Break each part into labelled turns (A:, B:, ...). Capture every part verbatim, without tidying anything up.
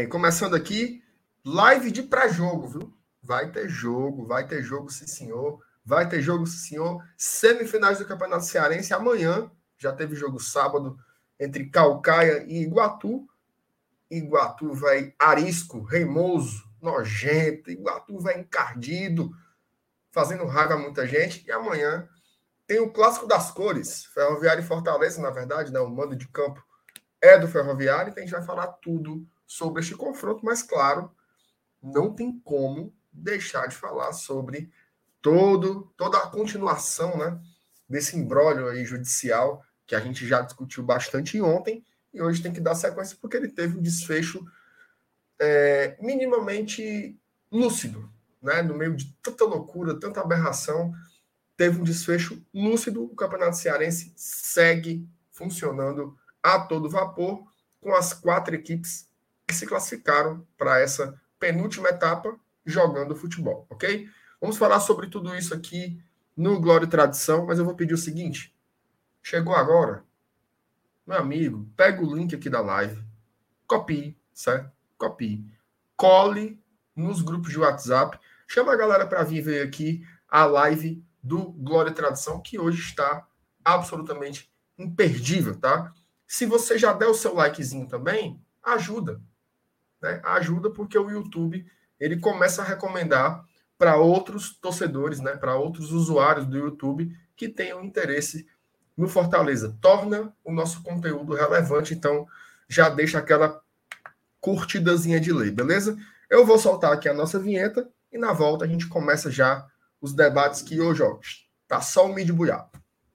A: bem, começando aqui, live de pré-jogo, viu? Vai ter jogo, vai ter jogo, sim senhor. Vai ter jogo, sim senhor. Semifinais do Campeonato Cearense amanhã. Já teve jogo sábado entre Caucaia e Iguatu. Iguatu vai arisco, reimoso, nojento. Iguatu vai encardido, fazendo raiva a muita gente. E amanhã tem o Clássico das Cores. Ferroviária e Fortaleza, na verdade, né? O mando de campo é do Ferroviário. Então a gente vai falar tudo sobre este confronto, mas claro, não tem como deixar de falar sobre todo, toda a continuação, né, desse imbróglio aí judicial que a gente já discutiu bastante ontem e hoje tem que dar sequência porque ele teve um desfecho é, minimamente lúcido, né, no meio de tanta loucura, tanta aberração, teve um desfecho lúcido. O Campeonato Cearense segue funcionando a todo vapor com as quatro equipes que se classificaram para essa penúltima etapa jogando futebol, ok? Vamos falar sobre tudo isso aqui no Glória e Tradição, mas eu vou pedir o seguinte, chegou agora, meu amigo, pega o link aqui da live, copie, certo? Copie, cole nos grupos de WhatsApp, chama a galera para vir ver aqui a live do Glória e Tradição, que hoje está absolutamente imperdível, tá? Se você já der o seu likezinho também, ajuda, né? Ajuda porque o YouTube ele começa a recomendar para outros torcedores, né? Para outros usuários do YouTube que tenham interesse no Fortaleza. Torna o nosso conteúdo relevante, então já deixa aquela curtidazinha de lei, beleza? Eu vou soltar aqui a nossa vinheta e na volta a gente começa já os debates que hoje, ó, tá só o mídia buiado.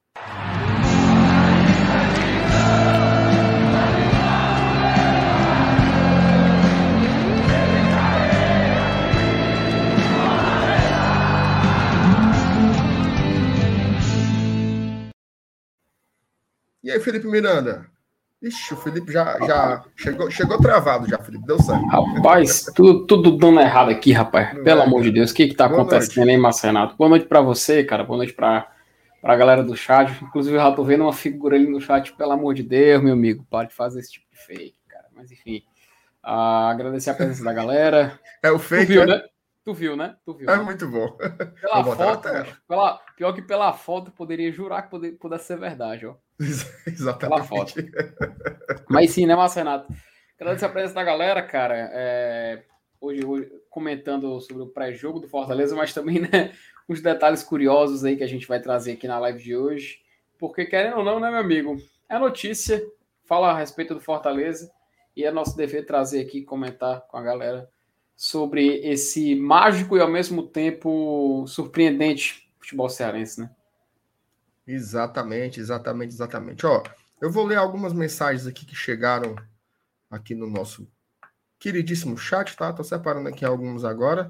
A: E aí, Felipe Miranda? Ixi, o Felipe já, já chegou, chegou travado já, Felipe. Deu certo.
B: Rapaz, tudo, tudo dando errado aqui, rapaz. Não Pelo é, amor cara. de Deus, o que que tá Boa acontecendo, noite. hein, Marcelo Renato? Boa noite pra você, cara. Boa noite pra, pra galera do chat. Inclusive, eu já tô vendo uma figura ali no chat. Pelo amor de Deus, meu amigo. Para de fazer esse tipo de fake, cara. Mas, enfim. Uh, agradecer a presença da galera.
A: É o fake,
B: tu viu,
A: é?
B: né? Tu viu, né? Tu viu,
A: é
B: né?
A: muito bom.
B: Pela foto, bicho, pela, pior que pela foto, poderia jurar que poder, pudesse ser verdade, ó.
A: Exatamente.
B: Pela foto. Mas sim, né, Marcelo Renato? Agradecer a presença da galera, cara. É, hoje, hoje comentando sobre o pré-jogo do Fortaleza, mas também, né, os detalhes curiosos aí que a gente vai trazer aqui na live de hoje. Porque, querendo ou não, né, meu amigo? É notícia, fala a respeito do Fortaleza e é nosso dever trazer aqui, comentar com a galera sobre esse mágico e ao mesmo tempo surpreendente futebol cearense, né?
A: Exatamente, exatamente, exatamente. Ó, eu vou ler algumas mensagens aqui que chegaram aqui no nosso queridíssimo chat, tá? Tô separando aqui alguns agora.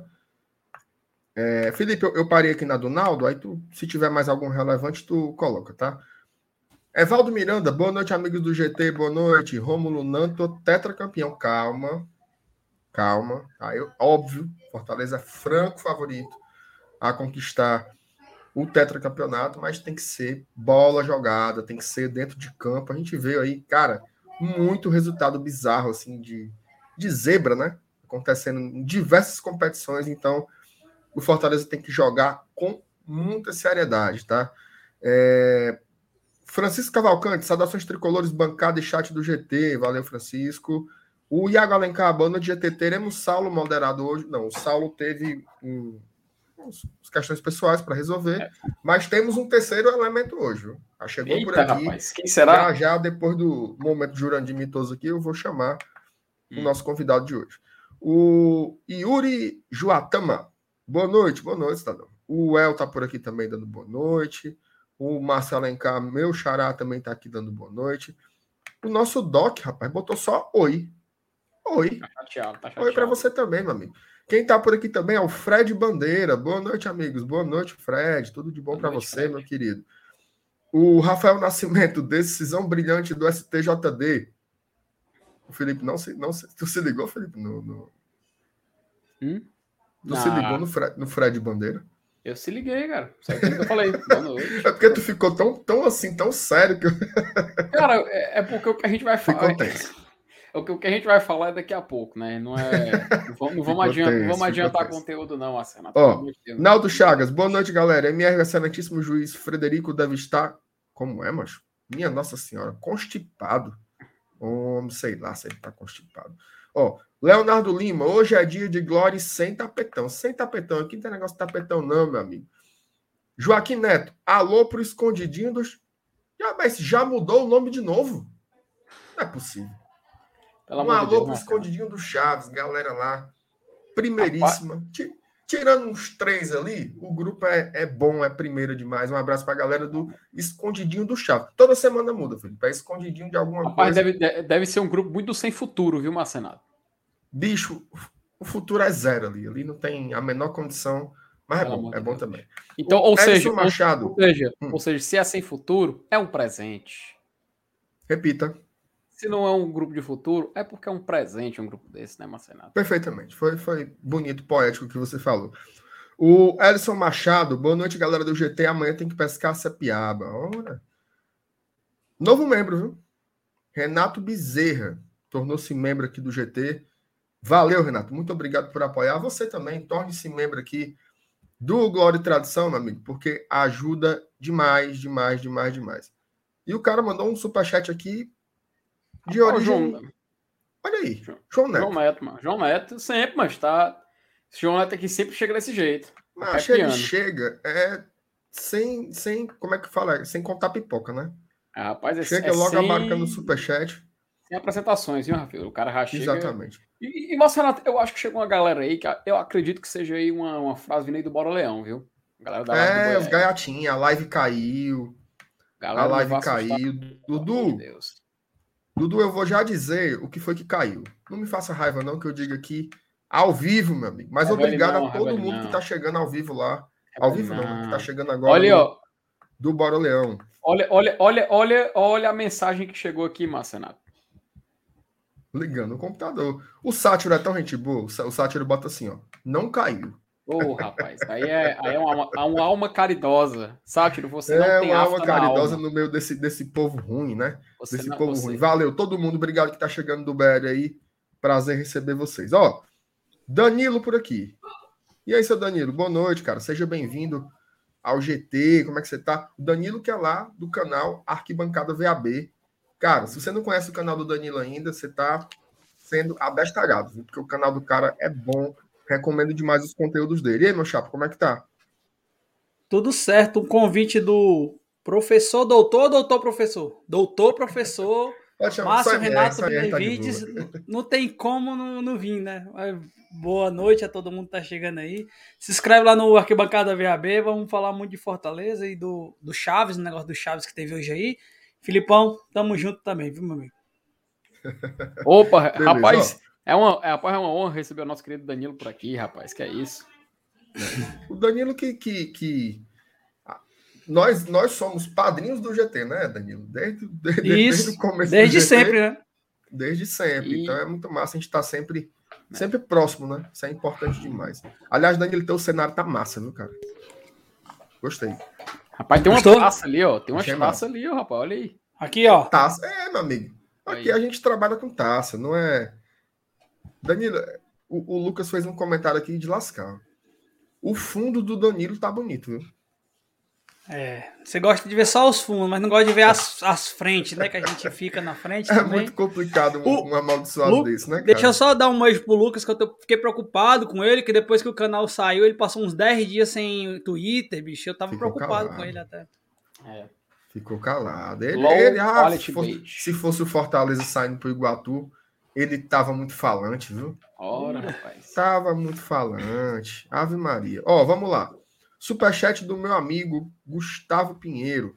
A: É, Felipe, eu, eu parei aqui na do Naldo, aí tu, se tiver mais algum relevante, tu coloca, tá? Evaldo Miranda, boa noite, amigos do G T, boa noite. Rômulo Nanto, tetracampeão. Calma, calma. Tá? Eu, óbvio, Fortaleza é franco favorito a conquistar o tetracampeonato, mas tem que ser bola jogada, tem que ser dentro de campo. A gente vê aí, cara, muito resultado bizarro, assim, de, de zebra, né? Acontecendo em diversas competições, então o Fortaleza tem que jogar com muita seriedade, tá? É... Francisco Cavalcante, saudações tricolores, bancada e chat do G T, valeu, Francisco. O Iago Alencar, boa noite, G T, teremos Saulo moderado hoje? Não, o Saulo teve um as questões pessoais para resolver, é. mas temos um terceiro elemento hoje. Já chegou
B: Eita,
A: por aqui.
B: Rapaz, quem será?
A: Já, já, depois do momento Jurandir mitoso aqui, eu vou chamar hum. o nosso convidado de hoje. O Yuri Juatama. Boa noite, boa noite, cidadão. O El tá por aqui também dando boa noite. O Marcelo Alencar, meu xará, também tá aqui dando boa noite. O nosso Doc, rapaz, botou só oi. Oi.
B: Tá chateado, tá chateado.
A: Oi para você também, meu amigo. Quem está por aqui também é o Fred Bandeira. Boa noite, amigos. Boa noite, Fred. Tudo de bom para você, Fred. Meu querido. O Rafael Nascimento, decisão brilhante do S T J D. O Felipe, não se, não se, tu se ligou, Felipe? No, no...
B: Hum?
A: Tu ah. se ligou no Fred, no Fred Bandeira?
B: Eu se liguei, cara. Sabe o que eu falei? Boa noite.
A: É porque tu ficou tão, tão assim, tão sério que eu...
B: Cara, é, é porque o que a gente vai falar.
A: Ficou tenso.
B: O que, o que a gente vai falar é daqui a pouco, né? Não é. Não vamos, não vamos adiantar, tenso, não vamos adiantar conteúdo, não, Marcelo.
A: Ó, Naldo Chagas, boa noite, galera. M R, excelentíssimo juiz Frederico deve estar. Como é, macho? Minha Nossa Senhora, constipado. Homem, sei lá se ele tá constipado. Ó, Leonardo Lima, hoje é dia de glória sem tapetão. Sem tapetão, aqui não tem negócio de tapetão, não, meu amigo. Joaquim Neto, alô pro escondidinho dos. Já, mas já mudou o nome de novo? Não é possível. Pelo um alô Deus, pro escondidinho do Chaves, galera lá. Primeiríssima. Rapaz. Tirando uns três ali, o grupo é, é bom, é primeiro demais. Um abraço pra galera do Escondidinho do Chaves. Toda semana muda, Felipe. É escondidinho de alguma
B: Rapaz,
A: coisa.
B: Deve, deve ser um grupo muito sem futuro, viu, Marcenato?
A: Bicho, o futuro é zero ali. Ali não tem a menor condição. Mas
B: Pelo
A: é bom, é bom também.
B: Então, ou seja,
A: Machado,
B: ou, seja, hum. ou seja, se é sem futuro, é um presente.
A: Repita.
B: Se não é um grupo de futuro, é porque é um presente um grupo desse, né, Marcenato?
A: Perfeitamente. Foi, foi bonito, poético o que você falou. O Elson Machado, boa noite, galera do G T. Amanhã tem que pescar sapiaba. Ora. Novo membro, viu? Renato Bezerra tornou-se membro aqui do G T. Valeu, Renato. Muito obrigado por apoiar. Você também, torne-se membro aqui do Glória e Tradição, meu amigo, porque ajuda demais, demais, demais, demais. E o cara mandou um superchat aqui de
B: Rapaz,
A: origem...
B: João...
A: Olha aí,
B: João,
A: João Neto.
B: João Neto, mano. João Neto sempre, mas tá... Esse João Neto aqui sempre chega desse jeito.
A: Mas ele chega é, sem, sem... Como é que fala? Sem contar pipoca, né?
B: Ah, rapaz, é,
A: chega
B: é
A: logo
B: sem...
A: abarcando o superchat.
B: Sem apresentações, viu, Rafael? O cara já chega...
A: Exatamente.
B: E, e Marcelo, eu acho que chegou uma galera aí que eu acredito que seja aí uma, uma frase vindo aí do Bora Leão, viu? A galera da
A: é, os gaiatinhos, a live caiu. Galera a live caiu. Dudu, de Dudu, eu vou já dizer o que foi que caiu. Não me faça raiva, não, que eu diga aqui ao vivo, meu amigo. Mas revele obrigado não, a todo mundo não. que tá chegando ao vivo lá. Revele ao vivo não, não, que tá chegando agora
B: olha,
A: do,
B: ó,
A: do Bora Leão.
B: Olha, olha, olha, olha, olha a mensagem que chegou aqui, Marcenato.
A: Ligando o computador. O Sátiro é tão gente boa. O Sátiro bota assim, ó. Não caiu.
B: Ô, oh, rapaz, aí é, aí é uma, uma alma caridosa. Sátiro, você
A: é
B: não tem
A: uma alma caridosa
B: alma.
A: no meio desse, desse povo ruim, né?
B: Você
A: desse
B: não,
A: povo
B: você...
A: ruim. Valeu, todo mundo. Obrigado que tá chegando do B R aí. Prazer receber vocês. Ó, Danilo por aqui. E aí, seu Danilo? Boa noite, cara. Seja bem-vindo ao G T. Como é que você tá? O Danilo que é lá do canal Arquibancada V A B. Cara, se você não conhece o canal do Danilo ainda, você tá sendo abestalhado, viu? Porque o canal do cara é bom. Recomendo demais os conteúdos dele. E aí, meu chapa, como é que tá?
C: Tudo certo. Um convite do professor, doutor, doutor, professor. Doutor, professor. Márcio Renato Benevides. Tá não tem como não, não vir, né? Boa noite a todo mundo que tá chegando aí. Se inscreve lá no Arquibancada V A B. Vamos falar muito de Fortaleza e do, do Chaves, o negócio do Chaves que teve hoje aí. Filipão, tamo junto também, viu, meu amigo?
B: Opa, beleza, rapaz... Ó. É uma, é, rapaz, é uma honra receber o nosso querido Danilo por aqui, rapaz, que é isso.
A: O Danilo que... que, que... Nós, nós somos padrinhos do G T, né, Danilo? Desde, desde, desde o começo
C: desde
A: do G T.
C: sempre, né?
A: Desde sempre. E... Então é muito massa a gente estar tá sempre, sempre próximo, né? Isso é importante demais. Aliás, Danilo, teu cenário tá massa, viu, cara? Gostei.
B: Rapaz, tem uma Gostou? taça ali, ó. Tem uma taça ali, ó, rapaz. Olha aí.
C: Aqui, ó.
A: Taça. É, meu amigo. Aqui aí. A gente trabalha com taça, não é... Danilo, o, o Lucas fez um comentário aqui de lascar. O fundo do Danilo tá bonito, viu?
C: É, você gosta de ver só os fundos, mas não gosta de ver as, as frentes, né? Que a gente fica na frente.
A: É
C: também.
A: muito complicado um, o, um amaldiçoado Lu, desse, né, cara?
C: Deixa eu só dar um beijo pro Lucas, que eu tô, fiquei preocupado com ele, que depois que o canal saiu, ele passou uns dez dias sem Twitter, bicho. Eu tava Ficou preocupado calado. com ele até.
A: É. Ficou calado. Ele, ele ah, se, fosse, se fosse o Fortaleza saindo pro Iguatu, ele tava muito falante, viu?
B: Ora, rapaz.
A: Tava muito falante. Ave Maria. Ó, vamos lá. Superchat do meu amigo Gustavo Pinheiro.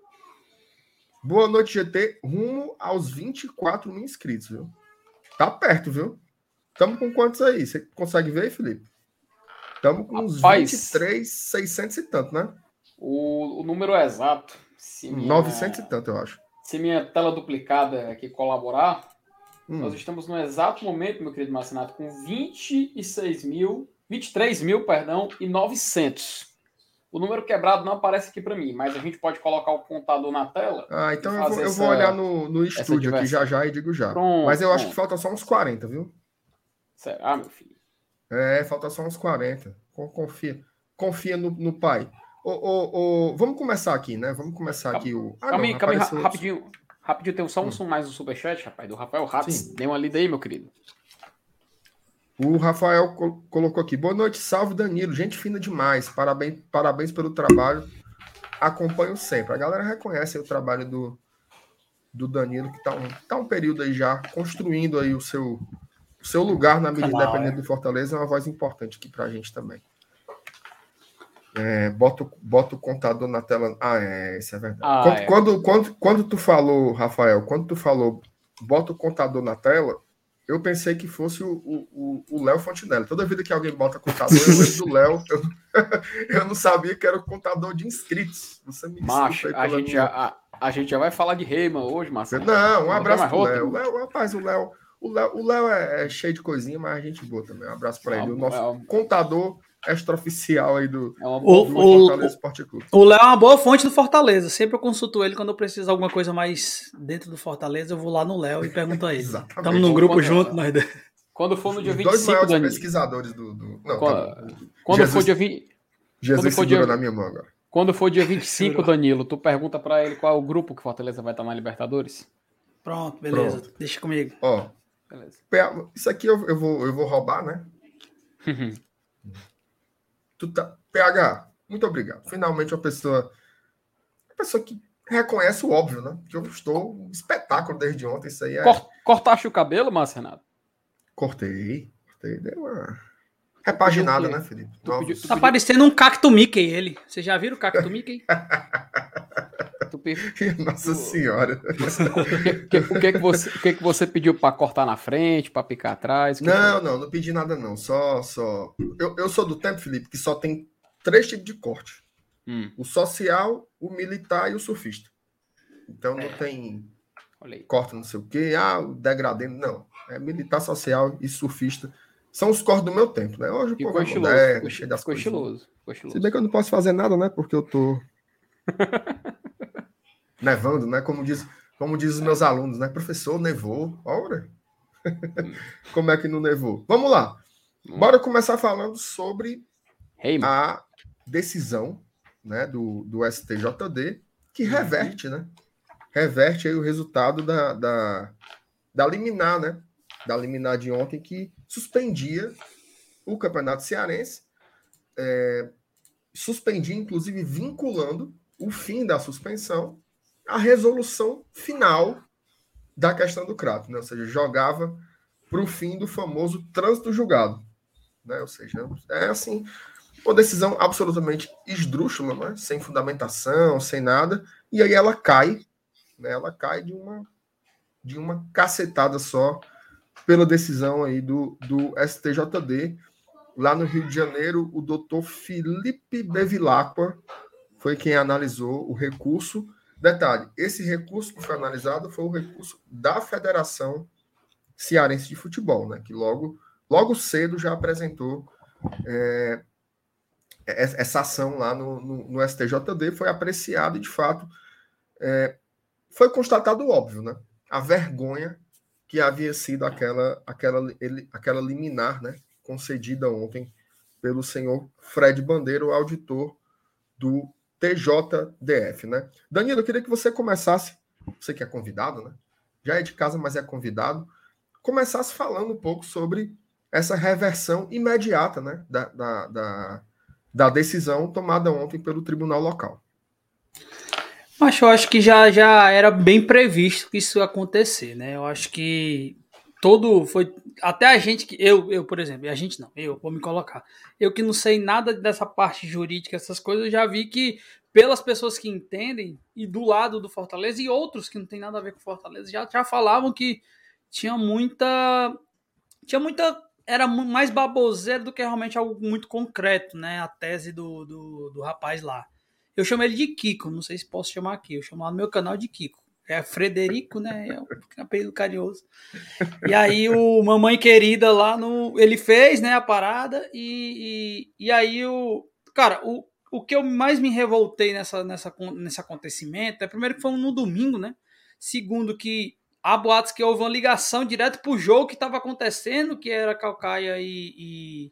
A: Boa noite, G T. Rumo aos vinte e quatro mil inscritos, viu? Tá perto, viu? Estamos com quantos aí? Você consegue ver, Felipe? Estamos com uns Rapaz, vinte e três, seiscentos e tanto, né?
B: O, o número é exato.
A: Se minha, novecentos e tanto, eu acho.
B: Se minha tela duplicada aqui colaborar, hum. nós estamos no exato momento, meu querido Marcinato, com vinte e seis mil, vinte e três mil, perdão, e novecentos. O número quebrado não aparece aqui para mim, mas a gente pode colocar o contador na tela.
A: Ah, então eu vou, eu vou olhar no, no estúdio aqui já já e digo já. Pronto, mas eu pronto. acho que falta só uns quarenta, viu?
B: Será, meu filho?
A: É, falta só uns quarenta. Confia, confia no, no pai. Ô, ô, ô, vamos começar aqui, né? Vamos começar aqui o.
B: Ah, calma aí, calma aí, rapidinho. Rapidinho, tem só um hum. som mais no superchat, rapaz, do Rafael Ratz. Dê uma lida aí, meu querido.
A: O Rafael col- colocou aqui. Boa noite, salve Danilo. Gente fina demais. Parabéns, parabéns pelo trabalho. Acompanho sempre. A galera reconhece o trabalho do, do Danilo, que está um, tá um período aí já construindo aí o seu, o seu lugar na mídia independente do Fortaleza. É uma voz importante aqui para a gente também. É, bota, bota o contador na tela. Ah, é, isso é verdade. Ah, quando, é. Quando, quando, quando tu falou, Rafael, quando tu falou, bota o contador na tela, eu pensei que fosse o Léo Fontinelli. Toda vida que alguém bota contador, eu lembro do Léo. Eu, eu não sabia que era o contador de inscritos. Você me
B: Macho, a gente, já, a, a gente já vai falar de Reima hoje, Marcelo.
A: Não, um abraço pro Léo. Léo. Rapaz, o Léo o Léo, o Léo é, é cheio de coisinha, mas a gente boa também. Um abraço para ele. O nosso é, contador extraoficial aí do,
C: é uma boa, do Fortaleza Esporte Clube. O Léo é uma boa fonte do Fortaleza. Sempre eu consulto ele quando eu preciso de alguma coisa mais dentro do Fortaleza. Eu vou lá no Léo e pergunto a ele. Estamos num grupo quando, junto, nós dois.
B: Quando for no dia vinte e cinco,
A: dois maiores
B: Danilo.
A: pesquisadores do. do... Não,
B: quando,
A: tá
B: quando Jesus, for dia vinte.
A: Jesus
B: quando for
A: segura
B: dia,
A: na minha mão agora.
B: Quando for dia vinte e cinco, Danilo, tu pergunta pra ele qual é o grupo que Fortaleza vai estar na Libertadores?
C: Pronto, beleza. Pronto. Deixa comigo.
A: Ó. Beleza. Isso aqui eu, eu, vou, eu vou roubar, né? Tu tá... P H, muito obrigado. Finalmente uma pessoa. Uma pessoa que reconhece o óbvio, né? Que eu estou um espetáculo desde ontem. Isso aí é.
B: Cortaste o cabelo, Márcio Renato?
A: Cortei. Cortei. Deu uma repaginada, né, Felipe?
C: Tu pediu, tu tá pediu... parecendo um cacto Mickey, ele. Vocês já viram o cacto Mickey?
A: Tu... Nossa Senhora.
B: O que, que, que, que, você, que, que você pediu para cortar na frente, para picar atrás?
A: Não, foi? não, não pedi nada, não. Só. só... Eu, eu sou do tempo, Felipe, que só tem três tipos de corte: hum. o social, o militar e o surfista. Então não é. tem corte, não sei o quê, ah, o degradê. Não. É militar, social e surfista. São os cortes do meu tempo, né? Hoje o povo é moderno, cheio das coisas.
B: Estiloso, estiloso.
A: Se bem que eu não posso fazer nada, né? Porque eu tô. Nevando, né? Como diz, como diz os meus alunos, né? Professor, nevou. Ora. Como é que não nevou? Vamos lá. Bora começar falando sobre
B: hey,
A: a decisão, né, do, do S T J D, que reverte, né? Reverte aí o resultado da, da, da liminar, né? Da liminar de ontem, que suspendia o Campeonato Cearense, é, suspendia, inclusive, vinculando o fim da suspensão a resolução final da questão do Crato, né? Ou seja, jogava para o fim do famoso trânsito julgado, né? Ou seja, é assim, uma decisão absolutamente esdrúxula, né? Sem fundamentação, sem nada, e aí ela cai, né? Ela cai de uma, de uma cacetada só pela decisão aí do, do S T J D. Lá no Rio de Janeiro, o doutor Felipe Bevilacqua foi quem analisou o recurso. Detalhe, esse recurso que foi analisado foi o recurso da Federação Cearense de Futebol, né, que logo, logo cedo já apresentou é, essa ação lá no, no, no S T J D, foi apreciado e, de fato, é, foi constatado o óbvio, né, a vergonha que havia sido aquela, aquela, ele, aquela liminar, né, concedida ontem pelo senhor Fred Bandeira, o auditor do T J D F, né? Danilo, eu queria que você começasse, você que é convidado, né? Já é de casa, mas é convidado, começasse falando um pouco sobre essa reversão imediata, né? Da, da, da, da decisão tomada ontem pelo tribunal local.
C: Mas eu acho que já, já era bem previsto que isso ia acontecer, né? Eu acho que todo foi... Até a gente que... Eu, eu, por exemplo, a gente não, eu vou me colocar. Eu que não sei nada dessa parte jurídica, essas coisas, eu já vi que pelas pessoas que entendem, e do lado do Fortaleza, e outros que não tem nada a ver com Fortaleza, já, já falavam que tinha muita... Tinha muita... Era mais baboseiro do que realmente algo muito concreto, né? A tese do, do, do rapaz lá. Eu chamo ele de Kiko, não sei se posso chamar aqui. Eu chamo lá no meu canal de Kiko. É Frederico, né? É um apelido carinhoso. E aí o Mamãe Querida lá, no, ele fez, né, a parada. E, e, e aí o... Cara, o, o que eu mais me revoltei nessa, nessa, nesse acontecimento é, primeiro, que foi no domingo, né? Segundo, que há boatos que houve uma ligação direto pro jogo que estava acontecendo, que era Caucaia e, e,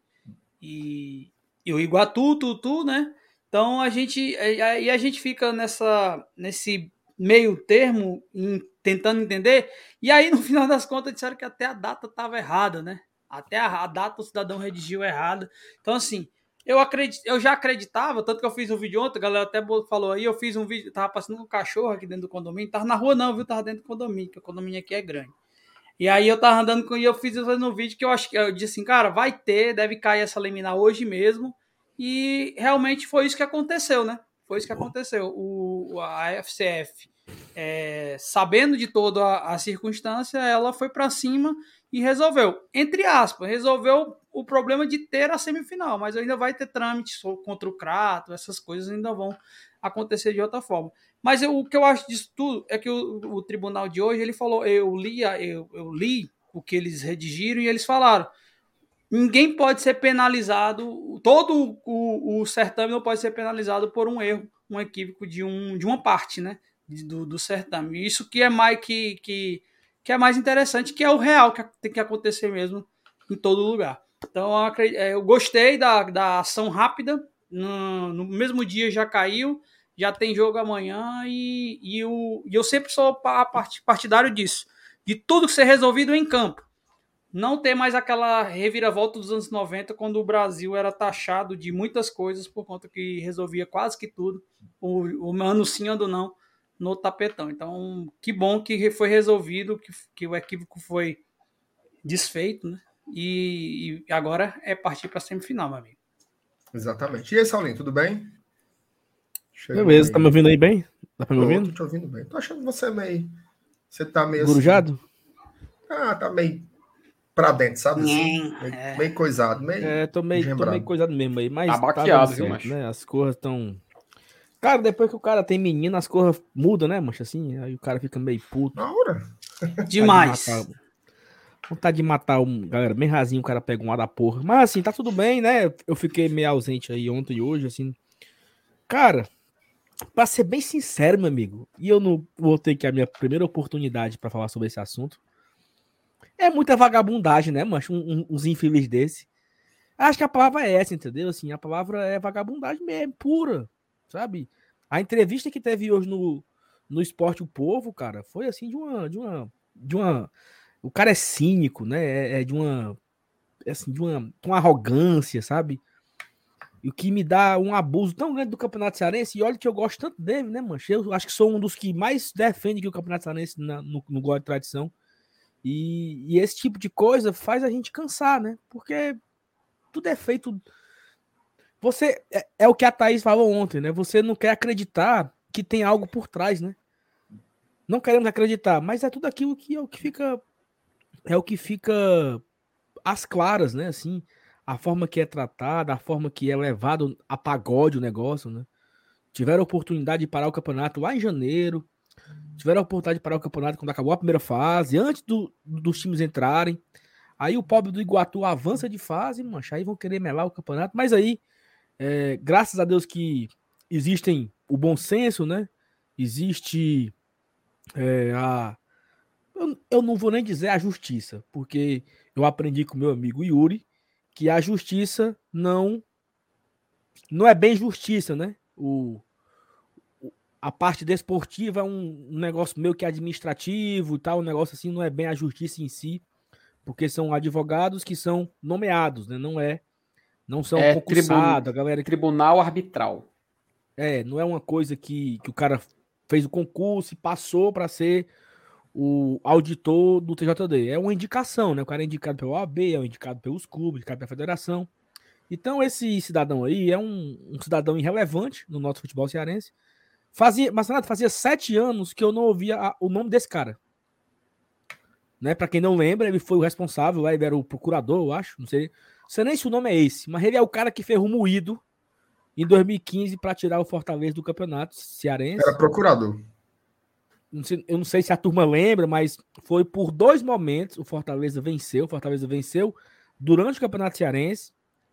C: e, e o Iguatu, Tutu, né? Então a gente, e a gente fica nessa, nesse meio termo, em, tentando entender, e aí no final das contas disseram que até a data estava errada, né? Até a, a data o cidadão redigiu errada. Então, assim, eu, acredit, eu já acreditava, tanto que eu fiz um vídeo ontem, a galera até falou aí, eu fiz um vídeo, tava passando com um cachorro aqui dentro do condomínio, tava na rua não, viu? Tava dentro do condomínio, que o condomínio aqui é grande. E aí eu tava andando com, e eu fiz no vídeo que eu acho que eu disse assim, cara, vai ter, deve cair essa liminar hoje mesmo. E realmente foi isso que aconteceu, né? Foi isso que aconteceu. O, a F C F, é, sabendo de toda a, a circunstância, ela foi para cima e resolveu, entre aspas, resolveu o problema de ter a semifinal, mas ainda vai ter trâmite contra o Crato, essas coisas ainda vão acontecer de outra forma. Mas eu, o que eu acho disso tudo é que o, o tribunal de hoje, ele falou, eu li, eu, eu li o que eles redigiram e eles falaram, ninguém pode ser penalizado, todo o, o certame não pode ser penalizado por um erro, um equívoco de, um, de uma parte, né, do, do certame. Isso que é mais que, que, que é mais interessante, que é o real que tem que acontecer mesmo em todo lugar. Então eu, acredito, eu gostei da, da ação rápida, no, no mesmo dia já caiu, já tem jogo amanhã e, e, o, e eu sempre sou partidário disso, de tudo ser resolvido em campo. Não ter mais aquela reviravolta dos anos noventa, quando o Brasil era taxado de muitas coisas por conta que resolvia quase que tudo, o, o ano sim, ano não, no tapetão. Então, que bom que foi resolvido, que, que o equívoco foi desfeito, né? E, e agora é partir para a semifinal, meu amigo.
A: Exatamente. E aí, Saulinho, tudo bem?
D: Chegou Beleza, aí. Tá me ouvindo aí bem? Tá me ouvindo?
A: Tô te ouvindo bem. Tô achando você meio... Você tá meio
D: Gurujado?
A: Assim... Ah, tá meio... pra dentro, sabe? Assim, meio,
C: é.
A: meio coisado, meio.
D: É, tô meio, tô meio coisado mesmo aí. Mas
B: abaqueado,
D: tá
B: viu,
D: certo, né? As cores tão. Cara, depois que o cara tem menino, as cores mudam, né, mancha? Assim, aí o cara fica meio puto.
A: Na hora.
C: Demais.
D: Vontade de matar um. Galera, bem rasinho, o cara pega um ar da porra. Mas assim, tá tudo bem, né? Eu fiquei meio ausente aí ontem e hoje, assim. Cara, pra ser bem sincero, meu amigo, e eu não vou ter que a minha primeira oportunidade pra falar sobre esse assunto. É muita vagabundagem, né, mancho? Um, um, uns infelizes desse. Acho que a palavra é essa, entendeu? Assim, a palavra é vagabundagem mesmo, pura, sabe? A entrevista que teve hoje no, no Esporte o Povo, cara, foi assim de uma, de uma, de uma... O cara é cínico, né? É, é de uma, assim, de uma, de uma arrogância, sabe? E o que me dá um abuso tão grande do Campeonato Cearense, e olha que eu gosto tanto dele, né, mancho? Eu acho que sou um dos que mais defende que o Campeonato Cearense na, no, no Gol de Tradição. E, e esse tipo de coisa faz a gente cansar, né? Porque tudo é feito... Você... É, é o que a Thaís falou ontem, né? Você não quer acreditar que tem algo por trás, né? Não queremos acreditar, mas é tudo aquilo que é o que fica... É o que fica às claras, né? Assim, a forma que é tratada, a forma que é levado a pagode o negócio, né? Tiveram a oportunidade de parar o campeonato lá em janeiro, tiveram a oportunidade de parar o campeonato quando acabou a primeira fase, antes do, dos times entrarem. Aí o pobre do Iguatu avança de fase, mancha, aí vão querer melar o campeonato. Mas aí, é, graças a Deus que existem o bom senso, né? Existe é, a... Eu, eu não vou nem dizer a justiça, porque eu aprendi com meu amigo Yuri que a justiça não, não é bem justiça, né? O... A parte desportiva é um, um negócio meio que administrativo e tal, um negócio assim, não é bem a justiça em si, porque são advogados que são nomeados, né? Não é, não são
B: é
D: concursados,
B: tribun...
D: a galera...
B: Tribunal arbitral.
D: É, não é uma coisa que, que o cara fez o concurso e passou para ser o auditor do T J D. É uma indicação, né? O cara é indicado pelo O A B, é indicado pelos clubes, indicado pela federação. Então esse cidadão aí é um, um cidadão irrelevante no nosso futebol cearense. Fazia, mas Renato, fazia sete anos que eu não ouvia a, o nome desse cara. Né? Para quem não lembra, ele foi o responsável, ele era o procurador, eu acho, não sei, não sei nem se o nome é esse, mas ele é o cara que fez o moído em dois mil e quinze para tirar o Fortaleza do campeonato cearense.
A: Era procurador.
D: Não sei, eu não sei se a turma lembra, mas foi por dois momentos o Fortaleza venceu, o Fortaleza venceu durante o campeonato cearense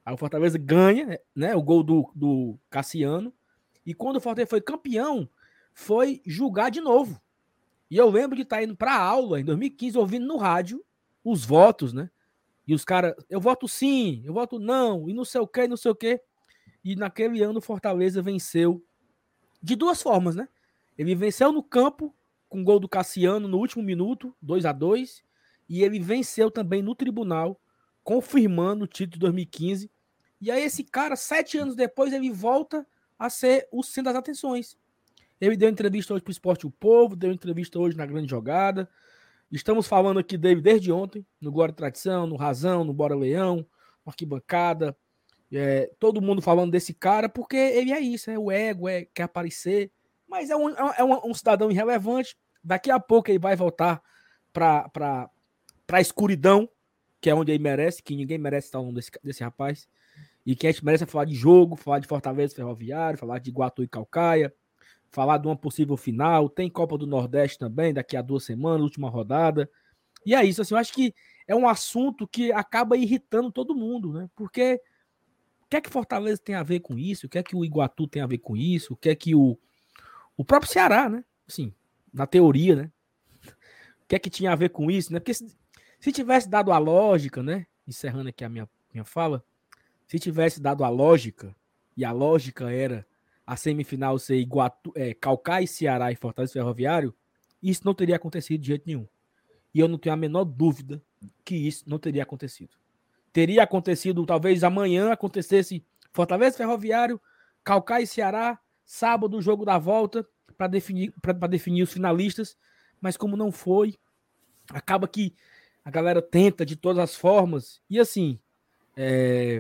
D: Aí o Fortaleza ganha, né? O gol do, do Cassiano. E quando o Fortaleza foi campeão, foi julgar de novo. E eu lembro de estar indo para aula em dois mil e quinze, ouvindo no rádio os votos, né? E os caras, eu voto sim, eu voto não, e não sei o que, não sei o que. E naquele ano o Fortaleza venceu de duas formas, né? Ele venceu no campo, com o gol do Cassiano no último minuto, dois a dois, e ele venceu também no tribunal, confirmando o título de dois mil e quinze. E aí esse cara, sete anos depois, ele volta a ser o centro das atenções. Ele deu entrevista hoje para o Esporte O Povo, deu entrevista hoje na Grande Jogada. Estamos falando aqui dele desde ontem, no Glória e Tradição, no Razão, no Bora Leão, no Arquibancada. É, todo mundo falando desse cara, porque ele é isso, é o ego, é, quer aparecer. Mas é um, é um, um cidadão irrelevante. Daqui a pouco ele vai voltar para a escuridão, que é onde ele merece, que ninguém merece estar falando desse, desse rapaz. E que a gente merece falar de jogo, falar de Fortaleza Ferroviário, falar de Iguatu e Caucaia, falar de uma possível final. Tem Copa do Nordeste também, daqui a duas semanas, última rodada. E é isso, assim, eu acho que é um assunto que acaba irritando todo mundo, né? Porque o que é que Fortaleza tem a ver com isso? O que é que o Iguatu tem a ver com isso? O que é que o, o próprio Ceará, né? Assim, na teoria, né? O que é que tinha a ver com isso, né? Porque se, se tivesse dado a lógica, né? Encerrando aqui a minha, minha fala, se tivesse dado a lógica, e a lógica era a semifinal ser Iguatu, é, Caucaia e Ceará e Fortaleza Ferroviário, isso não teria acontecido de jeito nenhum. E eu não tenho a menor dúvida que isso não teria acontecido. Teria acontecido, talvez amanhã acontecesse Fortaleza Ferroviário, Caucaia e Ceará, sábado o jogo da volta, para definir, para definir os finalistas, mas como não foi, acaba que a galera tenta de todas as formas, e assim, é...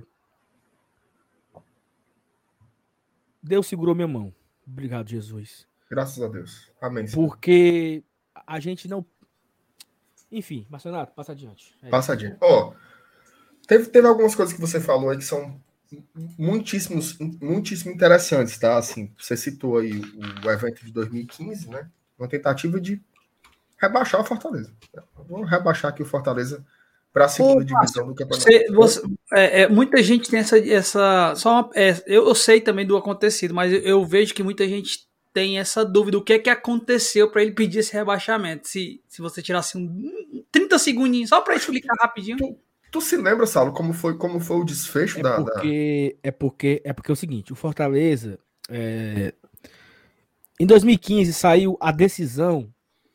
D: Deus segurou minha mão. Obrigado, Jesus.
A: Graças a Deus. Amém. Senhor.
D: Porque a gente não... Enfim, Marcenato, passa adiante.
A: É passa adiante. Ó, oh, teve, teve algumas coisas que você falou aí que são muitíssimos, muitíssimo interessantes, tá? Assim, você citou aí o, o evento de dois mil e quinze, né? Uma tentativa de rebaixar o Fortaleza. Vou rebaixar aqui o Fortaleza para a segunda Ô, divisão do campeonato.
C: Você, você, é, é, muita gente tem essa... essa só uma, é, eu, eu sei também do acontecido, mas eu, eu vejo que muita gente tem essa dúvida. O que é que aconteceu para ele pedir esse rebaixamento? Se, se você tirasse um trinta segundinhos só para explicar rapidinho.
A: Tu, tu se lembra, Saulo, como foi, como foi o desfecho
D: é
A: da,
D: porque, da... É porque é porque é o seguinte, o Fortaleza... É... Em dois mil e quinze saiu a decisão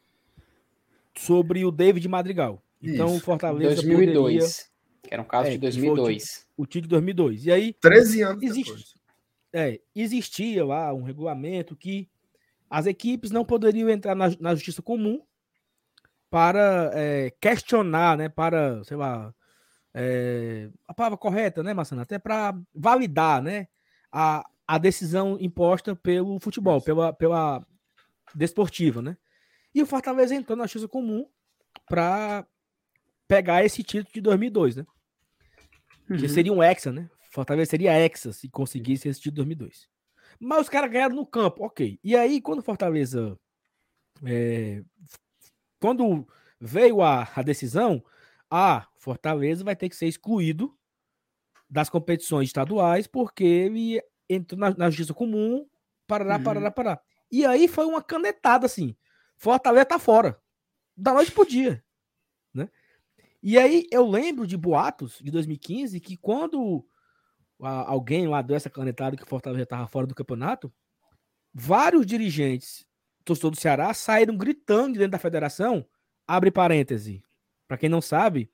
D: sobre o David Madrigal. Então Isso. o Fortaleza
B: dois mil e dois, poderia... que era um caso é, de dois mil e dois.
D: O título de dois mil e dois. E aí
A: treze anos
D: existe,
A: depois.
D: É, existia lá um regulamento que as equipes não poderiam entrar na, na justiça comum para é, questionar, né, para, sei lá, é, a palavra correta, né, Marcelo? Até para validar, né, a, a decisão imposta pelo futebol, pela, pela desportiva, né? E o Fortaleza entrou na justiça comum para pegar esse título de dois mil e dois, né? Uhum. Que seria um hexa, né? Fortaleza seria hexa se conseguisse esse título de dois mil e dois. Mas os caras ganharam no campo, ok. E aí, quando Fortaleza... É, quando veio a, a decisão, a Fortaleza vai ter que ser excluído das competições estaduais porque ele entrou na, na justiça comum, parará, uhum. parará, parará. E aí foi uma canetada, assim. Fortaleza tá fora. Da noite pro dia. Né? E aí eu lembro de boatos de dois mil e quinze que quando a, alguém lá deu essa canetada que o Fortaleza estava fora do campeonato, vários dirigentes, torcedor do Ceará, saíram gritando dentro da federação, abre parêntese, para quem não sabe,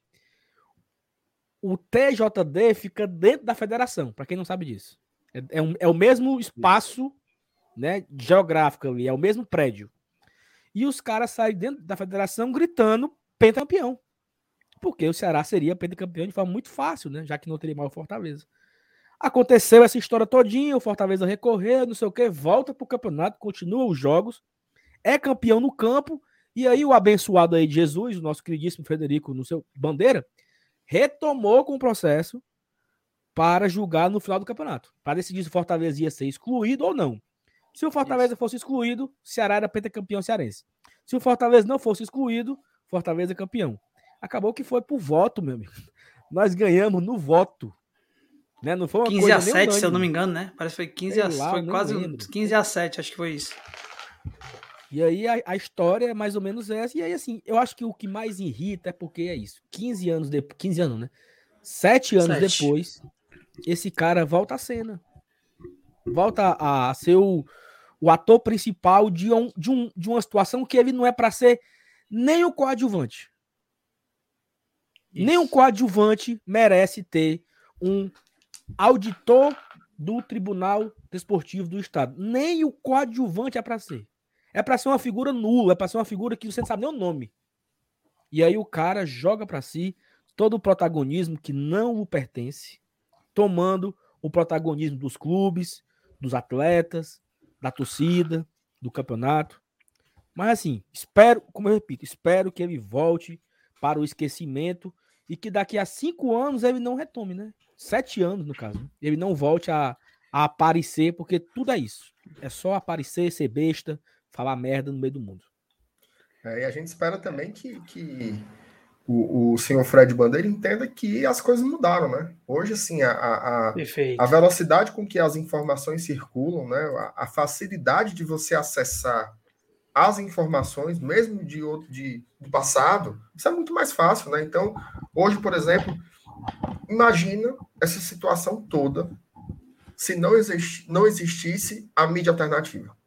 D: o T J D fica dentro da federação, para quem não sabe disso. É, é, um, é o mesmo espaço, né, geográfico ali, é o mesmo prédio. E os caras saem dentro da federação gritando pentacampeão. Porque o Ceará seria pentacampeão de forma muito fácil, né? Já que não teria mais o Fortaleza. Aconteceu essa história todinha, o Fortaleza recorreu, não sei o que, volta pro campeonato, continua os jogos, é campeão no campo, e aí o abençoado aí de Jesus, o nosso queridíssimo Frederico, no seu Bandeira, retomou com o processo para julgar no final do campeonato, para decidir se o Fortaleza ia ser excluído ou não. Se o Fortaleza Isso. fosse excluído, Ceará era pentacampeão cearense. Se o Fortaleza não fosse excluído, Fortaleza é campeão. Acabou que foi por voto, meu amigo. Nós ganhamos no voto. Né? Não foi uma
C: quinze a sete, se eu não me engano, né? Parece que foi quinze a sete, foi quase lembro. quinze a sete, acho que foi isso.
D: E aí a, a história é mais ou menos essa. E aí, assim, eu acho que o que mais irrita é porque é isso. quinze anos depois. quinze anos, né? sete anos Sete. depois, esse cara volta à cena. Volta a ser o, o ator principal de, um, de, um, de uma situação que ele não é para ser nem o coadjuvante. Isso. Nem o coadjuvante merece ter um auditor do Tribunal Desportivo do Estado. Nem o coadjuvante é para ser. É para ser uma figura nula, é para ser uma figura que você não sabe nem o nome. E aí o cara joga para si todo o protagonismo que não o pertence, tomando o protagonismo dos clubes, dos atletas, da torcida, do campeonato. Mas assim, espero, como eu repito, espero que ele volte para o esquecimento e que daqui a cinco anos ele não retome, né? Sete anos, no caso. Ele não volte a, a aparecer, porque tudo é isso. É só aparecer, ser besta, falar merda no meio do mundo.
A: É, e a gente espera também que, que o, o senhor Fred Bandeira entenda que as coisas mudaram, né? Hoje, assim, a, a, a velocidade com que as informações circulam, né? A, a facilidade de você acessar as informações, mesmo de outro de, do passado, isso é muito mais fácil, né? Então, hoje, por exemplo, imagina essa situação toda se não, existi, não existisse a mídia alternativa.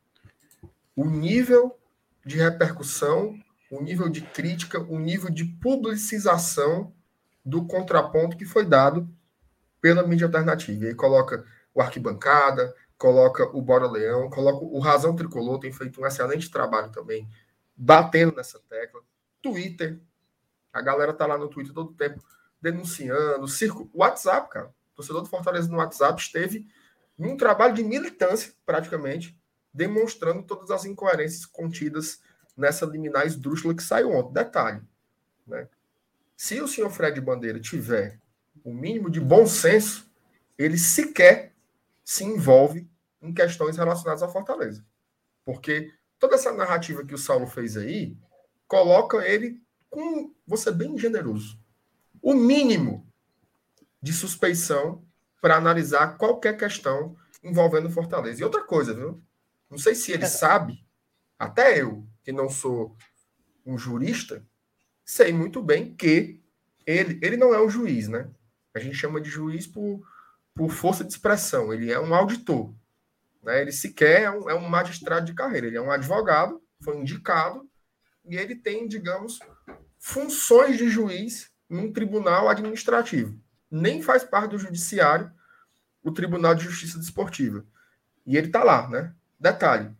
A: O nível de repercussão, o nível de crítica, o nível de publicização do contraponto que foi dado pela mídia alternativa. E aí coloca o Arquibancada, coloca o Bora Leão, coloca o Razão Tricolor, tem feito um excelente trabalho também, batendo nessa tecla. Twitter, a galera tá lá no Twitter todo o tempo denunciando. Circo, WhatsApp, cara. O torcedor do Fortaleza no WhatsApp esteve num trabalho de militância, praticamente, demonstrando todas as incoerências contidas nessa liminar esdrúxula que saiu ontem. Detalhe, né? Se o senhor Fred Bandeira tiver o mínimo de bom senso, ele sequer se envolve em questões relacionadas à Fortaleza. Porque toda essa narrativa que o Saulo fez aí, coloca ele com, vou ser bem generoso, o mínimo de suspeição para analisar qualquer questão envolvendo Fortaleza. E outra coisa, viu? Não sei se ele sabe, até eu, que não sou um jurista, sei muito bem que ele, ele não é um juiz, né? A gente chama de juiz por, por força de expressão. Ele é um auditor, né? Ele sequer é um, é um magistrado de carreira. Ele é um advogado, foi indicado, e ele tem, digamos, funções de juiz num tribunal administrativo. Nem faz parte do judiciário o Tribunal de Justiça Desportiva. E ele está lá, né? Detalhe.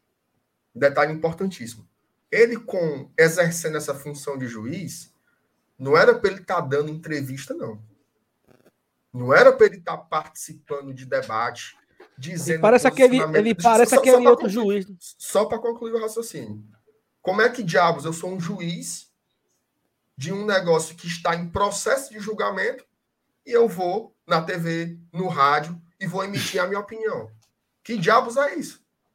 A: Detalhe importantíssimo. Ele, com exercendo essa função de juiz, não era para ele estar tá dando entrevista, não. Não era para ele estar tá participando de debate, dizendo...
D: Ele parece aquele, ele parece só, aquele só outro
A: concluir,
D: juiz.
A: Só para concluir o raciocínio. Como é que, diabos, eu sou um juiz de um negócio que está em processo de julgamento e eu vou na T V, no rádio, e vou emitir a minha opinião? Que diabos é isso?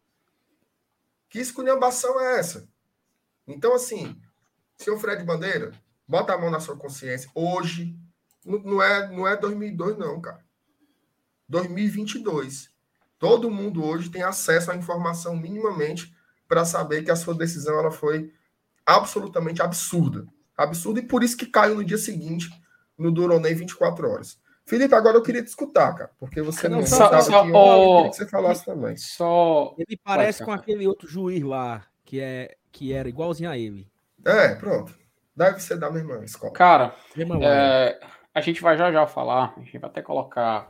A: Que esculhambação é essa? Então, assim, senhor Fred Bandeira, bota a mão na sua consciência. Hoje, não é, não é dois mil e dois, não, cara. dois mil e vinte e dois. Todo mundo hoje tem acesso à informação minimamente para saber que a sua decisão ela foi absolutamente absurda. Absurda, e por isso que caiu no dia seguinte, não durou nem vinte e quatro horas. Felipe, agora eu queria te escutar, cara, porque você não estava aqui ontem, eu queria que você falasse também.
D: Só... Ele parece com aquele outro juiz lá, que, é, que era igualzinho a ele.
A: É, pronto. Deve ser da mesma escola.
B: Cara, é, a gente vai já já falar, a gente vai até colocar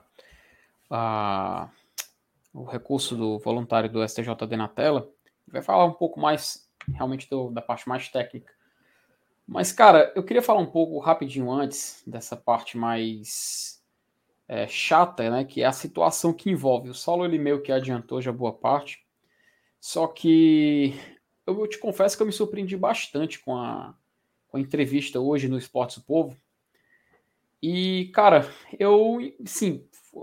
B: a, o recurso do voluntário do S T J D na tela, vai falar um pouco mais, realmente, do, da parte mais técnica. Mas, cara, eu queria falar um pouco rapidinho antes dessa parte mais... É, chata, né, que é a situação que envolve. O Saulo, ele meio que adiantou já boa parte, só que eu, eu te confesso que eu me surpreendi bastante com a, com a entrevista hoje no Esportes do Povo, e, cara, eu, sim,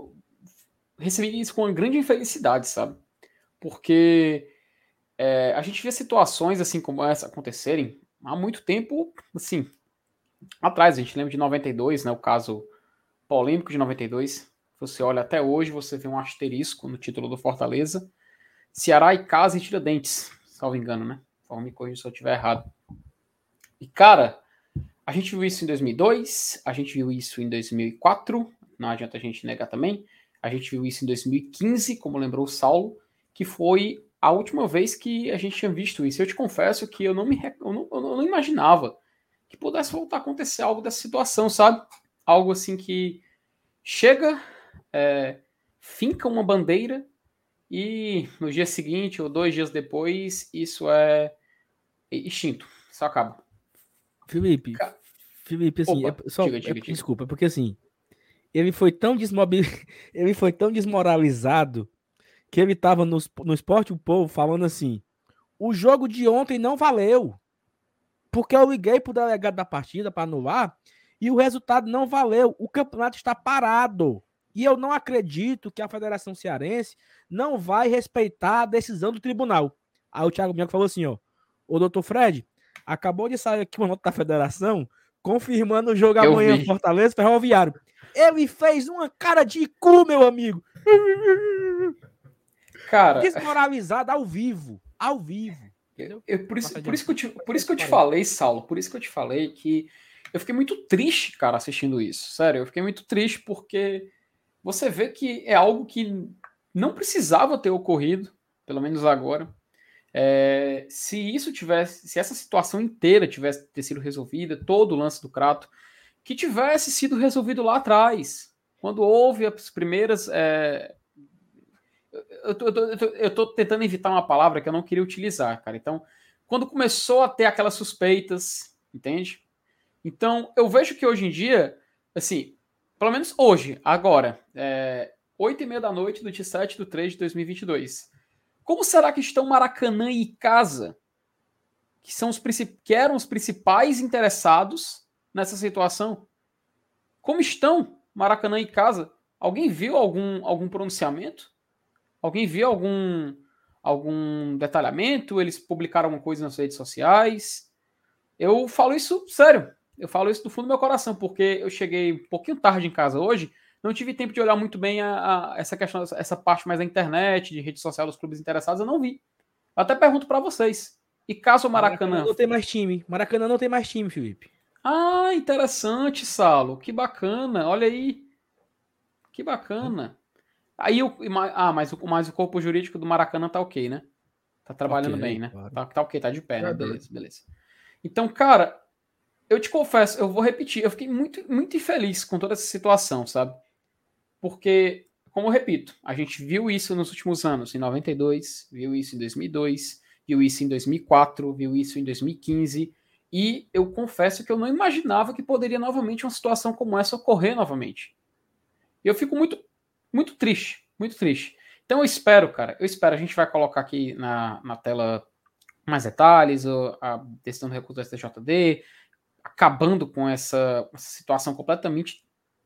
B: recebi isso com uma grande infelicidade, sabe, porque é, a gente vê situações assim como essa acontecerem há muito tempo, assim, atrás. A gente lembra de noventa e dois, né, o caso polêmico de noventa e dois, você olha até hoje, você vê um asterisco no título do Fortaleza. Ceará e Casa e Tiradentes, salvo engano, né? Então, me corrija se eu estiver errado. E, cara, a gente viu isso em dois mil e dois, a gente viu isso em dois mil e quatro, não adianta a gente negar também. A gente viu isso em dois mil e quinze, como lembrou o Saulo, que foi a última vez que a gente tinha visto isso. Eu te confesso que eu não, me, eu não, eu não imaginava que pudesse voltar a acontecer algo dessa situação, sabe? Algo assim que chega, é, finca uma bandeira e no dia seguinte ou dois dias depois isso é extinto, isso acaba.
D: Felipe, Ca... Felipe, assim,
B: Opa,
D: é, só,
B: diga, diga,
D: é,
B: diga.
D: desculpa, porque assim, ele foi tão desmobil... ele foi tão desmoralizado que ele tava no, no Esporte o Povo falando assim, o jogo de ontem não valeu, porque eu liguei pro delegado da partida para anular e o resultado não valeu, o campeonato está parado. E eu não acredito que a Federação Cearense não vai respeitar a decisão do tribunal. Aí o Thiago Bianco falou assim, ó, ô doutor Fred, acabou de sair aqui uma nota da federação confirmando o jogo eu amanhã vi. Fortaleza Ferroviário. Ele fez uma cara de cu, meu amigo.
B: Cara,
D: desmoralizado ao vivo, ao vivo.
B: Eu, eu, por, isso, por, isso que eu te, por isso que eu te falei, Saulo, por isso que eu te falei que eu fiquei muito triste, cara, assistindo isso. Sério, eu fiquei muito triste porque você vê que é algo que não precisava ter ocorrido, pelo menos agora. É, se isso tivesse, se essa situação inteira tivesse ter sido resolvida, todo o lance do Crato, que tivesse sido resolvido lá atrás, quando houve as primeiras... É, eu, tô, eu, tô, eu, tô, eu tô tentando evitar uma palavra que eu não queria utilizar, cara. Então, quando começou a ter aquelas suspeitas, entende? Então, eu vejo que hoje em dia, assim, pelo menos hoje, agora, é, oito e meia da noite do dia sete de três de dois mil e vinte e dois. Como será que estão Maracanã e Casa, que, são os, que eram os principais interessados nessa situação? Como estão Maracanã e Casa? Alguém viu algum, algum pronunciamento? Alguém viu algum, algum detalhamento? Eles publicaram alguma coisa nas redes sociais? Eu falo isso sério. Eu falo isso do fundo do meu coração, porque eu cheguei um pouquinho tarde em casa hoje, não tive tempo de olhar muito bem a, a, essa questão, essa parte mais da internet, de rede social dos clubes interessados, eu não vi. Eu até pergunto para vocês. E caso o Maracanã...
D: Maracanã não tem mais time. Maracanã não tem mais time, Felipe.
B: Ah, interessante, Saulo. Que bacana. Olha aí. Que bacana. Hum. Aí o... Ah, mas o, mas o corpo jurídico do Maracanã tá ok, né? Tá trabalhando okay, bem, né? Claro. Tá, tá ok, tá de pé, né? É beleza, beleza. Então, cara, eu te confesso, eu vou repetir, eu fiquei muito, muito infeliz com toda essa situação, sabe? Porque, como eu repito, a gente viu isso nos últimos anos, em noventa e dois, viu isso em dois mil e dois, viu isso em dois mil e quatro, viu isso em dois mil e quinze, e eu confesso que eu não imaginava que poderia novamente uma situação como essa ocorrer novamente. E eu fico muito, muito triste, muito triste. Então eu espero, cara, eu espero, a gente vai colocar aqui na, na tela mais detalhes, a decisão do recurso do S T J D, acabando com essa, essa situação completamente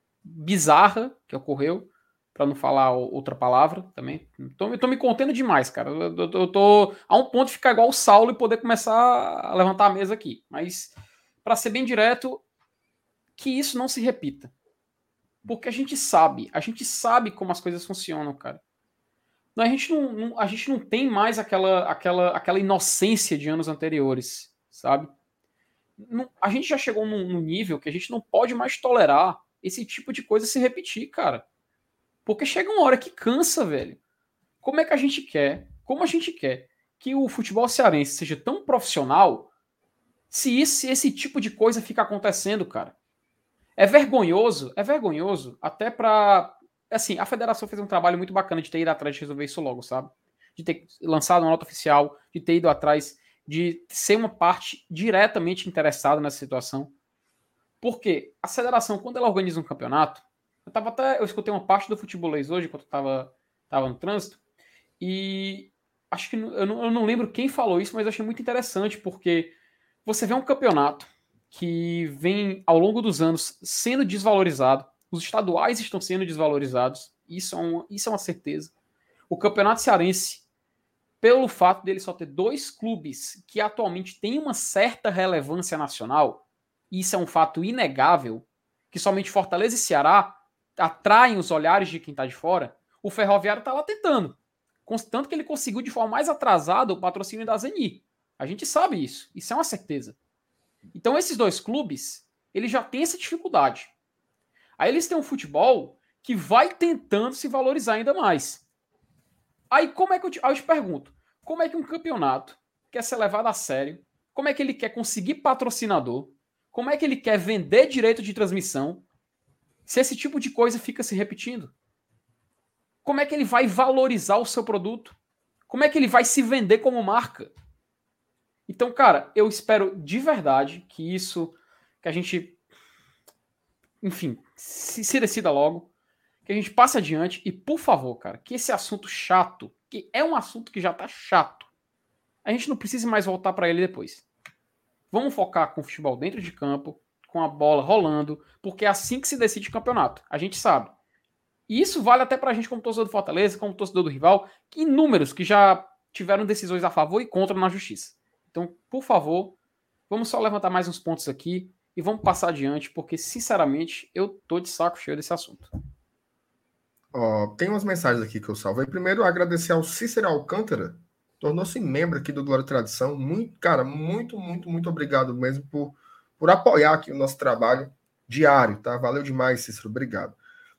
B: bizarra que ocorreu, para não falar outra palavra também. Tô, eu tô me contendo demais, cara. Eu, eu, eu tô a um ponto de ficar igual o Saulo e poder começar a levantar a mesa aqui. Mas, para ser bem direto, que isso não se repita. Porque a gente sabe, a gente sabe como as coisas funcionam, cara. A gente não, não, a gente não tem mais aquela, aquela, aquela inocência de anos anteriores, sabe? Não, a gente já chegou num, num nível que a gente não pode mais tolerar esse tipo de coisa se repetir, cara. Porque chega uma hora que cansa, velho. Como é que a gente quer, como a gente quer que o futebol cearense seja tão profissional se esse, esse tipo de coisa fica acontecendo, cara? É vergonhoso, é vergonhoso até pra... Assim, a federação fez um trabalho muito bacana de ter ido atrás de resolver isso logo, sabe? De ter lançado uma nota oficial, de ter ido atrás, de ser uma parte diretamente interessada nessa situação. Porque a federação, quando ela organiza um campeonato, eu tava até, eu escutei uma parte do futebolês hoje, quando eu tava, tava no trânsito, e acho que, eu não, eu não lembro quem falou isso, mas eu achei muito interessante, porque você vê um campeonato que vem, ao longo dos anos, sendo desvalorizado, os estaduais estão sendo desvalorizados, isso é, uma, isso é uma certeza. O campeonato cearense, pelo fato dele só ter dois clubes que atualmente têm uma certa relevância nacional, isso é um fato inegável, que somente Fortaleza e Ceará atraem os olhares de quem está de fora, o Ferroviário está lá tentando. Tanto que ele conseguiu de forma mais atrasada o patrocínio da Zeni. A gente sabe isso. Isso é uma certeza. Então esses dois clubes, eles já têm essa dificuldade. Aí eles têm um futebol que vai tentando se valorizar ainda mais. Aí como é que eu te, aí eu te pergunto, como é que um campeonato quer ser levado a sério? Como é que ele quer conseguir patrocinador? Como é que ele quer vender direito de transmissão? Se esse tipo de coisa fica se repetindo? Como é que ele vai valorizar o seu produto? Como é que ele vai se vender como marca? Então, cara, eu espero de verdade que isso, que a gente, enfim, se, se decida logo, que a gente passe adiante e, por favor, cara, que esse assunto chato, que é um assunto que já tá chato, a gente não precise mais voltar para ele depois. Vamos focar com o futebol dentro de campo, com a bola rolando, porque é assim que se decide o campeonato. A gente sabe. E isso vale até pra gente como torcedor do Fortaleza, como torcedor do rival, que inúmeros que já tiveram decisões a favor e contra na justiça. Então, por favor, vamos só levantar mais uns pontos aqui e vamos passar adiante, porque, sinceramente, eu tô de saco cheio desse assunto.
A: Ó, tem umas mensagens aqui que eu salvei. Primeiro, agradecer ao Cícero Alcântara, tornou-se membro aqui do Glória e Tradição. Muito, cara, muito, muito, muito obrigado mesmo por, por apoiar aqui o nosso trabalho diário, tá? Valeu demais, Cícero, obrigado.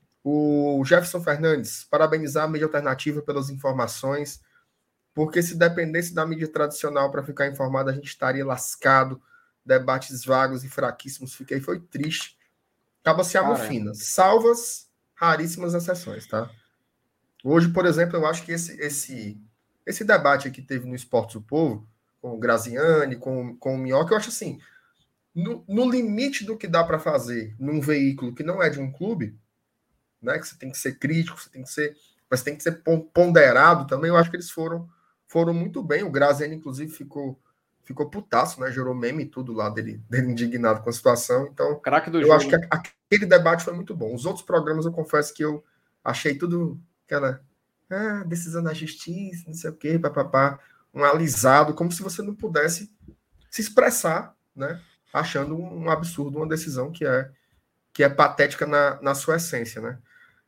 A: O Jefferson Fernandes, parabenizar a mídia alternativa pelas informações, porque se dependesse da mídia tradicional para ficar informado, a gente estaria lascado, debates vagos e fraquíssimos. Fiquei, foi triste. Acaba se amofina. Salvas, raríssimas exceções, tá? Hoje, por exemplo, eu acho que esse, esse, esse debate que teve no Esportes do Povo, com o Graziani, com, com o Minhoca, eu acho assim, no, no limite do que dá para fazer num veículo que não é de um clube, né, que você tem que ser crítico, você tem que ser, mas tem que ser ponderado também. Eu acho que eles foram, foram muito bem. O Graziani, inclusive, ficou, ficou putaço, né? Gerou meme e tudo lá dele, dele indignado com a situação. Então,
B: craque do
A: eu
B: jogo.
A: acho que aquele debate foi muito bom. Os outros programas, eu confesso que eu achei tudo aquela ah, decisão da justiça, não sei o quê, papapá, um alisado, como se você não pudesse se expressar, né? Achando um absurdo uma decisão que é, que é patética na, na sua essência, né?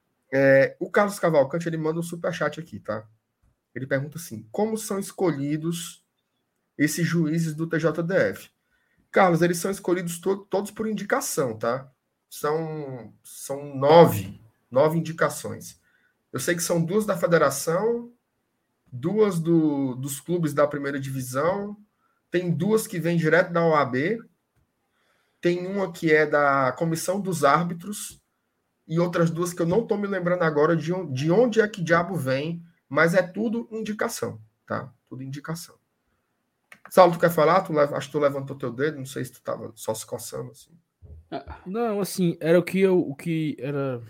A: É, o Carlos Cavalcante, ele manda um superchat aqui, tá? Ele pergunta assim, como são escolhidos esses juízes do T J D F? Carlos, eles são escolhidos to- todos por indicação, tá? São, são nove, nove indicações. Eu sei que são duas da federação, duas do, dos clubes da primeira divisão, tem duas que vêm direto da O A B, tem uma que é da comissão dos árbitros, e outras duas que eu não estou me lembrando agora de onde, de onde é que diabo vem, mas é tudo indicação, tá? Tudo indicação. Saulo, tu quer falar? Tu, acho que tu levantou teu dedo, não sei se tu estava só se coçando, assim.
D: Não, assim, era o que eu, o que era...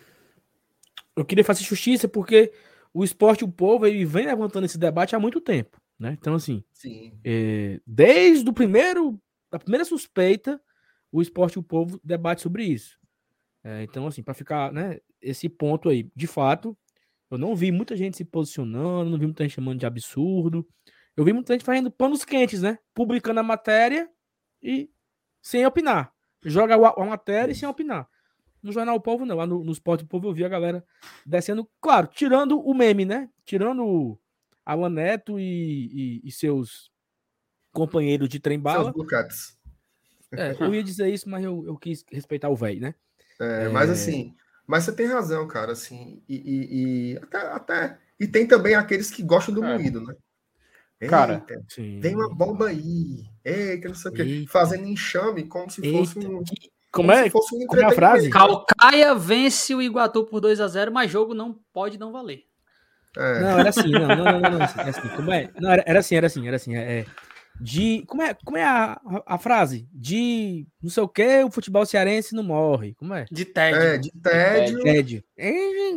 D: Eu queria fazer justiça porque o Esporte e o Povo, ele vem levantando esse debate há muito tempo, né? Então, assim,
A: Sim.
D: É, desde o primeiro, a primeira suspeita, o Esporte e o Povo debate sobre isso. É, então, assim, para ficar, né, esse ponto aí, de fato, eu não vi muita gente se posicionando, não vi muita gente chamando de absurdo. Eu vi muita gente fazendo panos quentes, né? Publicando a matéria e sem opinar. Joga a matéria e sem opinar. No Jornal O Povo, não. Lá no, no Esporte do Povo eu vi a galera descendo, claro, tirando o meme, né? Tirando Alan Neto e, e, e seus companheiros de trem-bala.
A: Seus Blue Caps.
D: É, eu ia dizer isso, mas eu, eu quis respeitar o velho, né?
A: É, mas assim, mas você tem razão, cara, assim, e, e, e até, até e tem também aqueles que gostam do
B: É.
A: moído, né?
B: Cara,
A: Eita,
D: Sim.
A: vem uma bomba aí, eita, não sei o quê,
D: Eita.
A: fazendo enxame como se fosse
D: Eita.
A: um,
D: Que-
A: como
D: Como é,
A: se fosse um
D: como é a frase?
A: entretenimento.
C: Calcaia vence o Iguatu por dois a zero, mas jogo não pode não valer.
A: É,
D: Não, era assim, não, não, não, não, não, assim, assim, como é? Não, era, era assim, era assim, era assim, é, é, de, como é, como é a, a, a frase? De, não sei o que, o futebol cearense não morre, como é?
C: De tédio.
A: é, de tédio.
D: Tédio. É,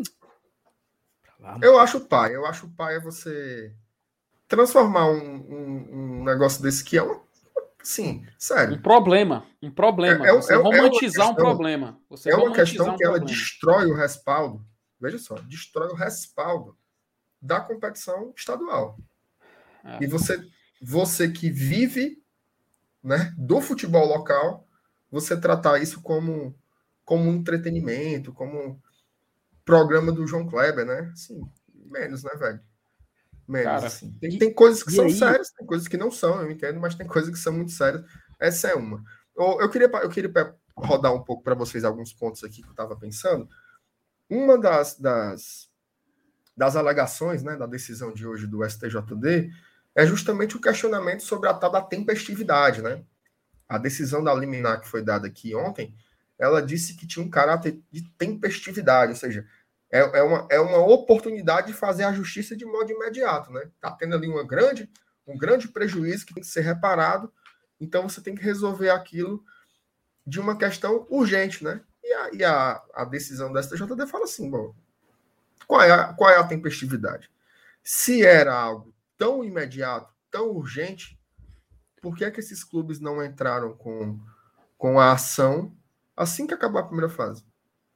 A: Eu acho pai, eu acho pai é você transformar um, um, um negócio desse que é um, sim,
B: um
A: sério.
B: problema. Um problema.
A: É- é-
B: Você
A: é- é uma
B: romantizar um
A: questão-
B: problema. Você
A: É uma
B: romantizar
A: questão
B: um
A: que ela
B: problema.
A: destrói o respaldo. Veja só, destrói o respaldo da competição estadual.
B: É.
A: E você, você que vive, né, do futebol local, você tratar isso como, como um entretenimento, como programa do João Kleber, né? Assim, menos, né, velho? Menos,
B: Cara,
A: assim. Tem, tem coisas que são
D: aí?
A: sérias, tem coisas que não são, eu entendo, mas tem coisas que são muito sérias. Essa é uma. Eu, eu queria, eu queria rodar um pouco para vocês alguns pontos aqui que eu estava pensando. Uma das, das, das alegações, né, da decisão de hoje do S T J D é justamente o questionamento sobre a tal da tempestividade, né? A decisão da liminar que foi dada aqui ontem, ela disse que tinha um caráter de tempestividade, ou seja, é, é, uma, é uma oportunidade de fazer a justiça de modo imediato, né? Está tendo ali uma grande, um grande prejuízo que tem que ser reparado, então você tem que resolver aquilo de uma questão urgente, né? E a, e a, a decisão da S T J D fala assim, bom, qual é, a, qual é a tempestividade? Se era algo tão imediato, tão urgente, por que é que esses clubes não entraram com, com a ação assim que acabou a primeira fase?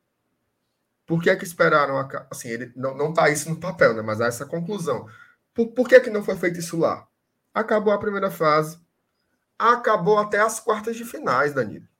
A: Por que é que esperaram? A, assim, ele, não, não tá isso no papel, né? Mas há essa conclusão. Por, por que é que não foi feito isso lá? Acabou a primeira fase. Acabou até as quartas de finais, Danilo.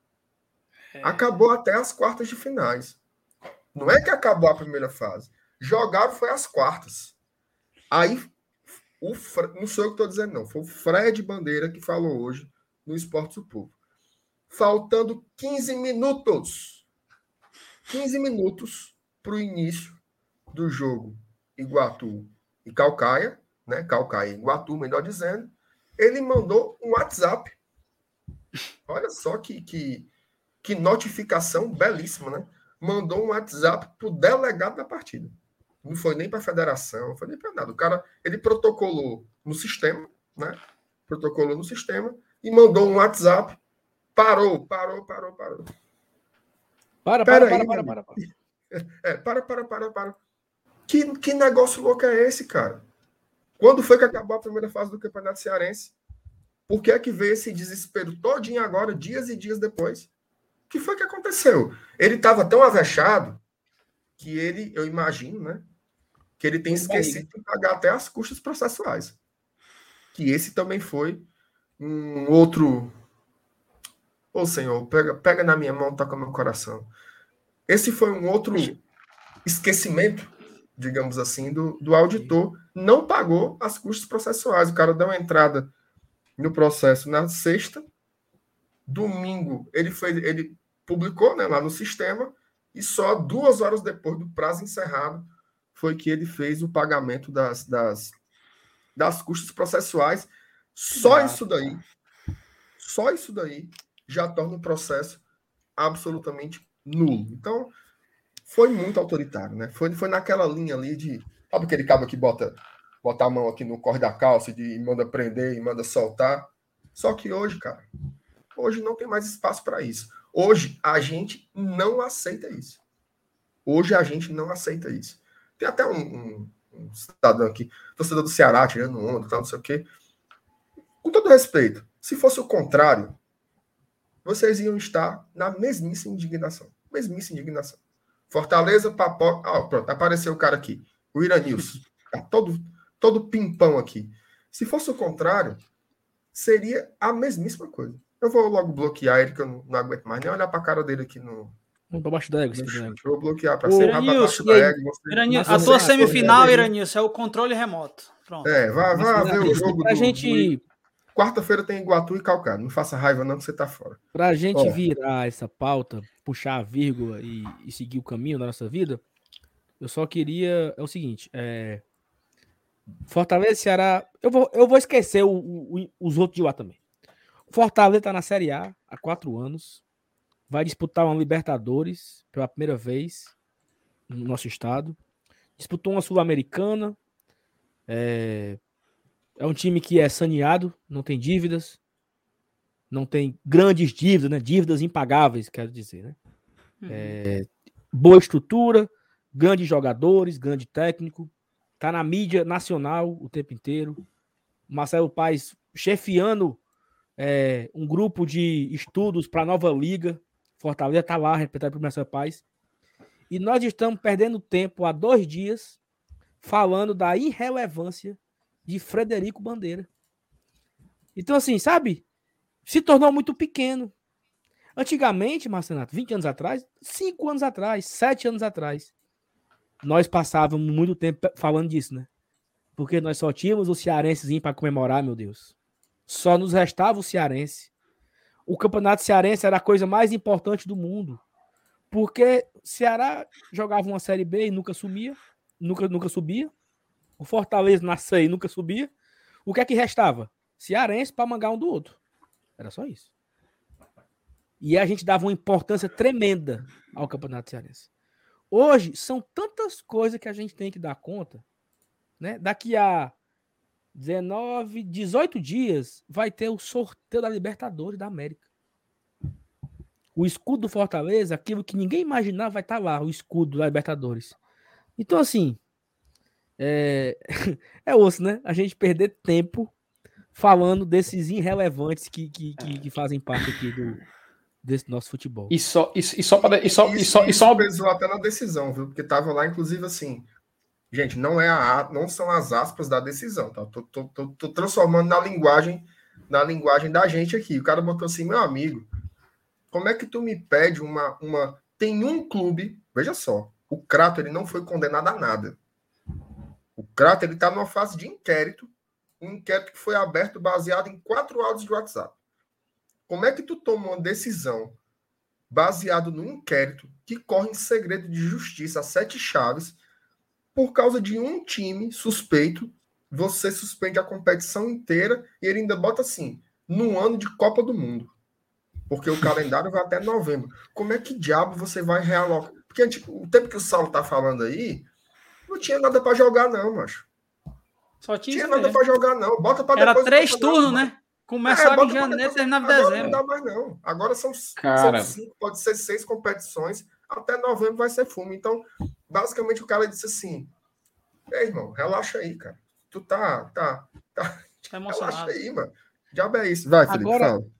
A: Acabou até as quartas de finais. Não é que acabou a primeira fase. Jogaram foi as quartas. Aí, o Fre... não sou eu que estou dizendo, não. Foi o Fred Bandeira que falou hoje no Esportes do Povo. Faltando quinze minutos. quinze minutos para o início do jogo Iguatu e Caucaia, né? Caucaia e Iguatu, melhor dizendo. Ele mandou um WhatsApp. Olha só que, que, que notificação belíssima, né? Mandou um WhatsApp para o delegado da partida. Não foi nem para a federação, não foi nem para nada. O cara, ele protocolou no sistema, né? Protocolou no sistema e mandou um WhatsApp. Parou, parou, parou, parou.
D: Para, para, para, para, para, para.
A: É, para, para, para, para. Que, que negócio louco é esse, cara? Quando foi que acabou a primeira fase do Campeonato Cearense? Por que é que veio esse desespero todinho agora, dias e dias depois? O que foi que aconteceu? Ele estava tão avexado que ele, eu imagino, né? Que ele tem esquecido de pagar até as custas processuais. Que esse também foi um outro... Ô, Senhor, pega, pega na minha mão, toca no meu coração. Esse foi um outro esquecimento, digamos assim, do, do auditor. Não pagou as custas processuais. O cara deu uma entrada no processo na sexta. Domingo, ele, foi, ele publicou, né, lá no sistema, e só duas horas depois do prazo encerrado foi que ele fez o pagamento das, das, das custas processuais. Só isso daí, só isso daí já torna o processo absolutamente nulo. Então, foi muito autoritário, né? Foi, foi naquela linha ali de... Sabe aquele cabo que bota, bota a mão aqui no corre da calça e, e manda prender e manda soltar? Só que hoje, cara, hoje não tem mais espaço para isso. Hoje a gente não aceita isso. Hoje a gente não aceita isso. Tem até um, um, um cidadão aqui, torcedor do Ceará, tirando onda, tal, não sei o quê. Com todo respeito, se fosse o contrário, vocês iam estar na mesmíssima indignação. Mesmíssima indignação. Fortaleza, Papo... Ah, pronto, apareceu o cara aqui. O Iranilson. Tá todo, todo pimpão aqui. Se fosse o contrário, seria a mesmíssima coisa. Eu vou logo bloquear ele, que eu não, não aguento mais nem olhar pra cara dele aqui no...
D: Vamos pra baixo da égua.
A: Eu vou bloquear pra
C: cima. Iranilson, Iranilson, a tua semifinal, Iranilson, é o controle remoto. Pronto.
A: É, vá, vá ver o jogo
D: pra
A: do...
D: gente...
A: Do... Quarta-feira tem Iguatu e Calcaia. Não faça raiva não que você tá fora.
D: Pra gente
A: Ó.
D: virar essa pauta, puxar a vírgula e, e seguir o caminho da nossa vida, eu só queria... É o seguinte, é... Fortaleza e Ceará... Eu vou, eu vou esquecer o, o, os outros de lá também. Fortaleza tá na Série A há quatro anos. Vai disputar uma Libertadores pela primeira vez no nosso estado. Disputou uma Sul-Americana. É... é um time que é saneado, não tem dívidas. Não tem grandes dívidas, né? Dívidas impagáveis, quero dizer, né? Uhum. É... boa estrutura, grandes jogadores, grande técnico. Tá na mídia nacional o tempo inteiro. Marcelo Paes chefiando é, um grupo de estudos para a nova liga. Fortaleza está lá, representado por Marcelo Paes. E nós estamos perdendo tempo há dois dias falando da irrelevância de Frederico Bandeira. Então, assim, sabe? Se tornou muito pequeno. Antigamente, Marcenato, vinte anos atrás, cinco anos atrás, sete anos atrás, nós passávamos muito tempo falando disso, né? Porque nós só tínhamos o cearensezinho para comemorar, meu Deus. Só nos restava o cearense. O campeonato cearense era a coisa mais importante do mundo. Porque Ceará jogava uma Série B e nunca subia. Nunca, nunca subia. O Fortaleza na C e nunca subia. O que é que restava? Cearense para mangar um do outro. Era só isso. E a gente dava uma importância tremenda ao campeonato cearense. Hoje, são tantas coisas que a gente tem que dar conta, né? Daqui a dezenove, dezoito dias vai ter o sorteio da Libertadores da América. O escudo do Fortaleza, aquilo que ninguém imaginava, vai estar lá, o escudo da Libertadores. Então, assim, é, é osso, né? A gente perder tempo falando desses irrelevantes que, que, que, que fazem parte aqui do, desse nosso futebol.
B: E só, e, e só para e só, e só, e só
A: pesou até na decisão, viu? Porque tava lá, inclusive, assim. Gente, não é a não são as aspas da decisão, tá? Tô, tô, tô, tô transformando na linguagem na linguagem da gente aqui. O cara botou assim, meu amigo, como é que tu me pede uma uma tem um clube, veja só, o Crato ele não foi condenado a nada. O Crato ele tá numa fase de inquérito, um inquérito que foi aberto baseado em quatro áudios de WhatsApp. Como é que tu toma uma decisão baseado no inquérito que corre em segredo de justiça a sete chaves? Por causa de um time suspeito, você suspende a competição inteira e ele ainda bota assim, num ano de Copa do Mundo. Porque o calendário vai até novembro. Como é que diabo você vai realocar? Porque tipo, o tempo que o Saulo tá falando aí, não tinha nada para jogar não, macho.
C: Só tinha,
A: tinha nada para jogar não. Bota para
C: Era três turnos, né? Começava é, em janeiro e terminava em dezembro.
A: Não dá mais não. Agora são,
B: Cara...
A: são cinco, pode ser seis competições. Até novembro vai ser fumo. Então, basicamente, o cara disse assim, ei, irmão, relaxa aí, cara. Tu tá... tá, tá, tá emocionado. Relaxa aí, mano. Diabo é isso. Vai, Felipe,
D: agora,
A: fala.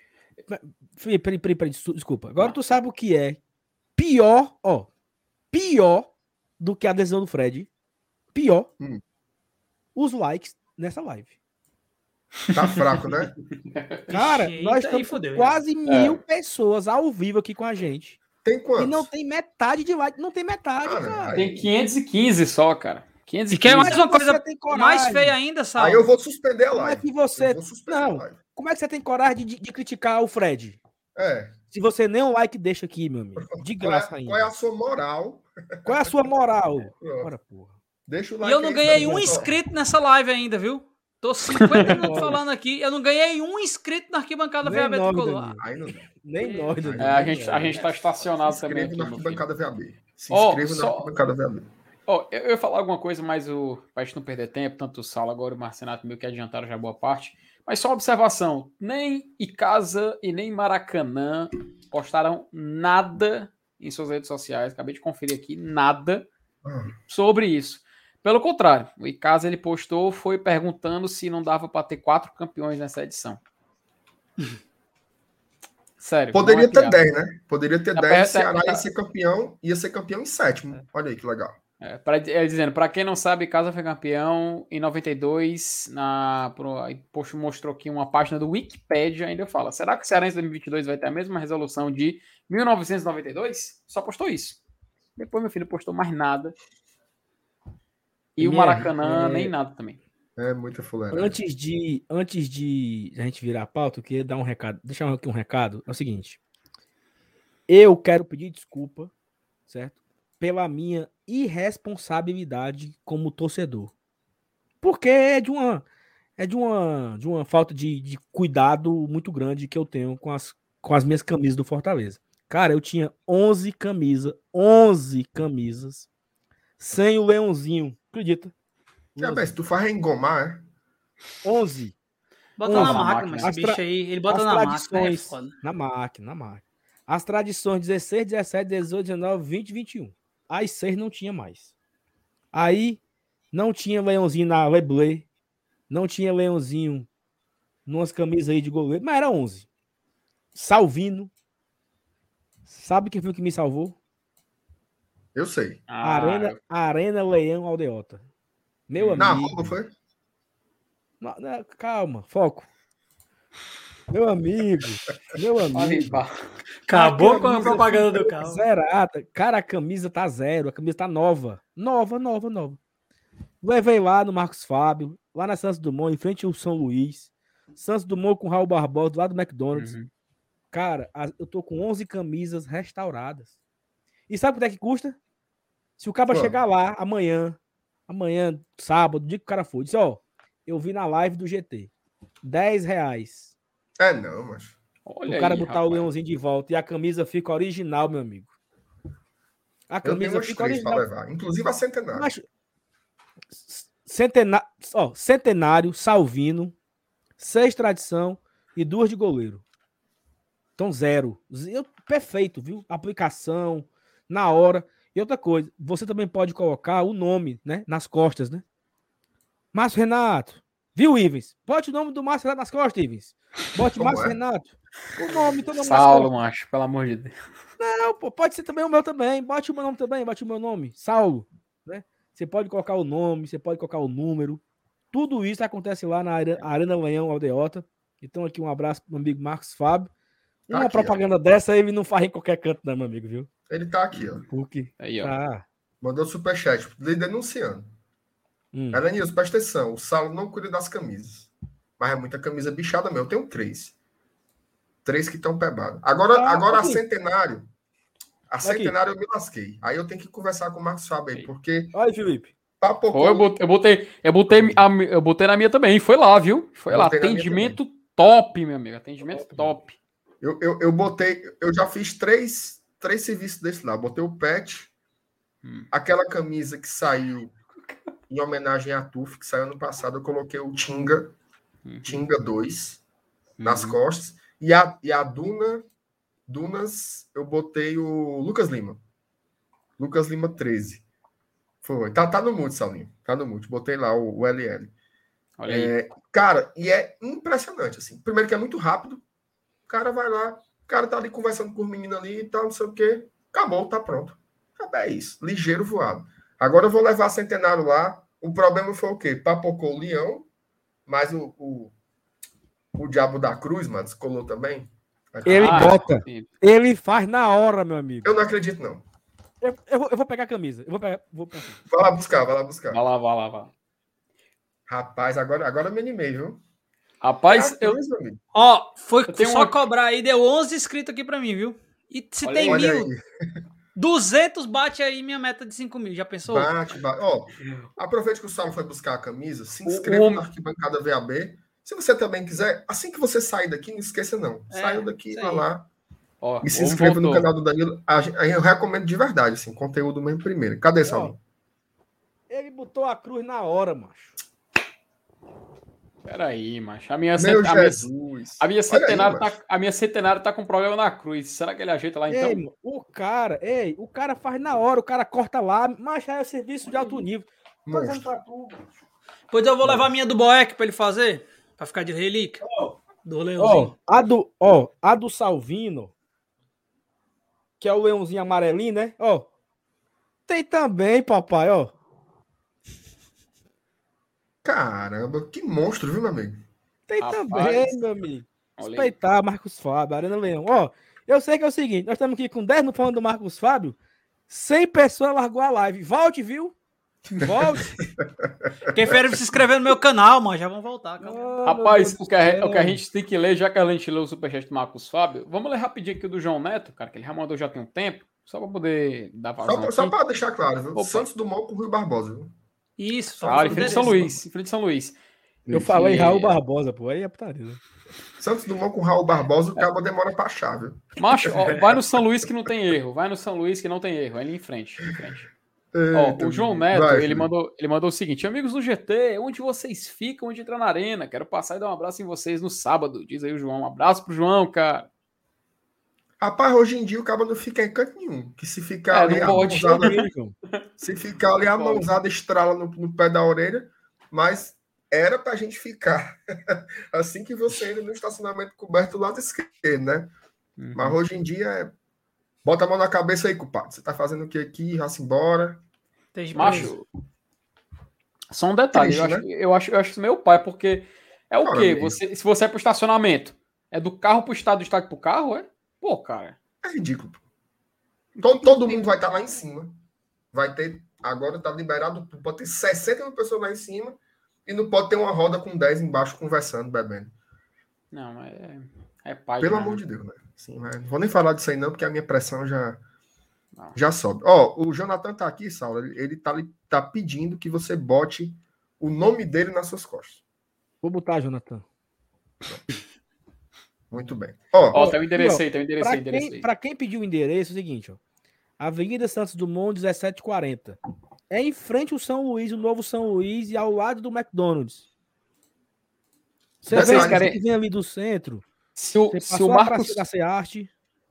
D: Felipe, peraí, peraí, peraí, desculpa. Agora tu sabe o que é pior, ó, pior do que a decisão do Fred. Pior. Hum. Os likes nessa live.
A: Tá fraco, né?
D: Cara, Ixi, nós estamos com quase mil é. pessoas ao vivo aqui com a gente.
A: Tem quantos?
D: E não tem metade de like. Não tem metade, ah, cara.
B: Tem quinhentos e quinze só, cara. quinhentos e quinze.
C: E quer mais uma coisa mais feia ainda, sabe?
A: Aí eu vou suspender a live.
D: Como é que você... Não, como é que você tem coragem de, de criticar o Fred?
A: É.
D: Se você nem um like deixa aqui, meu amigo. De graça
A: qual é,
D: ainda.
A: Qual é a sua moral?
D: Qual é a sua moral? Bora, porra.
A: Deixa o like.
C: E eu não ganhei aí, um inscrito nessa live ainda, viu? Tô cinquenta minutos falando aqui, eu não ganhei um inscrito na arquibancada V A B Tricolor.
D: Nem nós,
B: é, é, a gente A gente tá estacionado
A: se
B: também.
A: Se inscreva na arquibancada V A B. Se
B: oh,
A: inscreva
B: só...
A: na arquibancada V A B.
B: Oh, eu ia falar alguma coisa, mas o... pra gente não perder tempo, tanto o Saulo agora e o Marcenato meio que adiantaram já boa parte. Mas só uma observação, nem Icasa e nem Maracanã postaram nada em suas redes sociais. Acabei de conferir aqui, nada hum. sobre isso. Pelo contrário, o Icasa ele postou, foi perguntando se não dava para ter quatro campeões nessa edição. Sério.
A: Poderia
B: é
A: ter dez, né? Poderia ter dez, o Ceará
B: tá...
A: ia ser campeão, ia ser campeão em sétimo. Olha aí que legal.
B: É, pra, é, dizendo, para quem não sabe, Icasa foi campeão em noventa e dois, na, pro, aí, poxa, mostrou aqui uma página do Wikipedia, ainda fala, será que o Cearense dois mil e vinte e dois vai ter a mesma resolução de mil novecentos e noventa e dois? Só postou isso. Depois meu filho postou mais nada. E o Maracanã, é... nem nada também.
A: É muita fuleiragem.
D: Antes de, antes de a gente virar a pauta, eu queria dar um recado. Deixar aqui um recado. É o seguinte. Eu quero pedir desculpa, certo? Pela minha irresponsabilidade como torcedor. Porque é de uma, é de uma, de uma falta de, de cuidado muito grande que eu tenho com as, com as minhas camisas do Fortaleza. Cara, eu tinha onze camisas, onze camisas, sem o leãozinho. Acredita?
A: Já bem, se tu faz engomar,
D: é? onze.
C: Bota onze. Na máquina, mas esse bicho aí, ele bota na máquina. É
D: na máquina, na máquina. As tradições dezesseis, dezessete, dezoito, dezenove, vinte e vinte e um. As seis não tinha mais. Aí, não tinha leãozinho na Webley, não tinha leãozinho numas camisas aí de goleiro, mas era onze. Salvino. Sabe quem foi que me salvou?
A: Eu sei.
D: Ah, Arena, Arena Leão Aldeota. Meu
A: na
D: amigo.
A: Na rua foi?
D: Não, não, calma, foco. Meu amigo, meu amigo.
C: Acabou com a propaganda do carro.
D: Zerada. Cara, a camisa tá zero, a camisa tá nova. Nova, nova, nova. Levei lá no Marcos Fábio, lá na Santos Dumont, em frente ao São Luís. Santos Dumont com Raul Barbosa, lá do McDonald's. Uhum. Cara, eu tô com onze camisas restauradas. E sabe quanto é que custa? Se o cara Pô. chegar lá amanhã, amanhã, sábado, dia que o cara for, disse, ó, eu vi na live do G T. dez reais.
A: É não, mas...
D: Olha o cara aí, botar rapaz. o leãozinho de volta e a camisa fica original, meu amigo. A camisa fica original.
A: Levar. Inclusive a Centenário. Mas...
D: Centenário, ó, Centenário, Salvino, seis tradição e duas de goleiro. Então, zero. Eu, perfeito, viu? Aplicação, na hora. E outra coisa, você também pode colocar o nome, né? Nas costas, né? Márcio Renato. Viu, Ivens? Bote o nome do Márcio Renato nas costas, Ivens. Bote Márcio é? Renato. O nome, todo nome
B: Saulo, macho, pelo amor de Deus.
D: Não, pô, pode ser também o meu também. Bote o meu nome também, bote o meu nome. Saulo, né? Você pode colocar o nome, você pode colocar o número. Tudo isso acontece lá na Arena Leão Aldeota. Então, aqui um abraço pro meu amigo Marcos Fábio. Uma aqui, propaganda ó. dessa ele não faz em qualquer canto, não, meu amigo, viu?
A: Ele tá aqui, ó.
D: Porque
B: aí, ó.
D: Tá.
A: Mandou superchat, denunciando. Hum. Elenilson, presta atenção. O Saulo não cuida das camisas. Mas é muita camisa bichada mesmo. Eu tenho três. Três que estão pebadas. Agora, ah, agora a Centenário. A Centenário aqui. Eu me lasquei. Aí eu tenho que conversar com o Marcos Fábio aí, porque...
D: Olha, Felipe.
B: Foi, eu botei, eu botei, eu botei, a, eu botei na minha também. Foi lá, viu? Foi eu lá. Atendimento top, meu amigo. Atendimento top. top.
A: Eu, eu, eu botei... Eu já fiz três, três serviços desse lá. Botei o pet. Hum. Aquela camisa que saiu em homenagem à T U F, que saiu ano passado. Eu coloquei o Tinga. Uhum. Tinga dois. Uhum. Nas costas. E a, e a Duna... Dunas, eu botei o Lucas Lima. Lucas Lima treze. Foi. Tá, tá no mute, Saulinho. Tá no mute. Botei lá o, o L L.
B: Olha
A: é,
B: aí.
A: Cara, e é impressionante, assim. Primeiro que é muito rápido. O cara vai lá, o cara tá ali conversando com os meninos ali e tal, não sei o quê. Acabou, tá pronto. É isso. Ligeiro voado. Agora eu vou levar Centenário lá. O problema foi o quê? Papocou o leão, mas o, o, o Diabo da Cruz, mano, descolou também.
D: Ele ah, bota. Ele faz na hora, meu amigo.
A: Eu não acredito, não.
D: Eu, eu, vou, eu vou pegar a camisa. Eu vou pegar. Vou...
A: Vai lá buscar, vai lá buscar.
B: Vai lá, vai lá, vai lá.
A: Rapaz, agora, agora eu me animei, viu?
B: Rapaz,
C: é eu. Ó, foi eu só uma... cobrar aí, deu onze inscritos aqui pra mim, viu? E se olha tem aí, mil, duzentos bate aí minha meta de cinco mil. Já pensou?
A: Bate, bate. Ó, aproveite que o Saulo foi buscar a camisa. Se inscreva o... na Arquibancada V A B. Se você também quiser, assim que você sair daqui, não esqueça não. É, saiu daqui, vai lá. Ó, e se inscreva voltou. no canal do Danilo. Aí eu recomendo de verdade, assim, conteúdo mesmo primeiro. Cadê, Saulo?
D: Ele botou a cruz na hora, macho.
B: Peraí, macho. A minha,
A: Meu
B: cent...
A: Jesus.
B: A minha, centenário aí, tá... a minha centenário tá com problema na cruz. Será que ele ajeita lá então?
D: Ei, o cara, ei, o cara faz na hora, o cara corta lá, mas é serviço de alto nível.
A: Pra
C: tudo. Pois eu vou levar a minha do Boeck pra ele fazer. Pra ficar de relíquia.
D: Oh, do leãozinho. Oh, a, do, oh, a do Salvino, que é o leãozinho amarelinho, né? Ó. Oh, tem também, papai, ó. Oh.
A: Caramba, que monstro, viu, meu amigo?
D: Tem Rapaz, também, meu amigo. Respeitar Marcos Fábio, Arena Leão. Ó, oh, eu sei que é o seguinte, nós estamos aqui com dez no falando do Marcos Fábio, cem pessoas largou a live. Volte, viu? Volte.
C: Quem fez se inscrever no meu canal, mano, já vão voltar.
B: Oh, Rapaz, o que, a, o que a gente tem que ler, já que a gente leu o superchat do Marcos Fábio, vamos ler rapidinho aqui do João Neto, cara, que ele já mandou já tem um tempo, só para poder dar vazão.
A: Só, só para deixar claro, viu? Opa. Santos Dumont com o Rui Barbosa, viu?
C: Isso,
B: só ah, em frente de São Luís, em frente de São Luís.
D: Eu
B: e...
D: falei Raul Barbosa, pô, aí é putaria, né?
A: Santos Dumont com o Raul Barbosa, o cabo demora pra achar, viu?
B: Macho, ó, vai no São Luís que não tem erro, vai no São Luís que não tem erro, é ali em frente, em frente. Ó, o João Neto, vai, ele, mandou, ele mandou o seguinte: amigos do G T, onde vocês ficam, onde entra na arena? Quero passar e dar um abraço em vocês no sábado. Diz aí o João. Um abraço pro João, cara.
A: Rapaz, hoje em dia o cabo não fica em canto nenhum. Que se ficar
B: é,
A: ali
B: a mãozada,
A: se ficar ali a mãozada estrala no, no pé da orelha, mas era pra gente ficar assim que você entra no estacionamento coberto do lado esquerdo, né? Uhum. Mas hoje em dia é... Bota a mão na cabeça aí, culpado. Você tá fazendo o que aqui? Vai-se embora.
B: Macho, só um detalhe. Triste, eu, né? acho, eu, acho, eu acho isso meio pai, porque é o Ora, quê? Você, se você é pro estacionamento, É do carro pro estádio, do estádio pro carro, é? Pô, cara.
A: É ridículo. Todo, todo mundo vai estar lá em cima. Vai ter... Agora tá liberado, pode ter sessenta mil pessoas lá em cima e não pode ter uma roda com dez embaixo conversando, bebendo.
B: Não, mas é, é pai.
A: Pelo amor de Deus, né? Assim, não vou nem falar disso aí não, porque a minha pressão já, já sobe. Ó, o Jonathan tá aqui, Saulo, ele, ele tá, tá pedindo que você bote o nome dele nas suas costas.
D: Vou botar, Jonathan.
A: Muito bem. Ó,
B: ó tem o endereço aí, tem o endereço
D: aí.
B: Endereço aí.
D: Pra quem pediu o endereço, é o seguinte, ó. Avenida Santos Dumont, dezessete quarenta. É em frente ao São Luís, o novo São Luís, e ao lado do McDonald's. Você vê esse cara que vem ali do centro.
B: Se o, se o Marcos...
D: da Cearte.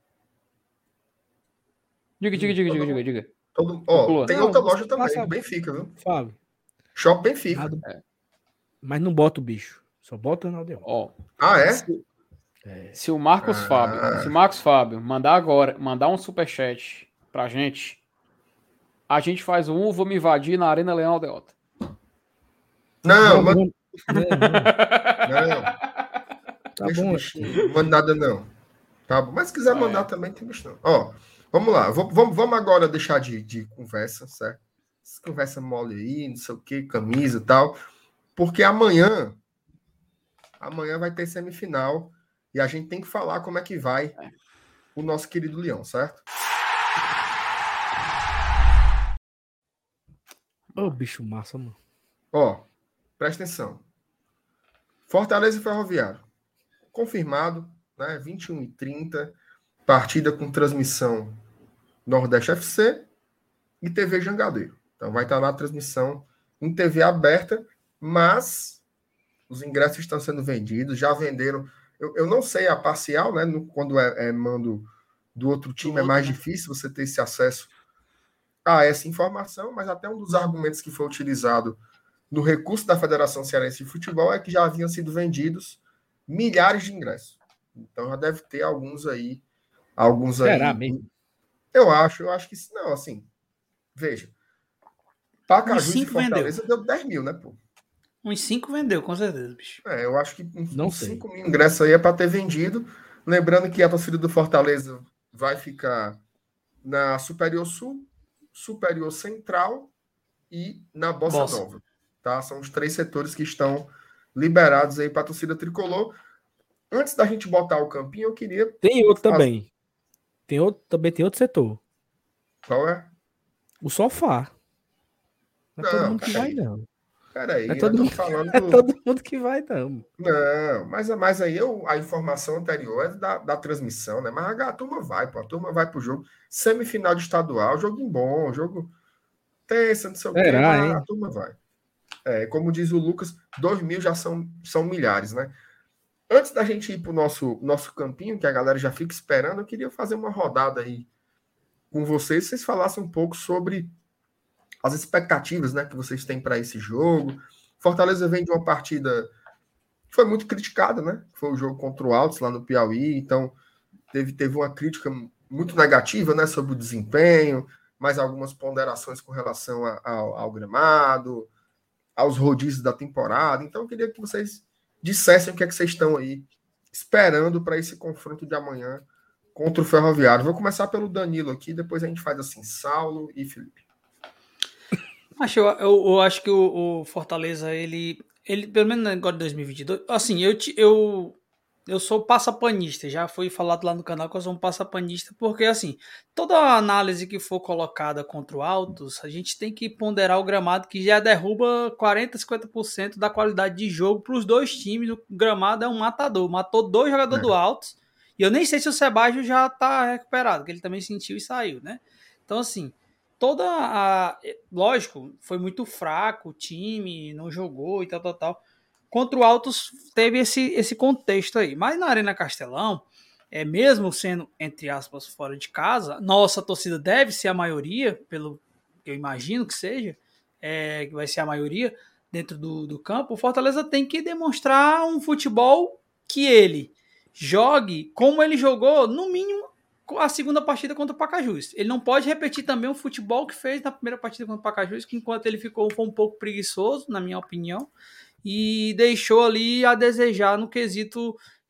B: Diga, diga, diga, diga, diga, diga.
A: Todo... Ó, tem
D: não,
A: outra loja também,
D: passa...
A: Benfica, viu?
D: Fábio.
A: Shop Benfica.
D: É. Mas não bota o bicho. Só bota o Aldeon.
B: Ó.
A: Ah, é?
B: Se, é. se o Marcos
A: ah.
B: Fábio, se o Marcos Fábio mandar agora, mandar um superchat pra gente, a gente faz um, vou me invadir na Arena Leão Aldeota.
A: Não,
D: não,
A: manda...
D: não, não.
A: não.
D: Tá
A: Deixa
D: bom.
A: o bichinho. Não manda nada, não. Tá bom. Mas se quiser mandar é. também, tem bicho não. Ó, vamos lá. Vamos, vamos agora deixar de, de conversa, certo? Conversa mole aí, não sei o que, camisa e tal. Porque amanhã, amanhã vai ter semifinal e a gente tem que falar como é que vai o nosso querido Leão, certo?
D: Ô, oh, bicho massa, mano.
A: Ó, presta atenção. Fortaleza e Ferroviário. Confirmado, né? vinte e uma e trinta, partida com transmissão Nordeste F C e T V Jangadeiro. Então vai estar lá a transmissão em T V aberta, mas os ingressos estão sendo vendidos, já venderam. Eu, eu não sei a parcial, né? No, quando é, é mando do outro time do é outro, mais né? difícil você ter esse acesso a essa informação, mas até um dos argumentos que foi utilizado no recurso da Federação Cearense de Futebol é que já haviam sido vendidos milhares de ingressos. Então já deve ter alguns aí. Alguns
D: Será
A: aí.
D: mesmo?
A: Eu acho, eu acho que não, assim. Veja. Pacajus e Fortaleza vendeu. Deu dez mil, né, pô?
C: Uns cinco vendeu, com certeza, bicho.
A: É, eu acho que uns
D: não
A: cinco mil ingressos aí é para ter vendido. Lembrando que a torcida do Fortaleza vai ficar na Superior Sul, Superior Central e na Bossa, Bossa. Nova. Tá? São os três setores que estão liberados aí para a torcida tricolor. Antes da gente botar o campinho, eu queria...
D: Tem outro fazer... também. Tem outro, também tem outro setor.
A: Qual é?
D: O sofá. Não é
A: não,
D: todo mundo que vai, não.
A: Peraí,
D: é todo, mundo,
A: falando
D: é todo mundo que vai, não.
A: Não, mas, mas aí eu, a informação anterior é da, da transmissão, né? Mas a, a turma vai, pô. A turma vai pro jogo. Semifinal de estadual, jogo bom, jogo tensa, não sei o quê, mas a turma vai. É, como diz o Lucas, dois mil já são, são milhares, né? Antes da gente ir pro nosso, nosso campinho, que a galera já fica esperando, eu queria fazer uma rodada aí com vocês, vocês falassem um pouco sobre as expectativas, né, que vocês têm para esse jogo. Fortaleza vem de uma partida que foi muito criticada, né? Foi o jogo contra o Altos lá no Piauí, então teve, teve uma crítica muito negativa, né, sobre o desempenho, mais algumas ponderações com relação a, ao, ao gramado, aos rodízios da temporada. Então eu queria que vocês dissessem o que é que vocês estão aí esperando para esse confronto de amanhã contra o Ferroviário. Vou começar pelo Danilo aqui, depois a gente faz assim, Saulo e Felipe.
C: Acho, eu, eu, eu acho que o, o Fortaleza, ele, ele, pelo menos no negócio de dois mil e vinte e dois, assim, eu, eu, eu sou passapanista, já foi falado lá no canal que eu sou um passapanista, porque assim, toda a análise que for colocada contra o Altos, a gente tem que ponderar o gramado que já derruba quarenta, cinquenta por cento da qualidade de jogo para os dois times. O gramado é um matador, matou dois jogadores é. do Altos, e eu nem sei se o Sebastião já tá recuperado, que ele também sentiu e saiu, né? Então assim, toda a... Lógico, foi muito fraco o time, não jogou e tal, tal, tal. Contra o Altos teve esse, esse contexto aí. Mas na Arena Castelão, é, mesmo sendo, entre aspas, fora de casa, nossa torcida deve ser a maioria, pelo que eu imagino que seja, é, que vai ser a maioria dentro do, do campo. O Fortaleza tem que demonstrar um futebol que ele jogue como ele jogou, no mínimo, a segunda partida contra o Pacajus. Ele não pode repetir também o futebol que fez na primeira partida contra o Pacajus, que enquanto ele ficou foi um pouco preguiçoso, na minha opinião, e deixou ali a desejar no quesito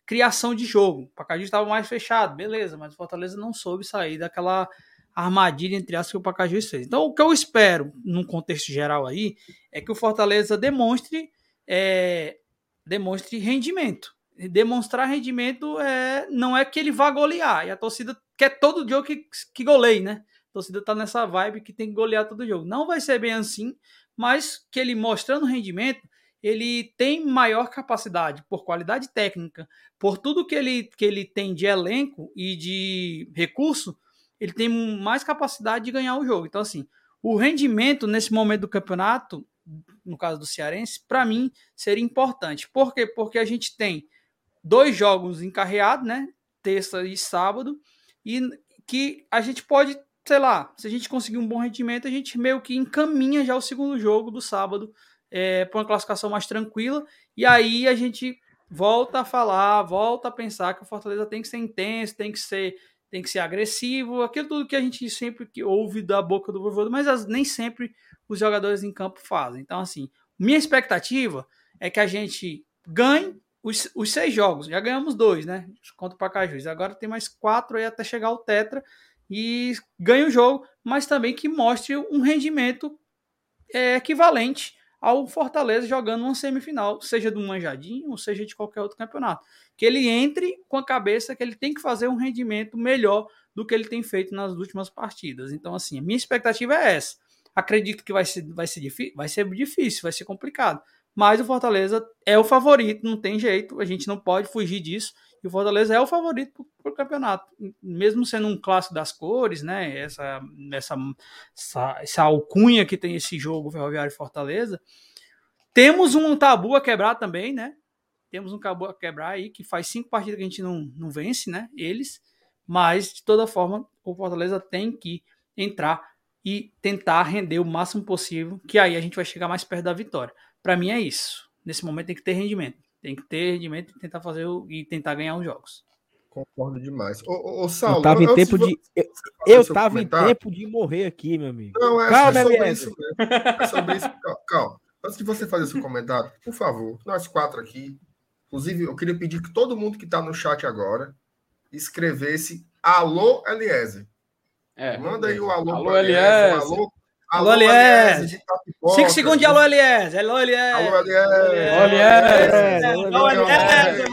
C: criação de jogo. O Pacajus estava mais fechado, beleza, mas o Fortaleza não soube sair daquela armadilha, entre aspas, que o Pacajus fez. Então, o que eu espero, num contexto geral aí, é que o Fortaleza demonstre, é, demonstre rendimento. Demonstrar rendimento é, não é que ele vá golear, e a torcida quer todo jogo que, que goleie, né? A torcida tá nessa vibe que tem que golear todo jogo. Não vai ser bem assim, mas que ele mostrando rendimento, ele tem maior capacidade por qualidade técnica, por tudo que ele, que ele tem de elenco e de recurso, ele tem mais capacidade de ganhar o jogo. Então, assim, o rendimento nesse momento do campeonato, no caso do Cearense, para mim, seria importante. Por quê? Porque a gente tem dois jogos encarreados, né? Terça e sábado, e que a gente pode, sei lá, se a gente conseguir um bom rendimento, a gente meio que encaminha já o segundo jogo do sábado, É, para uma classificação mais tranquila, e aí a gente volta a falar, volta a pensar que o Fortaleza tem que ser intenso, tem que ser, tem que ser agressivo, aquilo tudo que a gente sempre que ouve da boca do Voivoda, mas as, nem sempre os jogadores em campo fazem. Então, assim, minha expectativa é que a gente ganhe os, os seis jogos, já ganhamos dois, né, contra o Pacajus, agora tem mais quatro aí até chegar ao tetra, e ganhe o jogo, mas também que mostre um rendimento é, equivalente ao Fortaleza jogando uma semifinal, seja do Manjadinho ou seja de qualquer outro campeonato. Que ele entre com a cabeça que ele tem que fazer um rendimento melhor do que ele tem feito nas últimas partidas. Então, assim, a minha expectativa é essa. Acredito que vai ser, vai ser, vai ser difícil, vai ser complicado. Mas o Fortaleza é o favorito, não tem jeito, a gente não pode fugir disso. E o Fortaleza é o favorito para o campeonato. Mesmo sendo um clássico das cores, né? Essa, essa, essa, essa alcunha que tem esse jogo Ferroviário e Fortaleza. Temos um tabu a quebrar também, né? Temos um tabu a quebrar aí, que faz cinco partidas que a gente não, não vence, né? Eles. Mas, de toda forma, o Fortaleza tem que entrar e tentar render o máximo possível, que aí a gente vai chegar mais perto da vitória. Para mim é isso. Nesse momento tem que ter rendimento. Tem que ter rendimento e tentar fazer o, e tentar ganhar os jogos.
A: Concordo demais. Ô, ô, ô Saulo,
D: eu tava em tempo de eu, eu tava em tempo de morrer aqui, meu amigo.
A: Não, é, calma, é sobre isso mesmo. É sobre isso. Calma. Antes de você fazer seu comentário, por favor, nós quatro aqui, inclusive eu queria pedir que todo mundo que está no chat agora escrevesse alô Eliezer. É, Manda aí o alô,
B: alô Eliezer.
A: Alô
C: Alô, Eliezer. Cinco segundos de alô, Eliezer. Alô, Eliezer.
A: Alô, Eliezer.
C: Alô, Eliezer. Alô, Eliezer.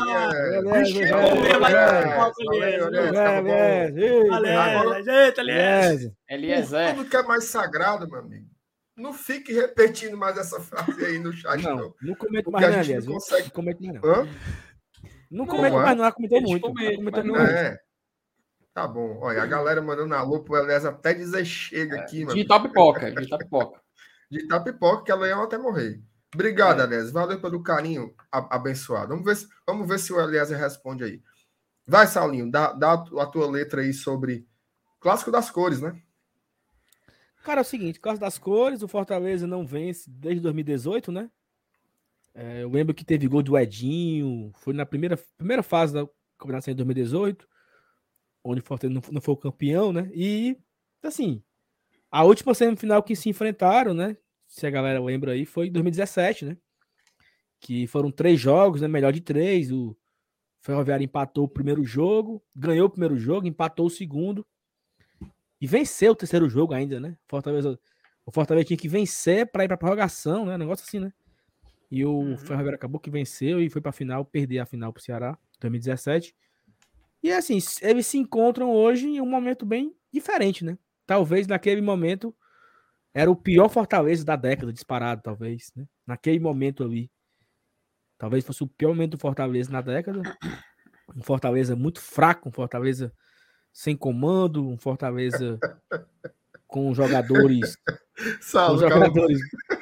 A: Eliezer. Eliezer. Tudo que é mais sagrado, meu amigo. Não fique repetindo mais essa frase aí no chat, não.
D: Não, não comento mais, não, Eliezer. Não consegue... Não comento mais, não. Hã? Não comento mais, não. Ela comentou muito. Comentou muito.
A: É. Tá bom. Olha, a galera mandando alô pro Eliezer até dizer chega aqui, mano.
B: De Itapipoca, de Itapipoca.
A: De Itapipoca, que ela ia até morrer. Obrigado, é. Eliezer. Valeu pelo carinho abençoado. Vamos ver se, vamos ver se o Eliezer responde aí. Vai, Saulinho, dá, dá a tua letra aí sobre Clássico das Cores, né?
D: Cara, é o seguinte, Clássico das Cores, o Fortaleza não vence desde dois mil e dezoito, né? É, eu lembro que teve gol do Edinho, foi na primeira, primeira fase da Campeonato em dois mil e dezoito, onde o Fortaleza não, não foi o campeão, né? E, assim, a última semifinal que se enfrentaram, né? Se a galera lembra aí, foi em dois mil e dezessete, né? Que foram três jogos, né? Melhor de três. O Ferroviário empatou o primeiro jogo, ganhou o primeiro jogo, empatou o segundo e venceu o terceiro jogo ainda, né? Fortaleza, o Fortaleza tinha que vencer para ir para prorrogação, né? Um negócio assim, né? E o uhum. Ferroviário acabou que venceu e foi para a final, perder a final para o Ceará, dois mil e dezessete. E assim, eles se encontram hoje em um momento bem diferente, né? Talvez naquele momento era o pior Fortaleza da década, disparado, talvez, né? Naquele momento ali. Talvez fosse o pior momento do Fortaleza na década. Um Fortaleza muito fraco, um Fortaleza sem comando, um Fortaleza com jogadores...
A: Saulo,
D: com jogadores...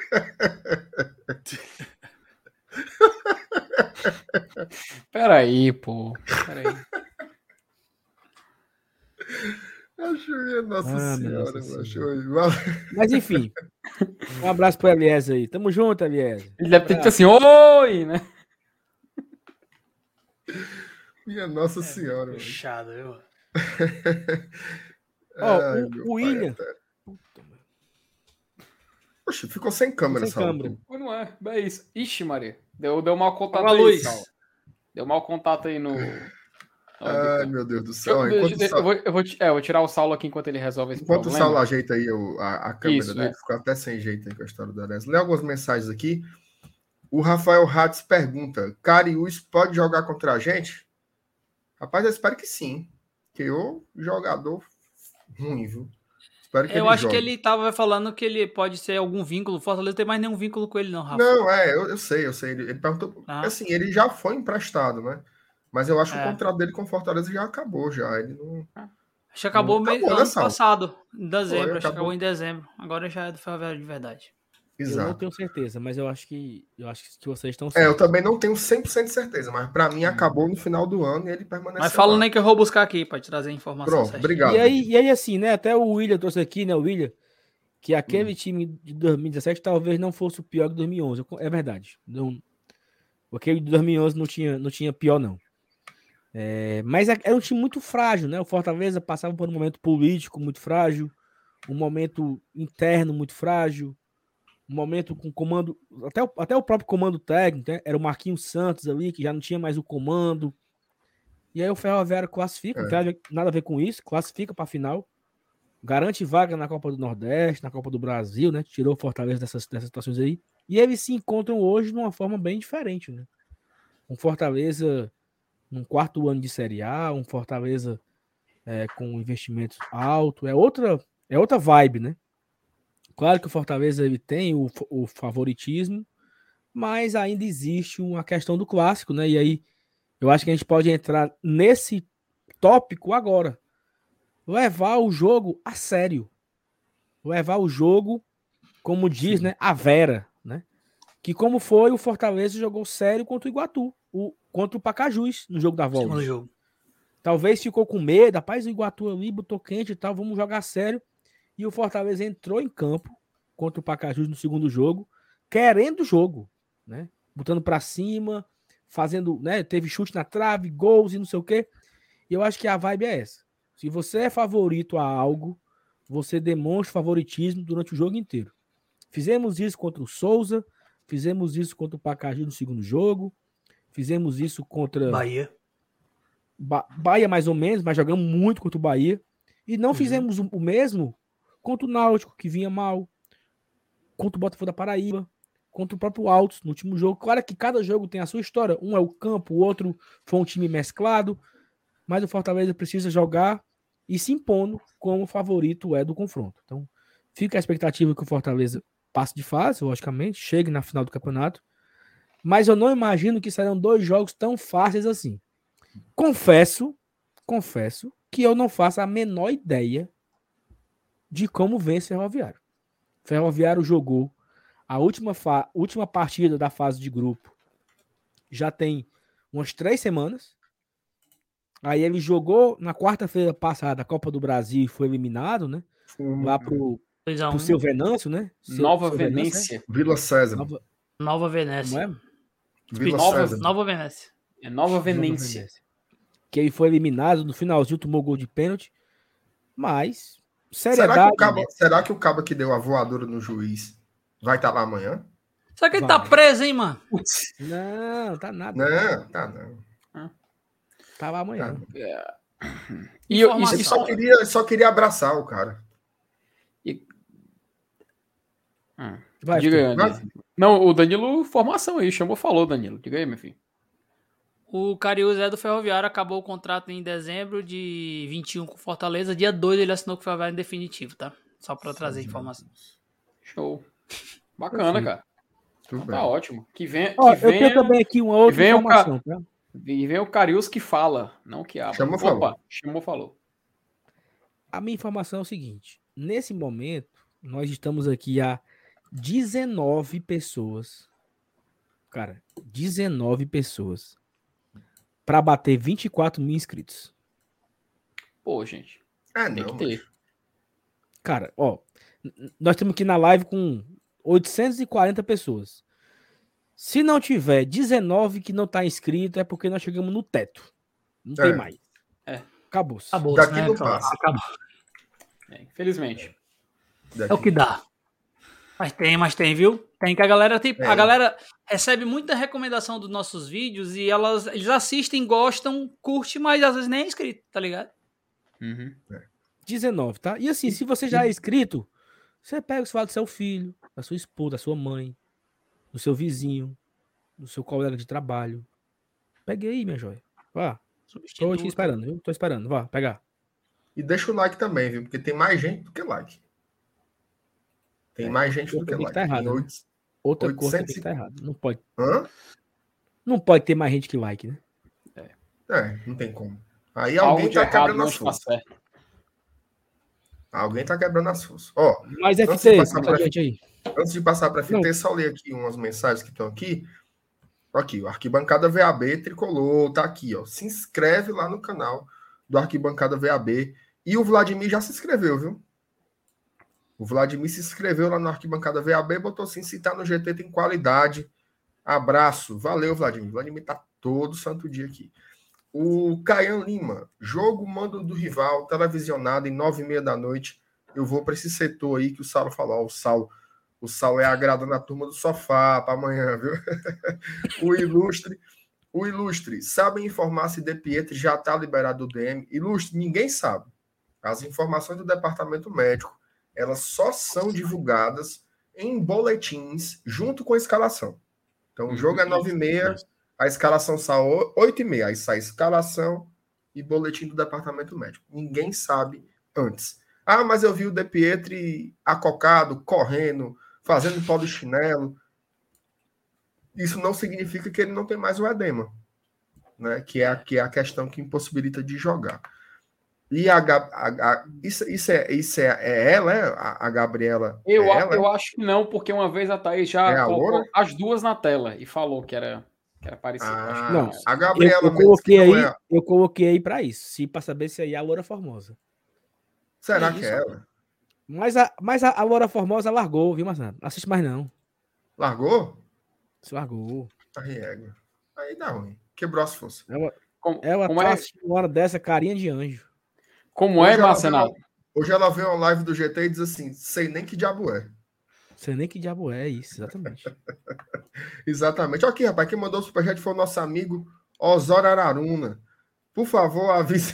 B: Peraí, pô. Peraí.
A: Acho, nossa
D: ah,
A: senhora,
D: nossa
A: senhora.
D: Mas enfim, um abraço pro Eliezer aí. Tamo junto, Eliezer.
B: Ele deve ter dito assim, oi, né?
A: Minha nossa é, senhora.
C: Puxado, viu?
D: Ó, Ai, o, o William.
A: Até... Poxa, ficou sem câmera,
D: sem câmera.
B: Não é, é isso. Ixi, Maria. Deu, deu uma conta
C: a luz.
B: Deu mau contato aí no...
A: Ai, meu Deus do céu.
B: Eu, eu, eu, vou, eu, vou, é, eu vou tirar o Saulo aqui enquanto ele resolve esse
A: enquanto
B: problema.
A: Enquanto o Saulo ajeita aí o, a, a câmera,
B: Isso,
A: né?
B: isso.
A: Ficou até sem jeito aí com a história do Arezzo. Lê algumas mensagens aqui. O Rafael Hatz pergunta: Cariús pode jogar contra a gente? Rapaz, eu espero que sim. Que o jogador ruim, viu?
C: Espero que eu ele acho jogue. Que ele tava falando que ele pode ser algum vínculo. O Fortaleza não tem mais nenhum vínculo com ele, não, Rafa.
A: Não, é, eu, eu sei, eu sei. Ele, ele perguntou. Ah. Assim, ele já foi emprestado, né? Mas eu acho é. que o contrato dele com o Fortaleza já acabou, já. Ele não.
C: Acho que acabou, não, acabou ano passado, em dezembro. Foi, acho que acabou em dezembro. Agora já é do Ferroviário de verdade.
D: Exato. Eu não tenho certeza, mas eu acho que eu acho que vocês estão
A: certos. É, eu também não tenho cem por cento de certeza, mas para mim acabou no final do ano e ele permaneceu.
C: Mas fala nem que eu vou buscar aqui para te trazer informação.
A: Pronto, certinho. Obrigado.
D: E aí, e aí, assim, né? Até o William trouxe aqui, né? O William, que aquele hum. time de dois mil e dezessete talvez não fosse o pior de dois mil e onze. É verdade. Não, aquele de dois mil e onze não tinha, não tinha pior, não. É, mas era um time muito frágil, né? O Fortaleza passava por um momento político muito frágil, um momento interno muito frágil. Um momento com comando, até o, até o próprio comando técnico, né? Era o Marquinhos Santos ali, que já não tinha mais o comando. E aí o Ferroviário classifica, é. não tem nada a ver com isso, classifica para a final, garante vaga na Copa do Nordeste, na Copa do Brasil, né? Tirou o Fortaleza dessas, dessas situações aí. E eles se encontram hoje de uma forma bem diferente, né? Um Fortaleza num quarto ano de Série A, um Fortaleza é, com investimento alto, é outra, é outra vibe, né? Claro que o Fortaleza ele tem o, o favoritismo, mas ainda existe uma questão do clássico, né? E aí eu acho que a gente pode entrar nesse tópico agora. Levar o jogo a sério. Levar o jogo, como diz, Sim. né? A Vera, né? Que como foi, o Fortaleza jogou sério contra o Iguatu, o, contra o Pacajus no jogo da volta.
C: No jogo.
D: Talvez ficou com medo, rapaz, o Iguatu ali botou quente e tal, vamos jogar sério. E o Fortaleza entrou em campo contra o Pacajus no segundo jogo, querendo o jogo, né? Botando para cima, fazendo, né? Teve chute na trave, gols e não sei o quê. E eu acho que a vibe é essa. Se você é favorito a algo, você demonstra favoritismo durante o jogo inteiro. Fizemos isso contra o Souza, fizemos isso contra o Pacajus no segundo jogo, fizemos isso contra...
C: Bahia.
D: Ba- Bahia mais ou menos, mas jogamos muito contra o Bahia. E não uhum. fizemos o mesmo contra o Náutico, que vinha mal, contra o Botafogo da Paraíba, contra o próprio Altos no último jogo. Claro que cada jogo tem a sua história. Um é o campo, o outro foi um time mesclado, mas o Fortaleza precisa jogar e se impondo como favorito é do confronto. Então, fica a expectativa que o Fortaleza passe de fase, logicamente, chegue na final do campeonato, mas eu não imagino que serão dois jogos tão fáceis assim. Confesso, confesso que eu não faço a menor ideia de como vence o Ferroviário. O Ferroviário jogou a última, fa- última partida da fase de grupo já tem umas três semanas. Aí ele jogou na quarta-feira passada a Copa do Brasil e foi eliminado, né? Uhum. Lá pro, pro seu Venâncio, né? Seu,
B: Nova
D: seu
B: Venécia.
A: Venâncio, Vila César.
C: Nova, Nova Venécia.
D: Como é?
A: Vila
C: Nova,
A: César.
C: Nova Venécia.
B: É Nova Venécia.
D: Que ele foi eliminado no finalzinho, tomou gol de pênalti. Mas, seriedade...
A: Será que o cabo, será que, o cabo que deu a voadora no juiz vai estar lá amanhã?
C: Será que ele vai. Tá preso, hein, mano?
D: Putz. Não, tá nada.
A: Não, tá não.
D: Tá lá amanhã.
A: Tá.
B: É. E eu
A: e só, queria, só queria abraçar o cara.
B: E... Hum.
D: Vai,
B: Diga aí, não, o Danilo, formação aí, chamou, falou, Danilo. Diga aí, meu filho.
C: O Cariús é do Ferroviário, acabou o contrato em dezembro de vinte e um com Fortaleza. Dia dois ele assinou com o Ferroviário em definitivo, tá? Só pra trazer informação.
B: Show. Bacana, cara.
A: Tudo
B: tá
A: bem.
B: ótimo. Que vem,
D: Ó,
B: que venha,
D: eu tenho também aqui uma outra informação,
B: o ca...
D: tá?
B: E vem o Cariús que fala, não que abre.
A: Chamou,
B: Opa,
A: falou.
B: chamou, falou.
D: A minha informação é o seguinte. Nesse momento, nós estamos aqui a dezenove pessoas. Cara, dezenove pessoas. Pra bater vinte e quatro mil inscritos.
B: Pô, gente.
A: Ah,
B: tem
A: não.
B: que ter.
D: Cara, ó. Nós estamos aqui na live com oitocentas e quarenta pessoas. Se não tiver dezenove que não tá inscrito, é porque nós chegamos no teto. Não
A: É.
D: tem mais.
B: É.
D: Acabou.
C: Acabou,
A: Daqui
C: né?
A: não passa.
C: Acabou.
B: É, infelizmente.
A: Daqui.
C: É o que dá. Mas tem, mas tem, viu? Tem que a galera, tipo, é. a galera recebe muita recomendação dos nossos vídeos e elas, eles assistem, gostam, curtem, mas às vezes nem é inscrito, tá ligado?
B: Uhum.
D: É. dezenove, tá? E assim, se você já é inscrito, você pega o celular do seu filho, da sua esposa, da sua mãe, do seu vizinho, do seu colega de trabalho. Pegue aí, minha joia. Vá. Tô aqui esperando, viu? Tô esperando. Vá, pegar.
A: E deixa o like também, viu? Porque tem mais gente do que like. Tem é, mais gente do que like.
D: Tá errado,
A: oito,
D: né? Outra
A: oitocentos...
D: coisa que tá errado. Não pode.
A: Hã?
D: Não pode ter mais gente que like, né?
A: É, é não tem como. Aí alguém Algo tá quebrando as forças. Alguém tá quebrando as forças. Ó,
D: mas F T,
A: antes de passar para
D: gente aí.
A: Antes de passar para F T, não. Só ler aqui umas mensagens que estão aqui. Aqui, o Arquibancada V A B tricolor, tá aqui, ó. Se inscreve lá no canal do Arquibancada V A B. E o Vladimir já se inscreveu, viu? O Vladimir se inscreveu lá no Arquibancada V A B, botou assim, se tá no G T tem qualidade. Abraço. Valeu, Vladimir. O Vladimir tá todo santo dia aqui. O Caian Lima, jogo mando do rival, televisionado em nove e meia da noite. Eu vou para esse setor aí que o Saulo falou. Ó, o Saulo, o Saulo é agradando a turma do sofá para amanhã, viu? o Ilustre, o Ilustre, sabem informar se De Pietri já está liberado do D M? Ilustre, ninguém sabe. As informações do departamento médico, elas só são divulgadas em boletins junto com a escalação. Então, o jogo é nove e meia, a escalação sai oito e meia. Aí sai escalação e boletim do departamento médico. Ninguém sabe antes. Ah, mas eu vi o De Pietri acocado, correndo, fazendo pó do chinelo. Isso não significa que ele não tem mais o edema, né? Que é a, que é a questão que impossibilita de jogar. E a, a, a isso, isso, é, isso é, é ela, é? A, a Gabriela?
B: Eu,
A: é ela?
B: eu acho que não, porque uma vez a Thaís já é colocou as duas na tela e falou que era, que era parecido.
A: Ah,
D: não,
A: a Gabriela
D: eu, eu coloquei aí, é... eu coloquei aí para isso, se para saber se aí é a Loura Formosa.
A: Será
D: é
A: que é ela?
D: Mas a, mas a, a Loura Formosa largou, viu, Marcelo? Não assiste mais não.
A: Largou?
D: Se largou.
A: Aí, égua. Aí dá ruim. Quebrou as forças.
D: Ela,
B: como,
D: ela
B: como
D: tá
B: é?
D: assistindo uma hora dessa, carinha de anjo.
B: Como hoje é, Marcelo?
A: Hoje ela vê uma live do G T e diz assim, sei nem que diabo é.
D: Sei nem que diabo é isso, exatamente.
A: Exatamente. Olha aqui, rapaz, quem mandou o superchat foi o nosso amigo Osório Araruna. Por favor, avise...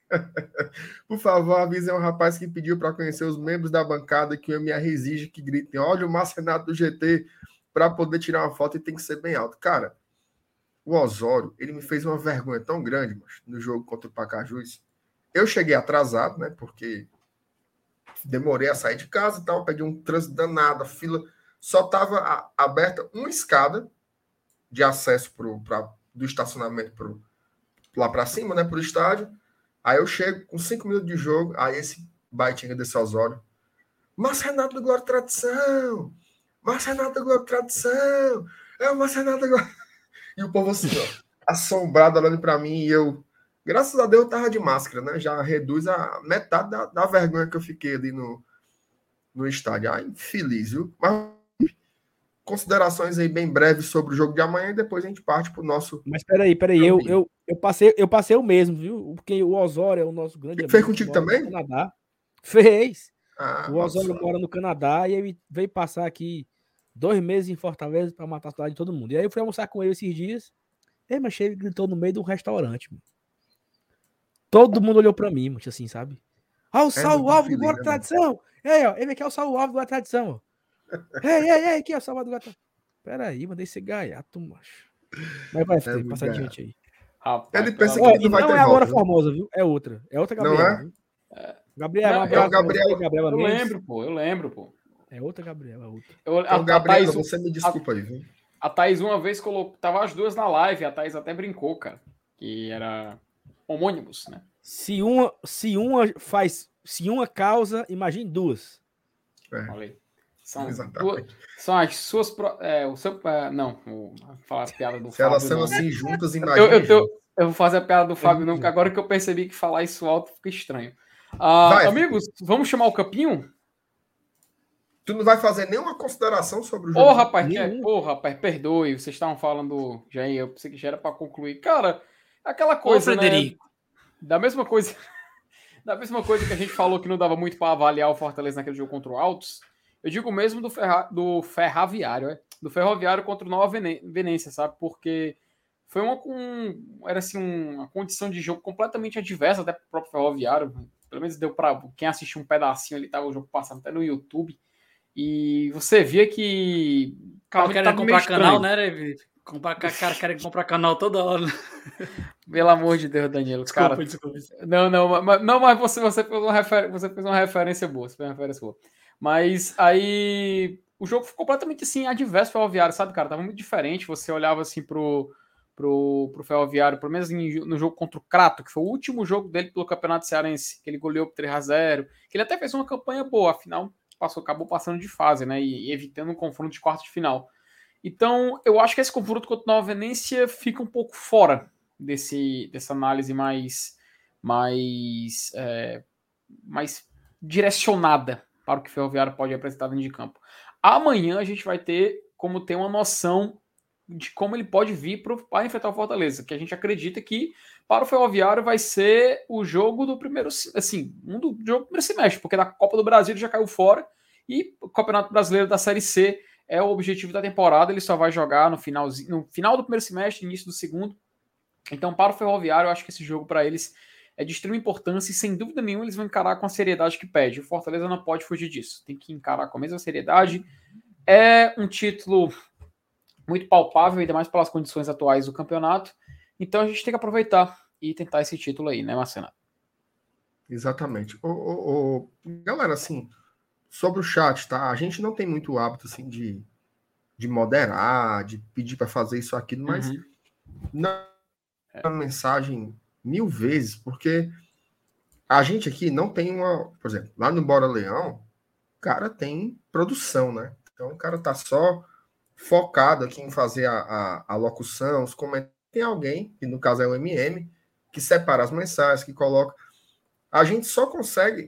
A: Por favor, avisem o rapaz que pediu para conhecer os membros da bancada que o M R exige que gritem, olha o Márcio Renato do G T para poder tirar uma foto e tem que ser bem alto. Cara, o Osório, ele me fez uma vergonha tão grande, mas no jogo contra o Pacajus. Eu cheguei atrasado, né? Porque demorei a sair de casa e tal, peguei um trânsito danado, a fila só estava aberta uma escada de acesso pro, pra, do estacionamento pro, lá para cima, né? Para o estádio. Aí eu chego com cinco minutos de jogo, aí esse baitinga desse Osório. Márcio Renato do Glória e Tradição! Márcio Renato do Glória e Tradição! É o Márcio Renato do Glória... E o povo assim, ó, assombrado olhando para mim e eu... Graças a Deus eu tava de máscara, né? Já reduz a metade da, da vergonha que eu fiquei ali no, no estádio. Ah, infeliz, viu? Mas considerações aí bem breves sobre o jogo de amanhã e depois a gente parte pro nosso...
D: Mas peraí, peraí, eu, eu, eu, passei, eu passei o mesmo, viu? Porque o Osório é o nosso grande amigo.
A: Fez contigo também?
D: No Canadá. Fez.
A: Ah,
D: o Osório nossa. mora no Canadá e ele veio passar aqui dois meses em Fortaleza para matar a saudade de todo mundo. E aí eu fui almoçar com ele esses dias. E mas ele gritou no meio de um restaurante, mano. Todo mundo olhou pra mim, muito assim, sabe? Ah, o Saulo Alves do Glória e Tradição! Ei, ó, ele aqui é o Saulo Alves do Glória e Tradição, ó. Ei, ei, ei, aqui é o Saulo Alves do Glória e Tradição. Peraí, mandei ser gaiato, macho. Mas vai, é passa adiante aí.
A: Rapaz, ele pensa que ele
D: não,
A: vai
D: não
A: ter
D: é a Loura
A: volta,
D: Formosa, viu? É outra. É outra Gabriela.
A: Não é?
D: Viu? É. Gabriela,
B: não,
A: é o Gabriel.
D: Gabriela
B: eu lembro, pô, eu lembro, pô.
D: É outra Gabriela, outra.
B: Eu,
A: então,
B: a,
A: Gabriela,
B: a Thaís,
A: você me desculpa
B: a,
A: aí, viu?
B: A Thaís uma vez colocou, tava as duas na live, a Thaís até brincou, cara, que era homônimos, né?
D: Se uma, se uma faz, se uma causa, imagine duas.
A: É.
B: Olha aí. São, duas, são as suas. Pro, é, o seu, é, não, vou falar as piadas do
A: se
B: Fábio.
A: Se elas são
B: não.
A: assim juntas, imagine.
B: Eu, eu, eu, eu vou fazer a piada do Fábio, não, porque agora que eu percebi que falar isso alto fica estranho. Ah, vai, amigos, vamos chamar o Campinho?
A: Tu não vai fazer nenhuma consideração sobre o jogo?
B: Ô, rapaz, que é, pô, rapaz, perdoe, vocês estavam falando. Já, eu pensei que já era para concluir. Cara, aquela coisa. Ô, Frederico. Né, da mesma coisa. Da mesma coisa que a gente falou que não dava muito para avaliar o Fortaleza naquele jogo contra o Altos. Eu digo mesmo do, ferra, do ferroviário, é? do ferroviário contra o Nova Venência, sabe? Porque foi uma, um, era assim, uma condição de jogo completamente adversa até para o próprio ferroviário. Pelo menos deu para quem assistiu um pedacinho ali, tava o jogo passando até no YouTube. E você via que...
C: Cara, querendo comprar canal, né, David? Comprar, cara, querem comprar canal toda hora.
B: Pelo amor de Deus, Danilo.
C: Desculpa,
B: cara,
C: desculpa.
B: Não, não, mas, não, mas você, você, fez uma refer, você fez uma referência boa. Você fez uma referência boa. Mas aí o jogo ficou completamente assim, adverso ao Ferroviário, sabe, cara? Tava muito diferente. Você olhava assim pro, pro, pro Ferroviário, pelo menos no jogo contra o Crato, que foi o último jogo dele pelo Campeonato Cearense, que ele goleou por três a zero, que ele até fez uma campanha boa, afinal passou, acabou passando de fase, né? E, e evitando um confronto de quarto de final. Então, eu acho que esse confronto contra o Nova Venência fica um pouco fora desse, dessa análise mais, mais, é, mais direcionada para o que o Ferroviário pode apresentar dentro de campo. Amanhã a gente vai ter como ter uma noção de como ele pode vir para enfrentar o Fortaleza, que a gente acredita que para o Ferroviário vai ser o jogo do primeiro, assim, um do jogo do primeiro semestre, porque da Copa do Brasil ele já caiu fora e o Campeonato Brasileiro da Série C é o objetivo da temporada, ele só vai jogar no, finalzinho, no final do primeiro semestre, início do segundo. Então, para o Ferroviário, eu acho que esse jogo para eles é de extrema importância e, sem dúvida nenhuma, eles vão encarar com a seriedade que pede. O Fortaleza não pode fugir disso. Tem que encarar com a mesma seriedade. É um título muito palpável, ainda mais pelas condições atuais do campeonato. Então, a gente tem que aproveitar e tentar esse título aí, né, Marcelo?
A: Exatamente. Ô, ô, ô, galera, assim... Sobre o chat, tá? A gente não tem muito hábito, assim, de, de moderar, de pedir para fazer isso, aquilo, mas
B: uhum.
A: não é uma mensagem mil vezes, porque a gente aqui não tem uma... Por exemplo, lá no Bora Leão, o cara tem produção, né? Então, o cara tá só focado aqui em fazer a, a, a locução, os comentários. Tem alguém, que no caso é o M M, que separa as mensagens, que coloca... A gente só consegue...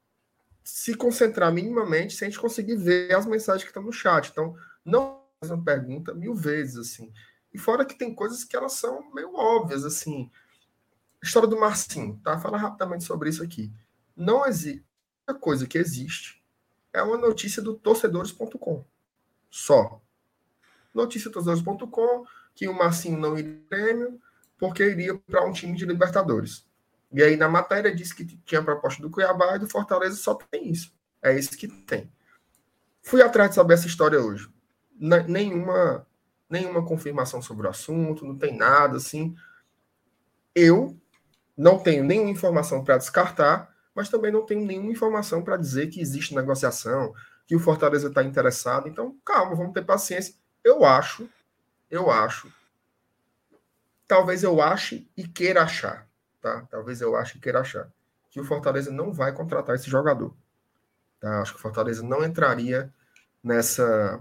A: se concentrar minimamente se a gente conseguir ver as mensagens que estão no chat. Então, não faz uma pergunta mil vezes, assim. E fora que tem coisas que elas são meio óbvias, assim. História do Marcinho, tá? Fala rapidamente sobre isso aqui. Não existe. A única coisa que existe é uma notícia do torcedores ponto com. Só. Notícia do torcedores ponto com, que o Marcinho não iria prêmio porque iria para um time de Libertadores. E aí, na matéria, disse que tinha a proposta do Cuiabá e do Fortaleza, só tem isso. É isso que tem. Fui atrás de saber essa história hoje. N- nenhuma, nenhuma confirmação sobre o assunto, não tem nada, assim. Eu não tenho nenhuma informação para descartar, mas também não tenho nenhuma informação para dizer que existe negociação, que o Fortaleza está interessado. Então, calma, vamos ter paciência. Eu acho, eu acho, talvez eu ache e queira achar, tá? Talvez eu ache e queira achar que o Fortaleza não vai contratar esse jogador. Tá? Acho que o Fortaleza não entraria nessa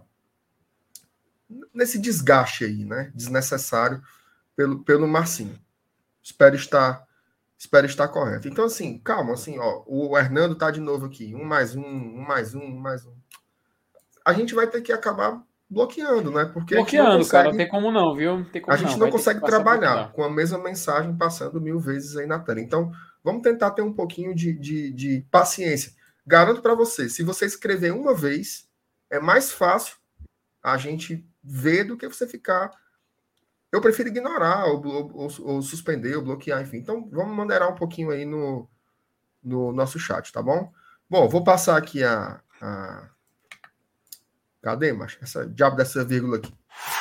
A: nesse desgaste aí, né? Desnecessário pelo, pelo Marcinho. Espero estar espero estar correto. Então, assim, calma, assim, ó, o Hernando tá de novo aqui. Um mais um, um mais um, um mais um. A gente vai ter que acabar bloqueando, né? Porque
B: bloqueando,
A: a gente não consegue,
B: cara, não tem como não, viu? Não tem como
A: a gente
B: não,
A: não
B: vai
A: consegue
B: ter que
A: trabalhar com a mesma mensagem passando mil vezes aí na tela. Então, vamos tentar ter um pouquinho de, de, de paciência. Garanto para você, se você escrever uma vez, é mais fácil a gente ver do que você ficar... Eu prefiro ignorar, ou, ou, ou suspender, ou bloquear, enfim. Então, vamos moderar um pouquinho aí no, no nosso chat, tá bom? Bom, vou passar aqui a... a... Cadê, macho? Essa diabo dessa vírgula aqui.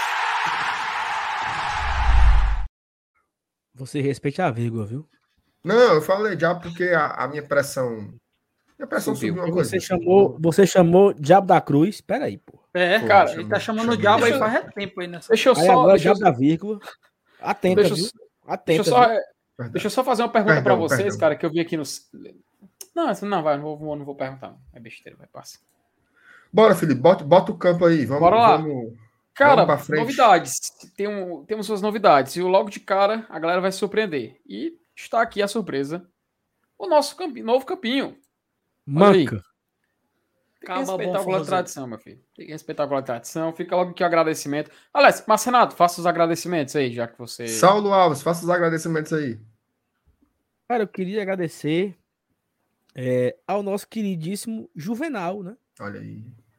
D: Você respeite a vírgula, viu?
A: Não, eu falei diabo porque a, a minha pressão... Minha pressão subiu, subiu uma coisa.
D: Você chamou, você chamou Diabo da Cruz. Pera aí, pô.
C: É,
A: Pô,
C: cara,
A: chamei,
C: ele tá chamando
A: chamei,
C: o diabo
A: deixa,
C: aí faz tempo aí nessa.
B: Deixa eu
D: Aí
B: só.
D: agora
B: Deixa
D: Diabo
B: eu,
D: da vírgula. Atenta,
B: deixa,
D: viu? Atenta,
B: deixa eu só,
A: viu?
B: deixa eu só fazer uma pergunta
A: Perdão,
B: para vocês,
A: perdão.
B: cara, que eu vi aqui no. Não, essa não vai, não vou, não vou perguntar. Não. É besteira, vai passar.
A: Bora, Felipe, bota, bota o campo aí. Vamos,
B: Bora lá.
A: Vamos,
B: cara,
A: vamos
B: novidades. Tem um, temos suas novidades. E logo de cara, a galera vai se surpreender. E está aqui a surpresa. O nosso campinho, novo campinho.
D: Manca.
B: Tem que respeitar a gola de tradição, meu filho. Tem que respeitar a gola de tradição. Fica logo aqui o agradecimento. Aliás, mas Renato, faça os agradecimentos aí, já que você...
A: Saulo Alves, faça os agradecimentos aí.
D: Cara, eu queria agradecer é, ao nosso queridíssimo Juvenal, né?
A: Olha aí.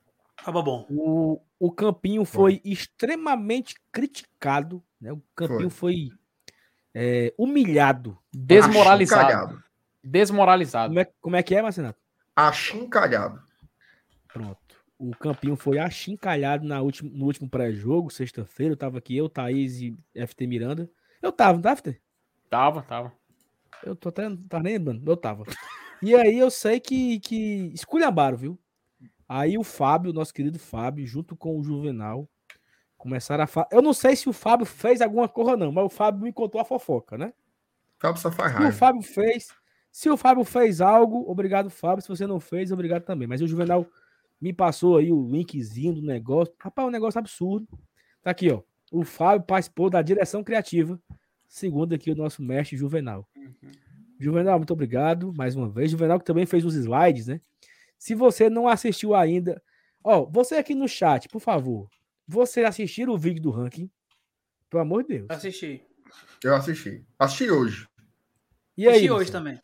C: Tava bom.
D: O, o Campinho foi bom. extremamente criticado, né? O Campinho foi, foi é, humilhado.
B: Desmoralizado. Achincalhado. Desmoralizado.
D: Como é, como é que é, Marcenato?
A: Achincalhado.
D: Pronto. O Campinho foi achincalhado na última, no último pré-jogo, sexta-feira. Eu tava aqui, eu, Thaís e F T Miranda. Eu tava, não tava, F T?
B: Tava, tava.
D: Eu tô até, não tava nem lembrando, eu tava. E aí eu sei que, que esculhambaram, viu? Aí o Fábio, nosso querido Fábio, junto com o Juvenal, começaram a falar. Eu não sei se o Fábio fez alguma coisa, não, mas o Fábio me contou a fofoca, né?
A: O Fábio só faz
D: se
A: raiva.
D: o Fábio fez, se o Fábio fez algo, obrigado, Fábio. Se você não fez, obrigado também. Mas o Juvenal me passou aí o linkzinho do negócio. Rapaz, é um negócio absurdo. Tá aqui, ó. O Fábio participou da direção criativa, segundo aqui o nosso mestre Juvenal. Uhum. Juvenal, muito obrigado mais uma vez. Juvenal que também fez os slides, né? Se você não assistiu ainda, ó, você aqui no chat, por favor, você assistir o vídeo do ranking? Pelo amor de Deus.
C: Assisti.
A: Eu assisti. Assisti hoje.
C: E aí, assisti hoje também.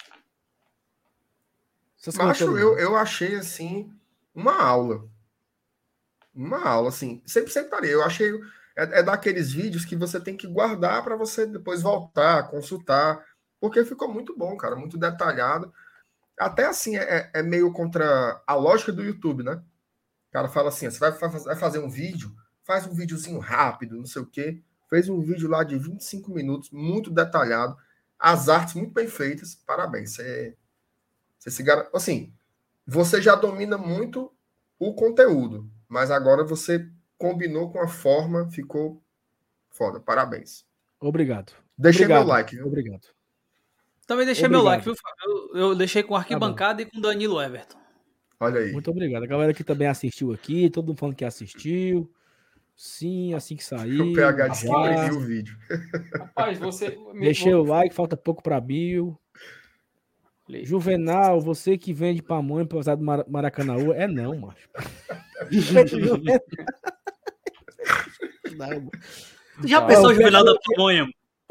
A: Macho, eu, eu achei, assim, uma aula. Uma aula, assim. Sempre separei. Eu achei... É, é daqueles vídeos que você tem que guardar para você depois voltar, consultar. Porque ficou muito bom, cara. Muito detalhado. Até assim, é, é meio contra a lógica do YouTube, né? O cara fala assim, você vai, vai fazer um vídeo, faz um videozinho rápido, não sei o quê. Fez um vídeo lá de vinte e cinco minutos, muito detalhado. As artes muito bem feitas. Parabéns. Você, você se gar... Assim, você já domina muito o conteúdo, mas agora você combinou com a forma, ficou foda. Parabéns.
D: Obrigado.
A: Deixei
D: Obrigado.
A: meu like, viu?
D: Obrigado.
C: Também deixei obrigado. meu like, viu, Fábio? Eu, eu deixei com Arquibancada tá e com Danilo Everton.
A: Olha aí.
D: Muito obrigado. A galera que também assistiu aqui, todo mundo falando que assistiu. Sim, assim que sair.
A: O P H disse que imprimiu o vídeo.
B: Rapaz, você...
D: Deixei o like, falta pouco pra Bill. Juvenal, você que vende pamonha pra usar do Maracanãú. É não, macho.
C: Não, tu já pensou o Juvenal da pamonha?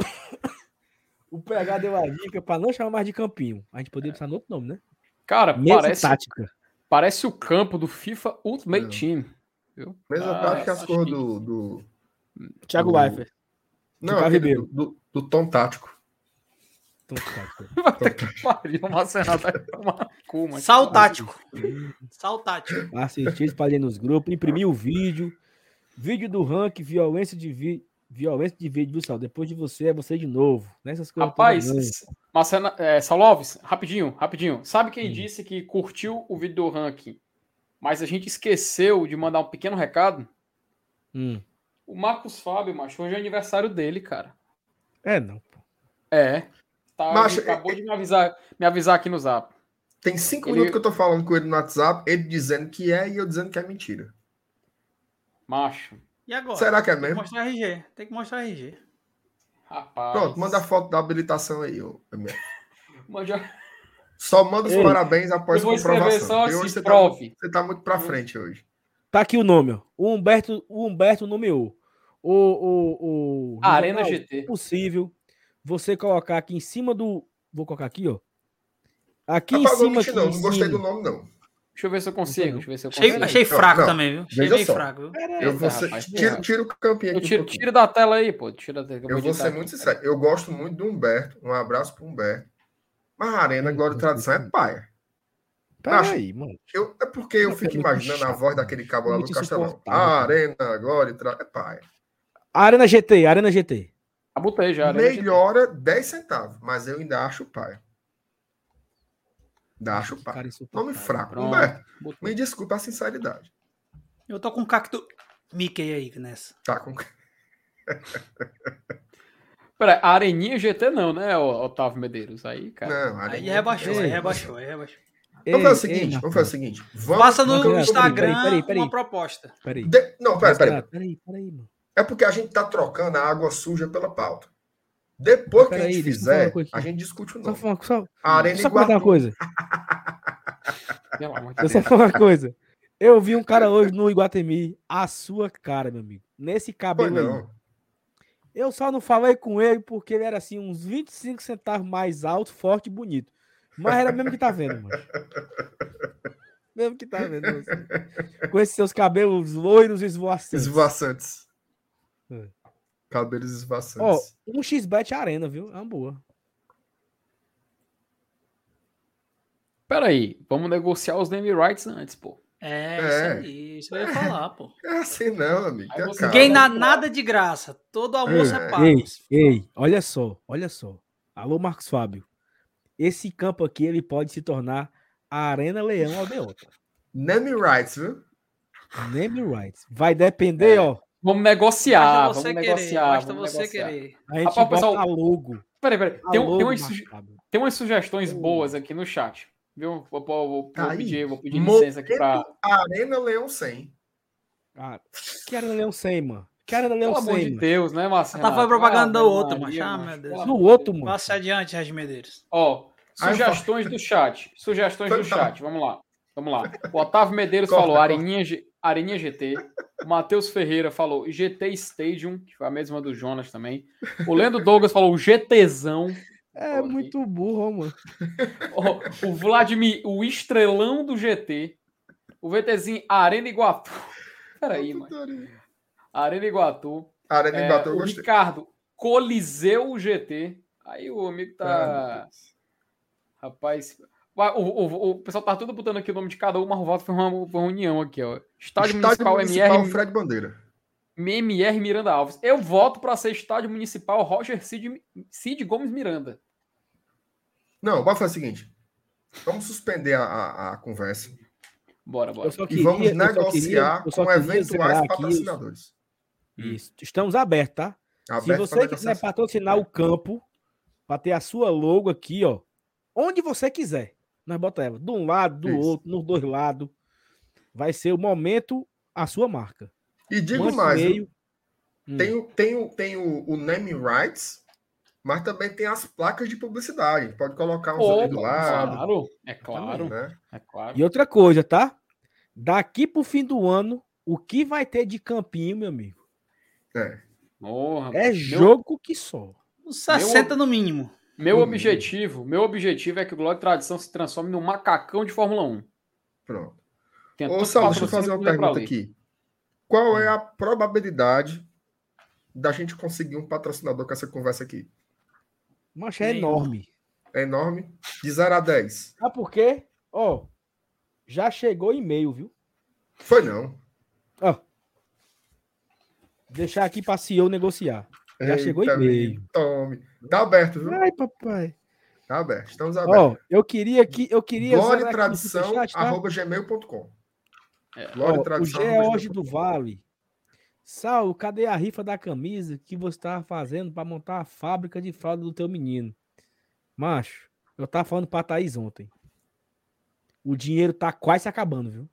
D: O P H deu a dica pra não chamar mais de Campinho. A gente poderia pensar no outro nome, né?
B: Cara,
D: Mesma
B: parece,
D: tática.
B: parece o campo do FIFA Ultimate
A: não.
B: Team. Viu?
A: Mesma
B: ah,
A: tática que as cores do, do...
D: Thiago do... Leifert.
A: Não, aquele do, do, do Tom Tático.
D: Tom Tático.
B: Puta que pariu, uma cena vai tomar cu, mas...
C: Sal tático. Sal tático.
D: Assistir, espalhar nos grupos, imprimir o vídeo. Vídeo do ranking, violência de vídeo. Violência de vídeo, viu, Sal? Depois de você, é você de novo. Nessas coisas.
B: Rapaz, Marcena, é, Salóvis, rapidinho, rapidinho. Sabe quem hum. disse que curtiu o vídeo do ranking, mas a gente esqueceu de mandar um pequeno recado?
D: Hum.
B: O Marcos Fábio, macho, hoje é aniversário dele, cara.
D: É, não, pô.
B: É. Tá,
A: macho,
B: ele acabou
A: é...
B: de me avisar, me avisar aqui no Zap.
A: Tem cinco ele... minutos que eu tô falando com ele no WhatsApp, ele dizendo que é e eu dizendo que é mentira.
B: Macho.
C: E agora?
A: Será que é
C: Tem
A: mesmo?
C: Tem que mostrar R G. Tem que mostrar R G.
B: Rapaz.
A: Pronto, manda a foto da habilitação aí. Ô.
B: Manja...
A: Só manda os Ei, parabéns após a comprovação.
B: Só assim,
A: hoje você,
B: prove.
A: Tá, você tá muito pra frente hoje.
D: Tá aqui o nome, ó. O Humberto, o Humberto nomeou. O, o, o
B: Arena G T.
D: É possível você colocar aqui em cima do... Vou colocar aqui, ó. Aqui em cima... Aqui
A: não,
D: em
A: não gostei
D: cima.
A: do nome, não.
B: Deixa eu ver se eu consigo. Deixa eu ver se eu consigo.
C: Achei, achei fraco
A: não, não.
C: também, viu? Achei
A: Veja
C: meio
A: só.
C: fraco, viu?
A: Eu vou ser, rapaz, tira, tira o campinho aqui.
B: Tiro, um tira da tela aí, pô. Tira da,
A: eu, eu vou ser aqui, muito sincero. Eu gosto muito do Humberto. Um abraço pro Humberto. Mas a Arena, Glória e Tradição é paia.
D: Peraí, mano.
A: Eu, é porque eu fico imaginando a voz daquele cabo lá do Castelão. A Arena, Glória e Tradição é paia.
D: Arena G T, Arena G T.
B: Ah, botei já.
A: Melhora dez centavos, mas eu ainda acho paia. Ainda acho paia. Nome fraco. Pronto. Humberto, me desculpa a sinceridade.
C: Eu tô com o cacto Mickey aí nessa.
A: Tá com...
B: Peraí, a Areninha G T não, né, Otávio Medeiros? Aí, cara.
A: Não,
C: aí rebaixou, aí rebaixou, aí rebaixou.
A: Vamos fazer o seguinte, ei, vamos fazer o seguinte. Vamos,
C: Passa no
A: vamos,
C: Instagram
D: peraí, peraí, peraí.
C: uma proposta.
D: Peraí.
A: De... Não, peraí, peraí.
D: Peraí, peraí, mano.
A: É porque a gente tá trocando a água suja pela pauta. Depois que a gente fizer, a gente discute o nome.
D: Só, só,
A: a Arena
D: só comentar uma coisa. Eu só falar uma coisa. Eu vi um cara hoje no Iguatemi, a sua cara, meu amigo. Nesse cabelo aí. Eu só não falei com ele porque ele era assim, uns vinte e cinco centavos mais alto, forte e bonito. Mas era mesmo que tá vendo, mano. mesmo que tá vendo você. Com esses seus cabelos loiros e esvoaçantes.
A: Esvoaçantes.
D: É.
A: Cabelos esvoaçantes.
D: Ó, um X-Bet Arena, viu? É uma boa.
B: Peraí, vamos negociar os name rights antes, pô.
C: É,
A: É.
C: isso aí. Isso eu ia falar, pô.
A: É assim não, amigo.
B: Aí você-
C: Ninguém
B: Calma.
C: dá nada de graça. Todo almoço é,
A: É.
C: pago.
D: Ei, ei, olha só, olha só. Alô, Marcos Fábio. Esse campo aqui, ele pode se tornar a Arena Leão Aldeota.
A: Name rights, viu?
D: Name rights. Vai depender,
B: É.
D: ó.
B: Vamos negociar,
C: Basta você
B: vamos
C: querer.
B: negociar.
C: Basta
B: vamos
C: você
B: negociar.
C: querer.
D: A gente
B: Rapaz,
D: bota
B: pessoal-
D: a logo.
B: Peraí, peraí.
D: A
B: Tem, um-
D: logo,
B: tem, umas,
D: Marcos
B: suge-
D: Fábio.
B: tem umas sugestões
A: Oh.
B: boas aqui no chat. Viu? Vou, vou, vou,
A: Tá
B: vou
A: aí.
B: pedir, vou pedir licença aqui pra.
A: Momento Arena Leão cem.
D: Ah, que Arena Leão cem, mano? Que Arena Leão
B: Pelo amor
D: cem,
B: de
D: mano?
B: Deus, né, Marcelo?
C: Tá fazendo propaganda do
B: Ave
C: outro,
B: Maria,
C: macho. Ah,
B: macho.
C: meu Deus.
B: Pelo
D: Do
B: amor de
D: outro,
B: Deus.
D: mano.
C: Passe adiante, Regis Medeiros.
B: Ó,
A: Aí eu
B: sugestões do chat. Sugestões do
A: Foi mal.
B: chat. Vamos lá. Vamos lá. O Otávio Medeiros
A: Corta,
B: falou
A: corta.
B: Areninha, G- Areninha G T. O Matheus Ferreira falou G T Stadium, que foi a mesma do Jonas também. O Leandro Douglas falou GTzão.
D: É
B: Falou aqui.
D: muito burro, mano.
B: O, o Vladimir, o estrelão do G T. O VTzinho Arena Iguatu. Peraí, mano. Arena Iguatu.
A: Arena
B: É,
A: Iguatu, eu
B: o
A: gostei.
B: Ricardo, Coliseu G T. Aí o amigo
A: Ah, meu
B: tá.
A: Deus.
B: Rapaz. O, o, o, o pessoal tá tudo botando aqui o nome de cada um, mas o voto foi uma, foi uma união aqui, ó. Estádio,
A: Estádio
B: Municipal,
A: Municipal
B: M R,
A: Fred Bandeira.
B: M R Miranda Alves. Eu voto para ser Estádio Municipal Roger Cid, Cid Gomes Miranda.
A: Não, bora fazer o seguinte. Vamos suspender a, a, a conversa
B: Bora, bora.
D: Eu só
A: e
D: queria,
A: vamos
D: eu só
A: negociar
D: queria- eu só
A: com
D: queria
A: eventuais
D: zerar aqui os-
A: patrocinadores.
D: Isso. Estamos abertos, tá? Se
A: Aberto pra
D: você quiser
A: negociação.
D: patrocinar o campo, para ter a sua logo aqui, ó, onde você quiser, nós bota ela, de um lado, do
A: Isso.
D: outro, nos dois lados, vai ser o momento a sua marca.
A: E digo
D: Mande
A: mais, viu?
D: e-mail. Hum.
A: tem, o, tem, o, tem o, o name rights, mas também tem as placas de publicidade. Pode colocar uns ali do
B: Opa,
A: lado.
B: claro, é claro,
A: Né?
B: é claro.
D: E outra coisa, tá? Daqui pro fim do ano, o que vai ter de campinho, meu amigo?
A: É.
B: Porra,
D: É
B: meu-
D: jogo que só.
C: Uns sessenta no mínimo.
B: Meu
A: Hum.
B: objetivo, meu objetivo é que o Glória e Tradição se transforme num macacão de Fórmula um.
A: Pronto.
B: Tem
A: Ô,
B: tanto
A: Saulo, deixa eu
B: patrocínio
A: fazer uma
B: que vem pra
A: pergunta
B: ali.
A: aqui. Qual é a probabilidade da gente conseguir um patrocinador com essa conversa aqui?
D: Mas é
C: Nenhuma.
D: enorme.
A: É enorme? De zero a dez.
D: Sabe por quê? Ó, já chegou e-mail, viu?
A: Foi não.
D: Ó. Deixar aqui pra C E O negociar. Já chegou
A: Eita,
D: e-mail.
A: menino, Tome. Tá aberto, viu?
D: Ai, papai.
A: Tá aberto. Estamos abertos.
D: Ó, eu queria que eu queria
A: Glória
D: zerar
A: e
D: aqui no
A: tradição,
D: superchat, tá?
A: arroba gmail ponto com.
B: É.
A: Glória
D: Ó,
A: e
D: o
A: tradição. arroba
D: George
A: gmail
D: do
A: ponto com.
D: Vale. Saulo, cadê a rifa da camisa que você tava fazendo para montar a fábrica de fralda do teu menino? Macho, eu tava falando pra Thaís ontem. O dinheiro tá quase se acabando, viu?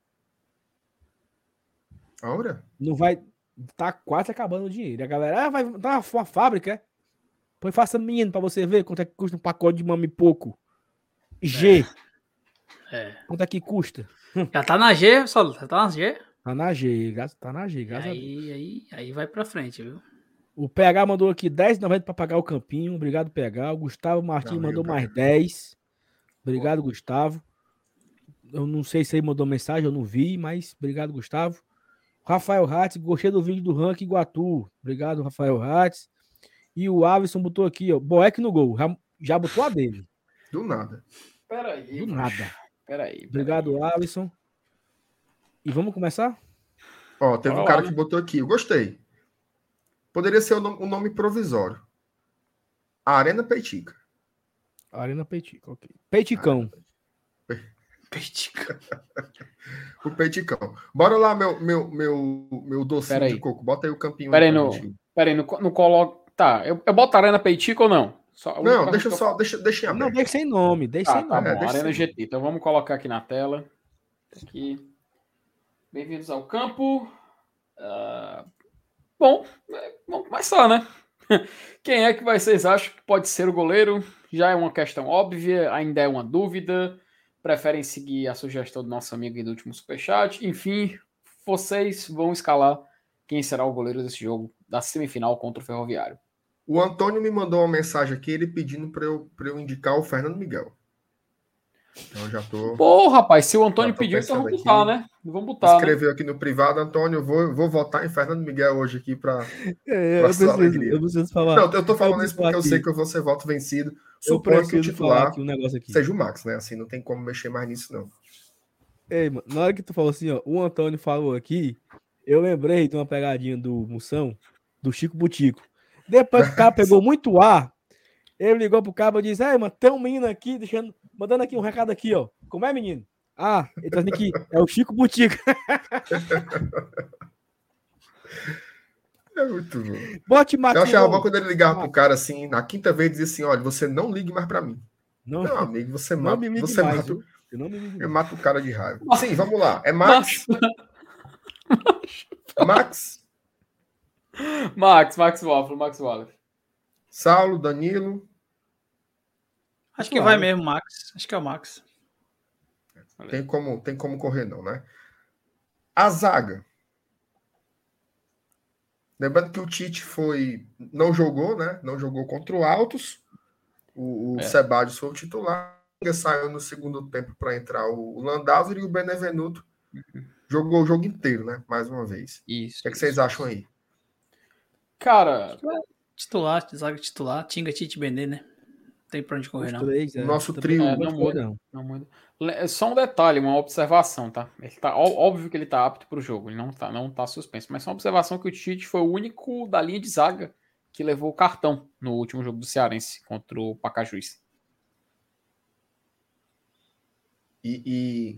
A: Aura?
D: Não vai. Tá quase acabando o dinheiro. E a galera, ah, vai dar uma, uma fábrica, é? Pois faça menino pra você ver quanto é que custa um pacote de mami pouco. G.
C: É.
D: Quanto é que custa?
C: Já tá na G, só já tá na G.
D: Tá na G, gra- tá na G,
C: E
D: graças a Deus.
C: aí, aí, aí vai pra frente, viu?
D: O P H mandou aqui dez reais e noventa para pagar o campinho. Obrigado, P H. O Gustavo Martins
A: Valeu,
D: mandou
A: P H.
D: mais dez. Obrigado, Gustavo. Eu não sei se ele mandou mensagem, eu não vi, mas obrigado, Gustavo. Rafael Hatz, gostei do vídeo do Rank Iguatu. Obrigado, Rafael Hatz. E o Alisson botou aqui, ó, Boeck no gol. Já, já botou a dele.
A: Do nada.
B: Peraí.
D: Do
B: macho.
D: nada.
B: Peraí.
D: Obrigado, Alisson. E vamos começar?
A: Ó, teve
B: Bora
A: um cara
B: lá, né?
A: que botou aqui. Eu gostei. Poderia ser o nome, o nome provisório. Arena Peitica.
D: Arena Peitica, ok. Peiticão.
C: Peitica.
A: O Peiticão. Bora lá, meu, meu, meu, meu docinho
B: Pera aí.
A: de coco. Bota aí o campinho.
B: Pera aí,
A: pra
B: no,
A: gente.
B: pera aí, não, não coloco. Tá, eu, eu boto Arena Peitica ou não? Só, a única
A: Não,
B: pergunta
A: deixa
B: que eu
A: só.
B: faço.
A: Deixa, deixa em
D: Não,
A: aberto.
D: deixa sem nome, deixa
B: Tá,
D: sem
B: tá
D: nome.
A: É,
B: bom,
A: deixa
B: Arena
A: sem
B: G T. Então vamos colocar aqui na tela. Aqui. Bem-vindos ao campo. Ah, bom, é, vamos começar, né? Quem é que vocês acham que pode ser o goleiro? Já é uma questão óbvia, ainda é uma dúvida. Preferem seguir a sugestão do nosso amigo aí do último superchat. Enfim, vocês vão escalar quem será o goleiro desse jogo da semifinal contra o Ferroviário.
A: O Antônio me mandou uma mensagem aqui, ele pedindo para eu, pra eu indicar o Fernando Miguel. Então eu já tô.
B: Pô, rapaz, se o Antônio pediu, então vamos botar, aqui, né? Vamos botar.
A: Escreveu
B: né?
A: aqui no privado, Antônio, eu vou, vou votar em Fernando Miguel hoje aqui para
D: é, eu, preciso, eu preciso falar.
A: Não, eu tô falando eu isso porque eu sei que eu vou ser voto vencido. Suponho que o titular
D: aqui um negócio aqui.
A: seja o Max, né? Assim, não tem como mexer mais nisso, não.
D: Ei, mano, na hora que tu falou assim, ó, o Antônio falou aqui, eu lembrei de uma pegadinha do Moção, do Chico Butico. Depois que o cara pegou muito ar, ele ligou pro cabo e disse, ei, mano, tem um menino aqui, deixando, mandando aqui um recado aqui, ó. Como é, menino? Ah, ele tá dizendo que é o Chico Butico.
A: É muito bom.
D: Bote Max.
A: Eu achava bom quando ele ligava pro cara assim, na quinta vez, dizia assim, olha, você não ligue mais pra mim.
D: Não,
A: Meu amigo, você
D: não
A: mata,
D: me ligue
A: você
D: mais,
A: mata,
D: viu? Eu não me ligue
A: eu
D: mais.
A: mato o cara de raiva. Sim, vamos lá. É Max? Max?
B: Max, Max Waffle, Max Wallace.
A: Saulo, Danilo.
C: Acho que vai mesmo, Max. Acho que é o Max.
A: Tem como, tem como correr, não, né? A zaga. Lembrando que o Tite foi. Não jogou, né? Não jogou contra o Altos. O, o é. Sebadios foi o titular. Saiu no segundo tempo para entrar o Landázuri e o Benevenuto uhum. jogou o jogo inteiro, né? Mais uma vez.
B: Isso.
A: O que, é que vocês acham aí?
B: Cara.
C: Titular, zaga titular, Tinga, Tite, Benê, né? Não tem pra onde correr, não.
A: Três, é. O nosso trio.
B: É, não, muda, não. não muda. Só um detalhe, uma observação, tá? Ele tá óbvio que ele tá apto pro jogo, ele não tá, não tá suspenso. Mas só uma observação que o Tite foi o único da linha de zaga que levou o cartão no último jogo do Cearense contra o Pacajus.
A: E. e...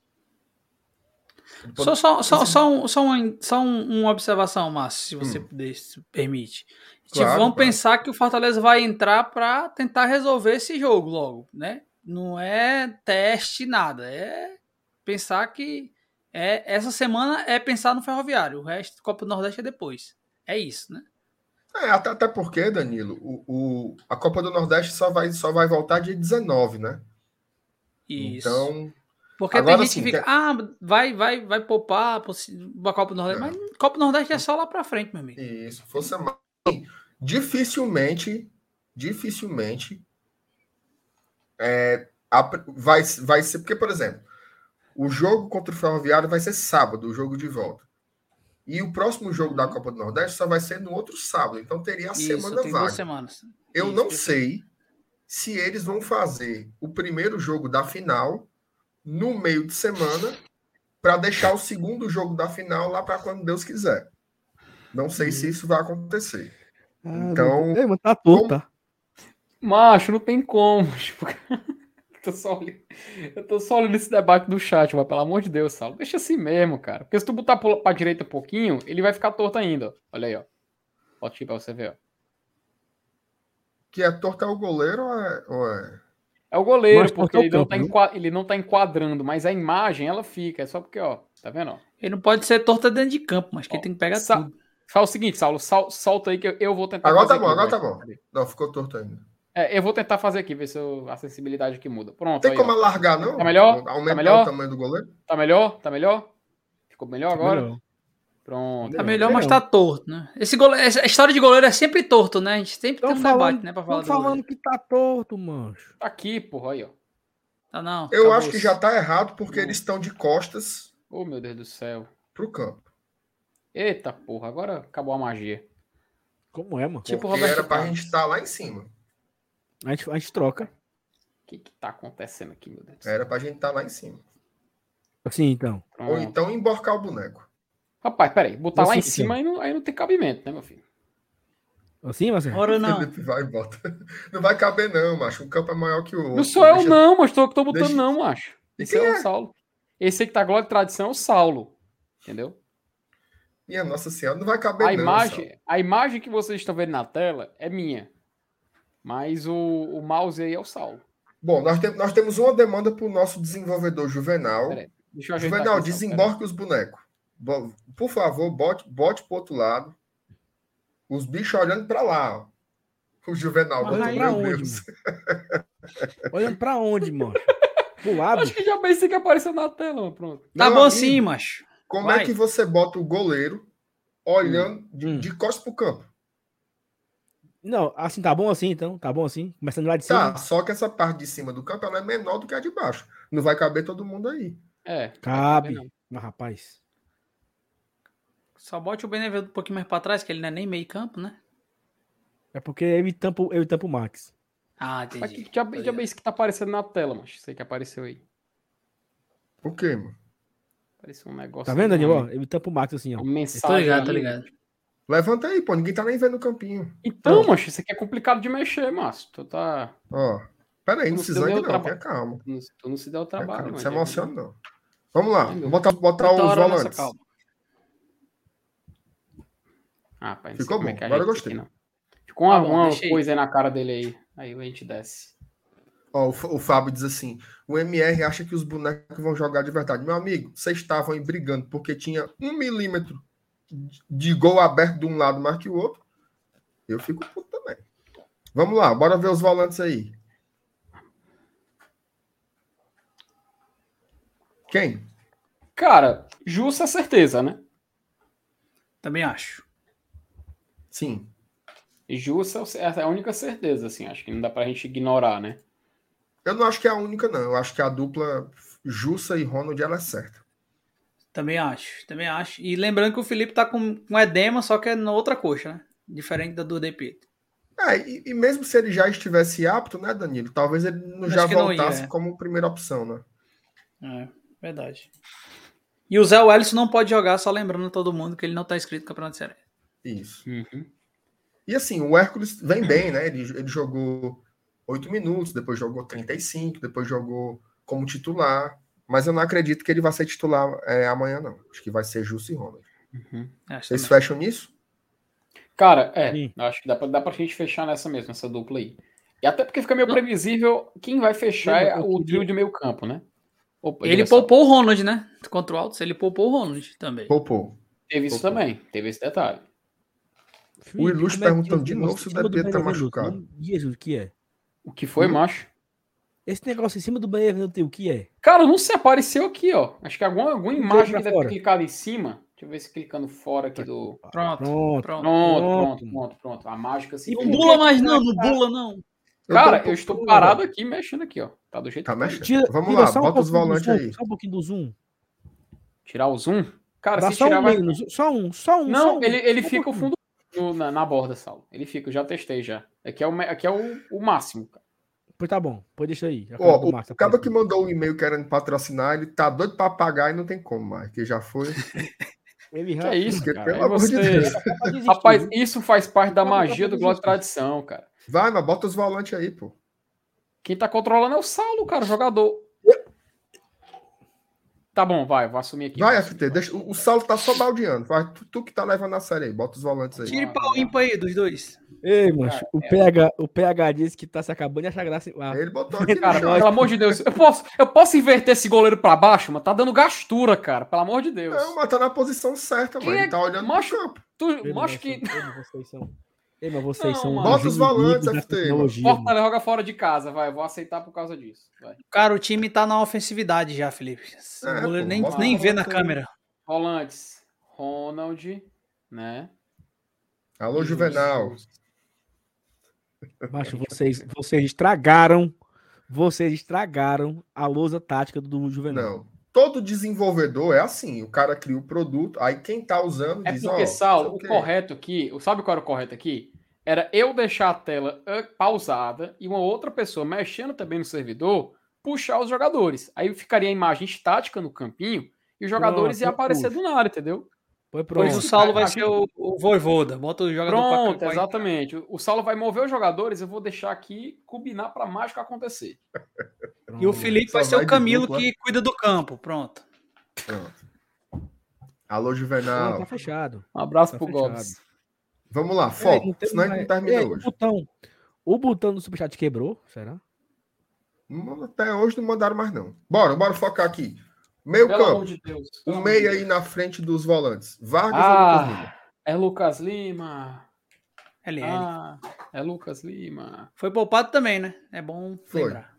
C: Só, só, só, só, um, só, um, só um, uma observação, Márcio, se você hum. puder, se permite. Claro, vamos claro. pensar que o Fortaleza vai entrar para tentar resolver esse jogo logo, né? Não é teste, nada. É pensar que é, essa semana é pensar no Ferroviário. O resto do Copa do Nordeste é depois. É isso, né?
A: É, até, até porque, Danilo, o, o, a Copa do Nordeste só vai, só vai voltar dia dezenove, né?
C: Isso.
A: Então...
C: Porque
A: agora,
C: tem gente
A: assim,
C: que fica,
A: que...
C: ah, vai, vai, vai poupar a Copa do Nordeste. É. Mas Copa do Nordeste é só lá pra frente, meu amigo.
A: Isso. Fosse mais... Dificilmente, dificilmente é, a, vai, vai ser... Porque, por exemplo, o jogo contra o Ferroviário vai ser sábado, o jogo de volta. E o próximo jogo da Copa do Nordeste só vai ser no outro sábado. Então teria a
C: Isso,
A: semana
C: tem
A: vaga.
C: Duas semanas.
A: Eu
C: Isso,
A: não
C: perfeito.
A: sei se eles vão fazer o primeiro jogo da final no meio de semana para deixar o segundo jogo da final lá para quando Deus quiser. Não sei uhum. se isso vai acontecer. Ah, então,
D: Ei, mas tá todo, tá?
B: Macho, não tem como. eu, tô só olhando, eu tô só olhando esse debate do chat, mas pelo amor de Deus, Saulo. Deixa assim mesmo, cara. Porque se tu botar pra direita um pouquinho, ele vai ficar torto ainda. Ó. Olha aí, ó. Bota aqui pra você ver, ó.
A: Que é torto é o goleiro ou é... Ou é...
B: É o goleiro, mas porque ele não, tá enquad... ele não tá enquadrando, mas a imagem, ela fica. É só porque, ó, tá vendo? Ó?
C: Ele não pode ser torta dentro de campo, mas que ele tem que pegar Sa... tudo.
B: Fala o seguinte, Saulo, sal... solta aí que eu vou tentar
A: agora
B: fazer
A: tá bom,
B: aqui,
A: agora vai. tá bom. Não, ficou torto ainda.
B: É, eu vou tentar fazer aqui, ver se eu... a sensibilidade aqui muda. Pronto.
A: Tem
B: aí,
A: como
B: ó.
A: alargar, não?
B: Tá melhor?
A: Aumentar
B: tá melhor?
A: o tamanho do goleiro?
B: Tá melhor? Tá melhor? Ficou melhor
D: tá
B: agora?
D: Melhor.
B: Pronto.
C: Tá melhor, mas tá torto, né? Esse goleiro, essa história de goleiro é sempre torto, né? A gente sempre
D: tão
C: tem um
D: falando,
C: debate, né? Pra falar
D: falando goleiro. Que tá torto, mancho.
B: Tá aqui, porra, aí, ó.
C: Tá não.
A: Eu acho que já tá errado porque eles estão de costas.
B: Oh, meu Deus do céu.
A: Pro campo.
B: Eita, porra, agora acabou a magia.
D: Como é, mano?
A: Tipo, porque era pra Carlos. gente estar lá em cima.
D: A gente, a gente troca.
B: O que que tá acontecendo aqui, meu Deus do
A: céu? Era pra gente estar lá em cima.
D: Assim, então.
A: Pronto. Ou então emborcar o boneco.
B: Rapaz, peraí. Botar
D: assim,
B: lá em cima aí não, aí não tem cabimento, né, meu filho?
D: Assim, Marcelo?
C: Ora não.
A: Felipe vai e bota. Não vai caber não, macho. Um campo é maior que o outro.
B: Não sou eu
A: deixa...
B: não, mas tô que tô botando deixa... não, macho.
A: Esse
B: é,
A: é
B: o Saulo. Esse aí que tá glória de tradição é o Saulo. Entendeu?
A: Minha Nossa Senhora, não vai caber
B: a
A: não.
B: Imagem,
A: Saulo.
B: a imagem que vocês estão vendo na tela é minha. Mas o, o mouse aí é o Saulo.
A: Bom, nós, tem, nós temos uma demanda pro nosso desenvolvedor Juvenal.
B: Peraí, deixa eu
A: Juvenal,
B: aqui,
A: desemborque os bonecos. Por favor, bote, bote pro outro lado. Os bichos olhando pra lá, ó. O Juvenal,
D: olhando pra onde, olhando pra onde, mano? Pro lado?
B: Acho que já pensei que apareceu na tela, mano. Pronto.
C: Tá
A: Não,
C: bom
A: amigo,
C: sim, macho.
A: Como
C: Vai.
A: é que você bota o goleiro olhando hum. de, de costas pro campo?
D: Não, assim, tá bom assim, então? Tá bom assim? Começando lá de cima?
A: Tá, só que essa parte de cima do campo ela é menor do que a de baixo. Não vai caber todo mundo aí.
B: É,
D: cabe. Mas, rapaz...
C: Só bote o Benevenuto um pouquinho mais pra trás, que ele não é nem meio campo, né?
D: É porque eu tampo, eu tampo o Max.
C: Ah,
B: Mas
C: entendi.
B: que diabo diabo é isso que tá aparecendo na tela, mas sei que apareceu aí.
A: O quê, mano?
B: Apareceu um negócio.
D: Tá vendo,
B: aí,
D: Daniel?
B: uma-
D: Eu tampo o Max assim, ó.
B: Uma
C: Tô
B: mensagem.
C: ligado, tô
B: aí.
C: ligado.
A: Levanta aí, pô. Ninguém tá nem vendo o campinho.
B: Então,
A: Pronto.
B: macho, isso aqui é complicado de mexer, Márcio. Tu tá.
A: Ó. Pera aí,
B: Tu
A: não
B: não
A: se
B: se deu
A: zangue não.
B: traba-
A: Tenha calma.
B: Tu não, tu não se deu o
A: Tenha
B: trabalho,
A: calma. Não
B: mano.
A: se
B: de-
A: emociona, não. Vamos lá.
B: Ai, meu
A: Botar, botar
C: Muita
A: os
C: hora nessa
A: volantes.
C: calma.
B: Ah, pai, não
A: Ficou
B: sei como é
A: bom.
B: que a
A: Agora eu
B: gente
A: gostei.
B: aqui, não. Ficou uma,
C: Tá bom,
B: uma
C: deixa aí.
B: coisa aí na cara dele aí. Aí a gente desce.
A: Ó, o, F- o Fábio diz assim: o M R acha que os bonecos vão jogar de verdade. Meu amigo, vocês estavam aí brigando porque tinha um milímetro de gol aberto de um lado mais que o outro. Eu fico puto também. Vamos lá, bora ver os volantes aí. Quem?
B: Cara, justa certeza, né?
C: Também acho.
A: Sim.
B: Justa é a única certeza, assim. Acho que não dá pra gente ignorar, né?
A: Eu não acho que é a única, não. Eu acho que a dupla Jussa e Ronald ela é certa.
C: Também acho, também acho. E lembrando que o Felipe tá com, com edema, só que é na outra coxa, né? Diferente da do De Pietro.
A: É, e, e mesmo se ele já estivesse apto, né, Danilo? Talvez ele não
C: Acho
A: já
C: que não
A: voltasse
C: ia, é.
A: como primeira opção, né?
C: É, verdade. E o Zé Wellison não pode jogar, só lembrando a todo mundo que ele não tá inscrito no Campeonato Cearense.
A: Isso.
B: Uhum.
A: E assim, o Hércules vem bem, né? Ele, ele jogou oito minutos, depois jogou trinta e cinco, depois jogou como titular. Mas eu não acredito que ele vai ser titular é, amanhã, não. Acho que vai ser Jussa e Ronald.
B: Uhum.
C: Acho
A: Vocês
C: também.
A: fecham nisso?
B: Cara, é.
D: Sim.
B: Acho que dá pra, dá pra gente fechar nessa mesmo, essa dupla aí. E até porque fica meio previsível quem vai fechar é
D: Eu
B: o
D: queria-
B: trio de meio campo, né? Opa,
C: Ele
B: direção.
C: poupou o Ronald, né? Contra o Altos, ele poupou o Ronald também.
A: Poupou.
B: Teve isso
A: Poupou.
B: também, teve esse detalhe.
D: Felipe,
A: O Ilustre
D: como é que
A: perguntando
D: esse
A: de
D: negócio
A: novo se o
D: em cima do
A: Beto tá
D: Benevenuto?
A: machucado.
D: Nome de Jesus, o que é?
B: O que foi,
A: Hum?
B: macho?
D: Esse negócio em cima do Benevenuto, o que é?
B: Cara, não se apareceu aqui, ó. Acho que alguma, alguma
D: Clica aí
B: imagem
D: pra
B: que deve
D: fora.
B: ter clicado em cima. Deixa eu ver se clicando fora aqui do.
C: Pronto,
D: Pronto.
C: pronto.
B: Pronto,
D: Pronto.
B: pronto, pronto, pronto. A mágica se
C: Não
B: fez.
D: por
C: bula
D: que
C: mais
D: que
C: não,
D: tá-
C: não bula não.
B: Cara,
A: tô um
B: eu estou
A: pouco-
B: parado aqui mexendo aqui, ó. Tá do jeito
A: Tá
B: que tá.
A: mexendo.
D: Tira,
A: Vamos
D: tira
A: lá,
D: só um
A: bota os
D: pouquinho do
A: volantes
D: zoom,
A: aí.
D: Só um pouquinho do zoom.
B: Tirar o zoom? Cara,
D: Dá
B: se
D: só
B: tirar
D: um
B: vai...
D: menos. Só um, só um.
B: Não,
D: só um,
B: ele, ele
D: só um
B: fica o
D: pouquinho.
B: fundo no- na, na borda, Saulo. Ele fica, eu já testei já. Aqui é o, me- aqui é o, o máximo, cara.
D: Pois tá bom. Pois deixa aí. A cara
A: Ó,
D: do
A: o
D: Marcos
A: cara que
D: apareceu.
A: mandou o e-mail querendo patrocinar, ele tá doido pra pagar e não tem como mais, que já foi.
D: Ele
B: Que
D: já...
B: é isso,
A: Porque,
B: cara?
A: pelo
B: É
A: amor de
B: você...
A: Deus.
D: Pode desistir,
B: Rapaz,
D: viu?
B: isso faz parte da
D: Pode botar
B: magia
D: pra
B: do Glória e
D: desistir.
B: Tradição, cara.
A: Vai, mas bota os volantes aí, pô.
B: Quem tá controlando é o Saulo, cara, o jogador. Tá bom, vai, vou assumir aqui.
A: Vai,
B: vou
A: F T.
B: assumir.
A: Deixa, o, o Saulo tá só baldeando. Vai, tu, tu que tá levando a sério aí. Bota os volantes aí.
C: Tire pau ímpar aí dos dois.
D: Ei, macho,
B: Cara,
D: o,
B: é.
D: P H, o P H disse que tá se acabando de achar graça. Ah,
A: Ele botou aqui no
B: Cara,
A: chat.
B: pelo amor de Deus, eu posso, eu posso inverter esse goleiro pra baixo, mas tá dando gastura, cara, pelo amor de Deus.
A: Não, mas tá na posição certa,
B: Quem
A: mano.
B: é
A: Ele tá olhando
B: macho-
A: pro campo.
B: Tu,
D: ei,
B: macho
D: mas
B: que.
D: vocês- ei, mas vocês são... Ei, mas vocês
B: Não,
D: são...
B: mano.
A: Bota os
D: inimigos
A: volantes,
D: da
A: F T,
D: tecnologia, mano.
B: Fortaleza joga fora de casa, vai, eu vou aceitar por causa disso. Vai.
C: Cara, o time tá na ofensividade já, Felipe. O
A: É,
C: goleiro
A: pô,
C: nem,
A: bota
C: nem
A: os
C: vê na
A: volantes aí.
C: câmera.
B: Volantes, Ronald, né?
A: Alô,
B: E
A: Juvenal.
B: Jesus.
D: Macho, vocês, vocês estragaram... Vocês estragaram a lousa tática do Juvenal.
A: Não. Todo desenvolvedor é assim. O cara cria o produto, aí quem tá usando
B: É
A: diz,
B: porque,
A: ó,
B: Saulo,
A: sei
B: o
A: quê.
B: correto aqui, sabe qual era o correto aqui? Era eu deixar a tela ah, pausada e uma outra pessoa mexendo também no servidor puxar os jogadores. Aí ficaria a imagem estática no campinho e os jogadores
D: Pronto,
B: iam
D: eu
B: aparecer
D: puxo.
B: do nada, entendeu?
D: Foi
C: Pois
D: pronto.
C: o Saulo vai
B: a
C: ser
B: gente-
C: o, o Voivoda. Bota o jogador
B: Pronto,
C: pra, pra
B: exatamente. O- O Saulo vai mover os jogadores, eu vou deixar aqui combinar para a mágica acontecer.
C: E o Felipe
A: Só
C: vai ser
A: vai
C: o
A: de
C: Camilo
A: dupla.
C: que cuida do campo. Pronto.
A: Pronto. Alô,
D: Não,
A: Juvenal.
D: tá fechado.
B: Um abraço
D: Tá
B: pro
D: fechado.
B: Gobs.
A: Vamos lá,
D: Ei,
A: foco.
D: não tem
A: Senão a gente
D: mais-
A: não termina
D: Ei,
A: hoje.
D: O botão, o botão do Superchat quebrou, será?
A: Não- Até hoje não mandaram mais, não. Bora, bora focar aqui. Meio
B: Pelo
A: campo.
B: amor de Deus.
A: O
B: pelo amor de
A: meio
B: Deus.
A: aí na frente dos volantes. Vargas ou Lucas Lima?
B: Ah, é Lucas Lima.
C: L L.
B: Ah, é Lucas Lima.
C: Foi poupado também, né? É bom
A: Foi.
C: lembrar.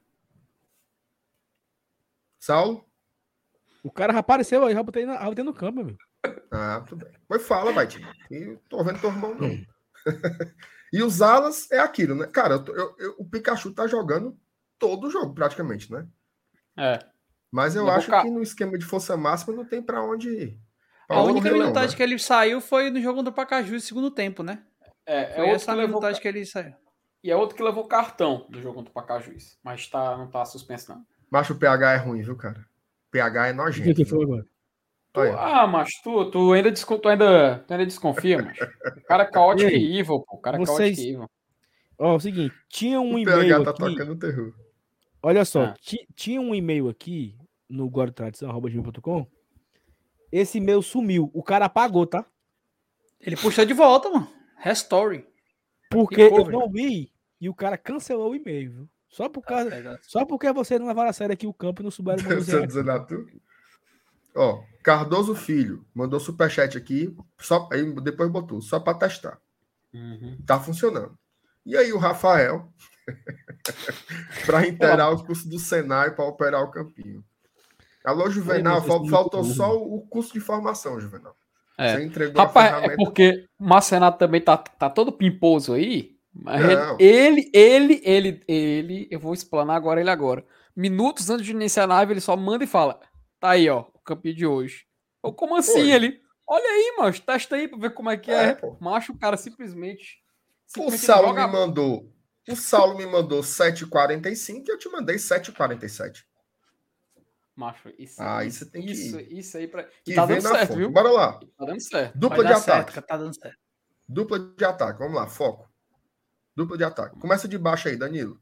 A: Saulo?
D: O cara já apareceu aí, já botei, na, já botei no campo, meu.
A: Ah, tudo bem. Pois fala, vai, time. Eu tô vendo teu irmão, não. E os alas é aquilo, né? Cara, eu, eu, eu, o Pikachu tá jogando todo o jogo, praticamente, né?
B: É.
A: Mas eu
B: Levou
A: acho
B: ca-
A: que no esquema de força máxima não tem pra onde ir. Pra
C: A
A: onde
C: única
A: correr, não,
C: minutagem
A: né?
C: que ele saiu foi no jogo do Pacaju, segundo tempo, né?
B: É, é
C: Foi
B: outro
C: essa
B: que levou
C: minutagem
B: ca-
C: que ele saiu.
B: E é outro que levou cartão do jogo contra o Pacajuís. Mas tá, não tá suspenso, não.
A: Mas o P H é ruim, viu, cara? P H é
D: O que,
A: nojento.
D: que foi
A: Viu?
D: agora?
B: Tu,
A: Olha.
B: ah, mas tu, tu, ainda, desco- tu, ainda, tu ainda desconfia, mas. O cara é caótico
D: E aí?
B: e evil, pô. O cara é
D: Vocês-
B: caótico e evil.
D: Ó, é o seguinte, tinha um
A: O
D: e-mail
A: P H tá
D: aqui.
A: tocando terror.
D: Olha só,
B: Ah.
D: ti- tinha um e-mail aqui no guarda tradição arroba gmail ponto com. Esse e-mail sumiu. O cara apagou, tá?
C: Ele puxou de volta, mano. Restore.
D: Porque eu
C: Recovery.
D: não vi e o cara cancelou o e-mail, viu? Só por causa,
C: Pega.
D: só porque você não levaram a sério aqui o campo e não souberam
A: Você
D: manusear.
A: dizendo a tu? Ó, Cardoso Filho mandou superchat aqui, só, aí depois botou, só para testar.
B: Uhum.
A: Tá funcionando. E aí o Rafael, para inteirar o curso do Senai para operar o campinho. Alô, Juvenal,
D: Ei,
A: fal-
D: vocês
A: faltou
D: são
A: só o curso de formação, Juvenal.
B: É.
A: Você entregou
B: Rapaz,
A: a ferramenta.
B: é porque o Marcenato também tá, tá todo pimposo aí. Mas
A: Não.
B: ele, ele, ele, ele, eu vou explanar agora ele agora. Minutos antes de iniciar a live, ele só manda e fala: tá aí, ó, o campinho de hoje. Ou como assim?
A: Foi.
B: Ele, olha aí, macho, testa aí pra ver como é que é.
A: É, pô.
B: Macho, o cara simplesmente.
A: O
B: simplesmente
A: Saulo
B: joga-
A: me mandou. O Saulo me mandou sete e quarenta e cinco e eu te mandei sete e quarenta e sete.
B: Macho, isso,
A: Ah,
B: isso,
A: isso tem que-
B: isso, isso aí pra.
A: Que
B: E tá
A: vem
B: dando
A: na
B: certo,
A: fonte.
B: viu?
A: Bora lá.
B: Tá dando certo.
A: Dupla
C: Vai
A: de
C: dar
A: ataque.
C: certo, tá dando certo.
A: Dupla de ataque. Vamos lá, foco. Dupla de ataque. Começa de baixo aí, Danilo.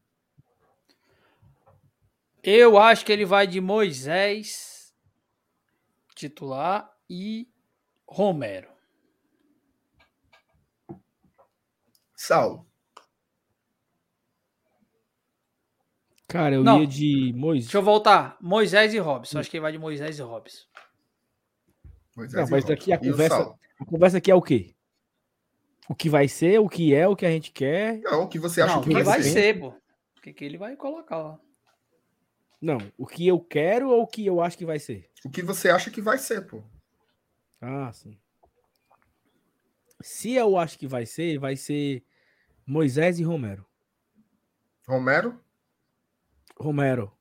C: Eu acho que ele vai de Moisés, titular, e Romero.
A: Saulo.
D: Cara, eu
C: Não.
D: ia de Moisés.
C: Deixa eu voltar. Moisés e Robson. Acho que ele vai de Moisés e Robson.
A: Moisés
D: Não,
A: e
D: mas
A: Robson.
D: daqui a
A: E o
D: conversa,
A: Saulo?
D: a conversa aqui é o quê? O que vai ser, o que é, o que a gente quer.
A: Não, o que você acha
C: Não,
A: que
C: que
A: vai,
C: vai
A: ser?
C: ser, pô. O que, que ele vai colocar lá?
D: Não, o que eu quero ou o que eu acho que vai ser?
A: O que você acha que vai ser, pô.
D: Ah, sim. Se eu acho que vai ser, vai ser Moisés e Romero.
A: Romero
D: Romero.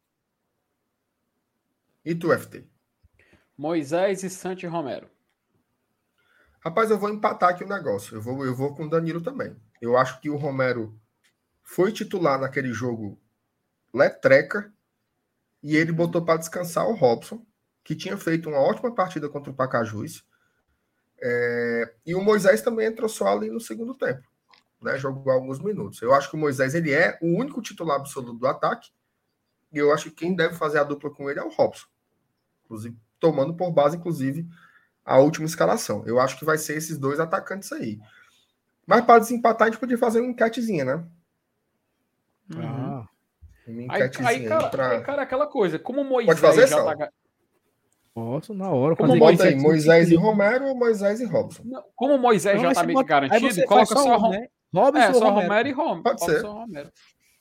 A: e tu, F T.
B: Moisés e Santi Romero.
A: Rapaz, eu vou empatar aqui o negócio. Eu vou, eu vou com o Danilo também. Eu acho que o Romero foi titular naquele jogo letreca e ele botou para descansar o Robson, que tinha feito uma ótima partida contra o Pacajus. É, e o Moisés também entrou só ali no segundo tempo, né? Jogou alguns minutos. Eu acho que o Moisés ele é o único titular absoluto do ataque e eu acho que quem deve fazer a dupla com ele é o Robson. Inclusive, tomando por base, inclusive, a última escalação. Eu acho que vai ser esses dois atacantes aí. Mas para desempatar, a gente podia fazer uma enquetezinha, né?
C: Uhum.
D: Ah,
A: Uma
B: Aí,
A: enquetezinha
B: aí, cara,
A: aí pra...
B: aí, cara, aquela coisa. Como o Moisés
A: Pode fazer,
B: já
A: Saulo?
B: tá.
D: posso na hora.
B: Como
D: fazer
A: Bota aí,
D: aqui,
A: Moisés e
D: cinco
A: Romero ou Moisés e Robson?
B: Não, como o Moisés
D: Não,
B: já
D: aí
B: tá
D: você
B: meio
D: bota- aí
B: garantido,
D: você
B: coloca
D: faz
B: só,
D: um,
B: Rom...
D: né? Robson
B: É,
D: ou
B: só
D: Romero?
B: Romero e Romero.
A: Pode ser.
B: Só Romero.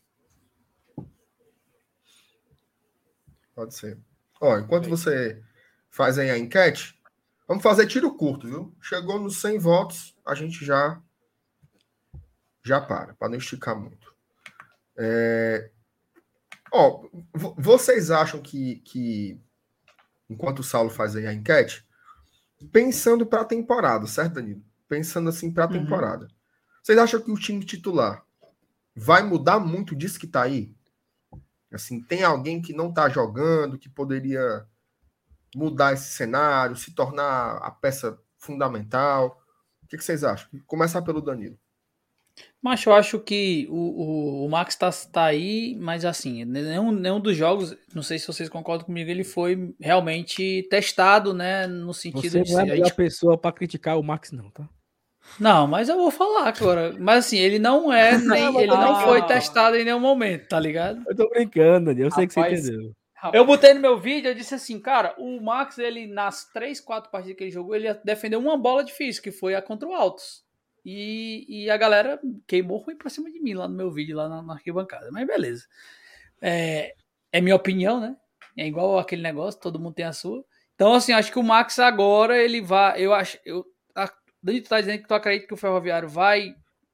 A: Pode ser. Ó, enquanto você faz aí a enquete, vamos fazer tiro curto, viu? Chegou nos cem votos, a gente já já para, para não esticar muito. É... Ó, v- vocês acham que, que, enquanto o Saulo faz aí a enquete, pensando para a temporada, certo, Danilo? Pensando assim para a
C: Uhum.
A: temporada. Vocês acham que o time titular vai mudar muito disso que tá aí? Assim, tem alguém que não tá jogando, que poderia mudar esse cenário, se tornar a peça fundamental? O que, que vocês acham? Começar pelo Danilo.
C: Mas eu acho que o, o, o Max tá, tá aí, mas assim, nenhum, nenhum dos jogos, não sei se vocês concordam comigo, ele foi realmente testado, né? No sentido
D: Você
C: de
D: não é a
C: ser- a
D: melhor
C: gente-
D: pessoa pra criticar o Max, não, tá?
C: Não, mas eu vou falar agora. Mas assim, ele não é, nem,
D: mas
C: ele
D: tá
C: não
B: brincando.
C: foi testado em nenhum momento, tá ligado?
D: Eu tô brincando, Daniel. Eu sei que você
B: Rapaz,
D: entendeu.
C: Eu botei no meu vídeo, eu disse assim, cara, o Max, ele nas três, quatro partidas que ele jogou, ele defendeu uma bola difícil, que foi a contra o Altos. E, e a galera queimou ruim pra cima de mim lá no meu vídeo, lá na, na arquibancada. Mas beleza. É, é minha opinião, né? É igual aquele negócio, todo mundo tem a sua. Então, assim, acho que o Max agora, ele vai... Eu acho... Eu, a, Danilo tá dizendo que tu acredita que o Ferroviário vai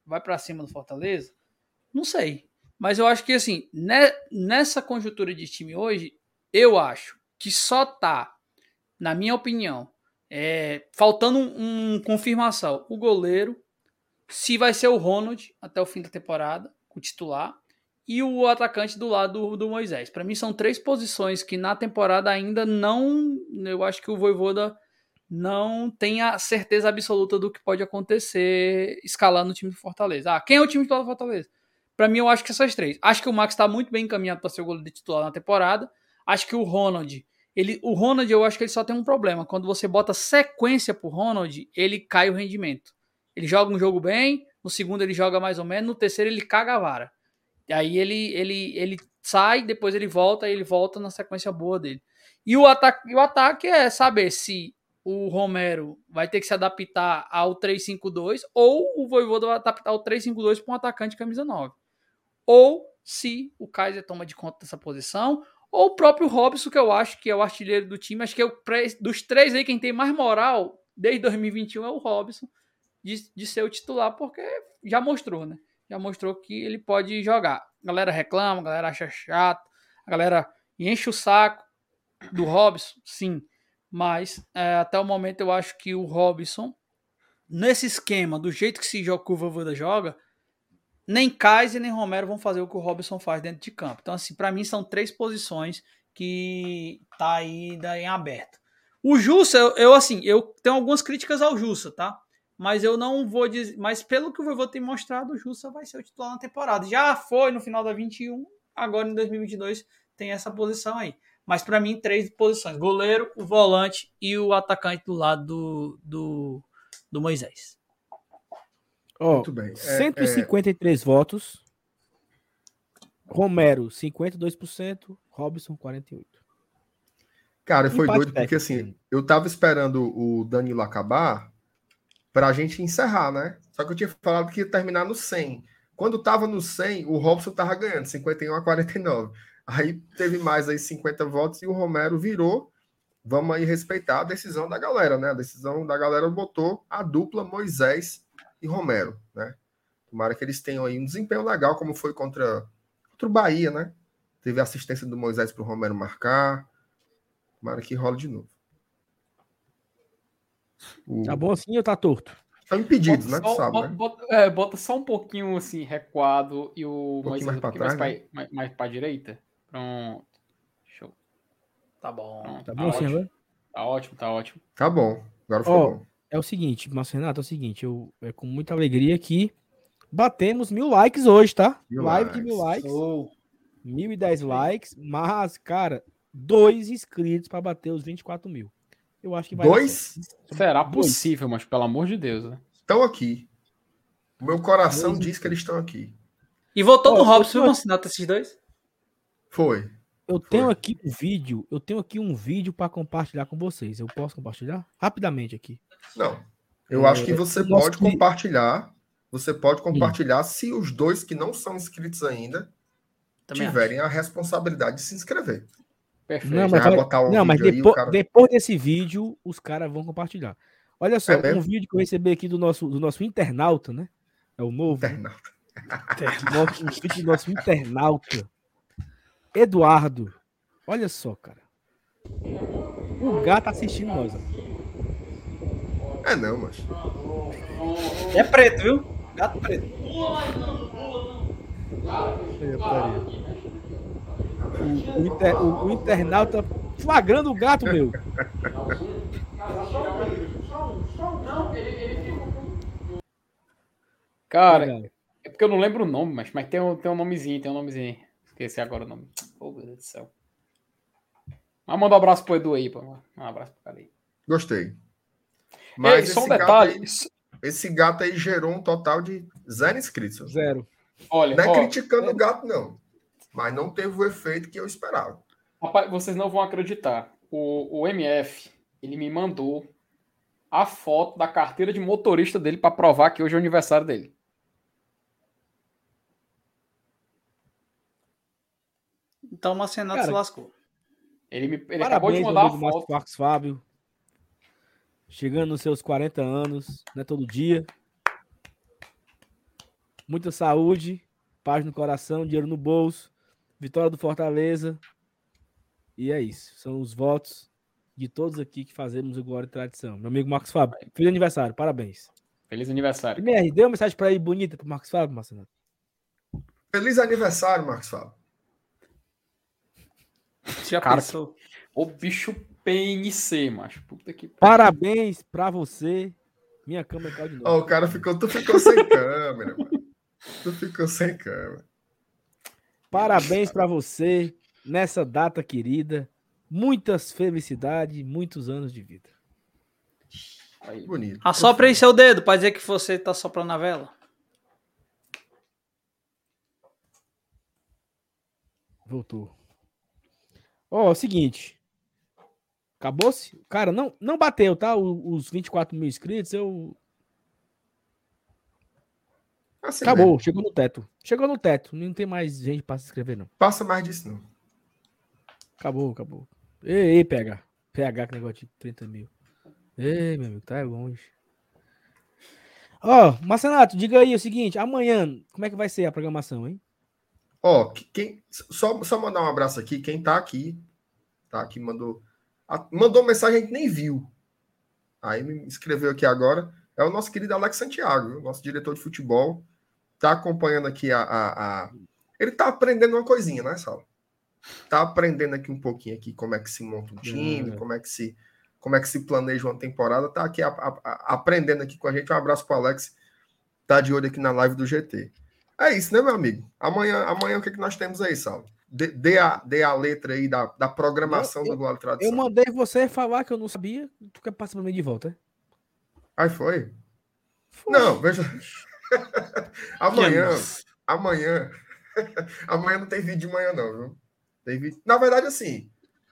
C: vai para cima do Fortaleza? Não sei. Mas eu acho que, assim, né, nessa conjuntura de time hoje, eu acho que só tá, na minha opinião, é, faltando um, um confirmação. O goleiro, se vai ser o Ronald até o fim da temporada, o titular, e o atacante do lado do, do Moisés. Para mim, são três posições que na temporada ainda não... Eu acho que o Vojvoda não tem a certeza absoluta do que pode acontecer escalando o time do Fortaleza. Ah, quem é o time do Fortaleza? Para mim, eu acho que essas três. Acho que o Max está muito bem encaminhado para ser o goleiro de titular na temporada. Acho que o Ronald... Ele, o Ronald, eu acho que ele só tem um problema. Quando você bota sequência pro Ronald, ele cai o rendimento. Ele joga um jogo bem, no segundo ele joga mais ou menos, no terceiro ele caga a vara. E aí ele, ele, ele sai, depois ele volta, e ele volta na sequência boa dele. E o ataque, o ataque é saber se o Romero vai ter que se adaptar ao três cinco dois ou o Vojvoda vai adaptar ao três cinco dois para um atacante de camisa nove. Ou se o Kaiser toma de conta dessa posição, ou o próprio Robson, que eu acho que é o artilheiro do time. Acho que é o, dos três aí, quem tem mais moral desde dois mil e vinte e um é o Robson de, de ser o titular, porque já mostrou, né? Já mostrou que ele pode jogar. A galera reclama, a galera acha chato, a galera enche o saco do Robson, sim. Mas é, até o momento eu acho que o Robson, nesse esquema, do jeito que se joga, que o Vojvoda joga, nem Kaiser nem Romero vão fazer o que o Robson faz dentro de campo. Então, assim, para mim são três posições que tá aí em aberto. O Jussa, eu, eu assim, eu tenho algumas críticas ao Jussa, tá? Mas eu não vou dizer... Mas pelo que o Vojvoda tem mostrado, o Jussa vai ser o titular na temporada. Já foi no final da vinte e um, agora em dois mil e vinte e dois tem essa posição aí. Mas para mim, três posições. Goleiro, o volante e o atacante do lado do, do, do Moisés.
D: Ó, Muito bem. É, cento e cinquenta e três é... votos. Romero, cinquenta e dois por cento. Robson, quarenta e oito por cento.
A: Cara, foi Empate doido porque assim, eu tava esperando o Danilo acabar pra gente encerrar, né? Só que eu tinha falado que ia terminar no cem. Quando tava no cem, o Robson tava ganhando, cinquenta e um a quarenta e nove. Aí teve mais aí cinquenta votos e o Romero virou. Vamos aí respeitar a decisão da galera, né? A decisão da galera botou a dupla Moisés e Romero, né? Tomara que eles tenham aí um desempenho legal, como foi contra, contra o Bahia, né? Teve assistência do Moisés para o Romero marcar. Tomara que role de novo.
D: O... Tá bom assim ou tá torto?
A: Estão impedidos, bota né?
B: Só,
A: sabe,
B: bota,
A: né?
B: Bota, é, bota só um pouquinho assim, recuado e o
A: um Moisés
B: mais
A: um pouquinho mais para trás,
B: mais, né? mais para a direita. Pronto. Show.
C: Tá bom.
B: Pronto,
D: tá,
B: tá
D: bom
B: ótimo.
D: Senhor?
B: Tá ótimo, tá ótimo.
A: Tá bom. Agora ficou
D: oh,
A: bom.
D: É o seguinte, Márcio Renato, é o seguinte, eu é com muita alegria que batemos mil likes hoje, tá?
A: Mil
D: Live
A: likes.
D: de mil likes.
C: Oh.
D: Mil e dez likes, mas, cara, dois inscritos para bater os vinte e quatro mil. Eu acho que vai
A: Dois?
B: Será
D: Dois.
B: possível, mas pelo amor de Deus, né?
A: Estão aqui. O meu coração
D: dois
A: diz que eles estão aqui.
C: E votou
D: oh,
C: no Robson, viu,
D: tô...
C: Renato, esses dois?
A: Foi.
D: Eu
A: Foi.
D: tenho aqui um vídeo, eu tenho aqui um vídeo para compartilhar com vocês. Eu posso compartilhar? Rapidamente aqui.
A: Não. Eu
D: é,
A: acho que você pode que... compartilhar. Você pode compartilhar hum. se os dois que não são inscritos ainda Também tiverem acho. a responsabilidade de se inscrever.
B: Perfeito.
D: Não, mas, vai...
A: botar o
D: não, mas
A: aí,
D: depois,
A: cara...
D: depois desse vídeo, os caras vão compartilhar. Olha só,
A: é
D: um vídeo que eu recebi aqui do nosso, do nosso internauta, né? É o novo.
A: Internauta.
D: Nosso, um vídeo do nosso internauta. Eduardo. Olha só, cara. O gato assistindo nós. Ó.
A: É não, mas.
C: É preto, viu? Gato preto.
D: O, o, inter, o, o internauta flagrando o gato, meu.
B: Cara, é porque eu não lembro o nome, mas, mas tem, um, tem um nomezinho, tem um nomezinho. Esqueci agora o nome. Oh, meu Deus do céu. Mas manda um abraço pro Edu aí, pô. Um abraço pro cara aí.
A: Gostei. Mas
B: Ei, só um detalhe.
A: Aí, esse gato aí gerou um total de zero inscritos.
D: Zero.
B: Olha,
A: não é
B: ó,
A: criticando
B: é...
A: o gato, não. Mas não teve o efeito que eu esperava.
B: Rapaz, vocês não vão acreditar. O, o M F, ele me mandou a foto da carteira de motorista dele para provar que hoje é o aniversário dele.
C: Então o Marcenato se lascou.
B: Ele, me, ele
D: Parabéns,
B: acabou de mandar a foto.
D: Marcos Fábio. Chegando nos seus quarenta anos, não é todo dia. muita saúde, paz no coração, dinheiro no bolso, vitória do Fortaleza. E é isso. São os votos de todos aqui que fazemos o Glória e Tradição. Meu amigo Marcos Fábio, feliz aniversário, parabéns.
B: Feliz aniversário.
D: M R, deu uma mensagem para aí bonita pro Marcos Fábio, Marcelo?
A: Feliz aniversário, Marcos Fábio.
C: Já
B: Cara,
C: pensou?
B: O bicho P N C, macho. Puta que
D: Parabéns pra você. Minha câmera caiu de novo.
A: Oh, o cara ficou, tu ficou sem câmera, mano. Tu ficou sem câmera.
D: Parabéns pra você nessa data querida. Muitas felicidades, muitos anos de vida.
B: Aí.
A: Bonito.
C: Assopra aí seu dedo pra dizer que você tá soprando a vela.
D: Voltou. Ó, é o seguinte. Acabou-se? Cara, não, não bateu, tá? O- Os vinte e quatro mil inscritos, eu...
A: Assim
D: Acabou,
A: mesmo.
D: chegou no teto. Chegou no teto. Não tem mais gente pra se inscrever, não.
A: Passa mais disso, não.
D: Acabou, acabou. Ei, ei, P H. P H, que negócio de trinta mil. Ei, meu amigo, tá longe. Ó, Marcenato, diga aí o seguinte. Amanhã, como é que vai ser a programação, hein?
A: Ó, quem, só, só mandar um abraço aqui. Quem tá aqui, tá aqui, mandou, a, mandou mensagem, a gente nem viu. Aí me escreveu aqui agora. É o nosso querido Alex Santiago, viu? Nosso diretor de futebol. Tá acompanhando aqui a, a, a... Ele tá aprendendo uma coisinha, né, Saulo? Tá aprendendo aqui um pouquinho aqui como é que se monta um time,
D: É.
A: como é que se, como é que se planeja uma temporada. Tá aqui a, a, a, aprendendo aqui com a gente. Um abraço pro Alex. Tá de olho aqui na live do G T. É isso, né, meu amigo? Amanhã, amanhã o que, é que nós temos aí, Saulo? Dê, dê, a, dê a letra aí da, da programação
D: Eu- eu-
A: do Glória e Tradição.
D: Eu mandei você falar que eu não sabia. Tu quer passar pra mim de volta, é?
A: Aí foi?
D: Foi.
A: Não, veja. amanhã,
C: Anos.
A: amanhã, amanhã não tem vídeo de manhã, não, viu? Tem vídeo. Na verdade, assim,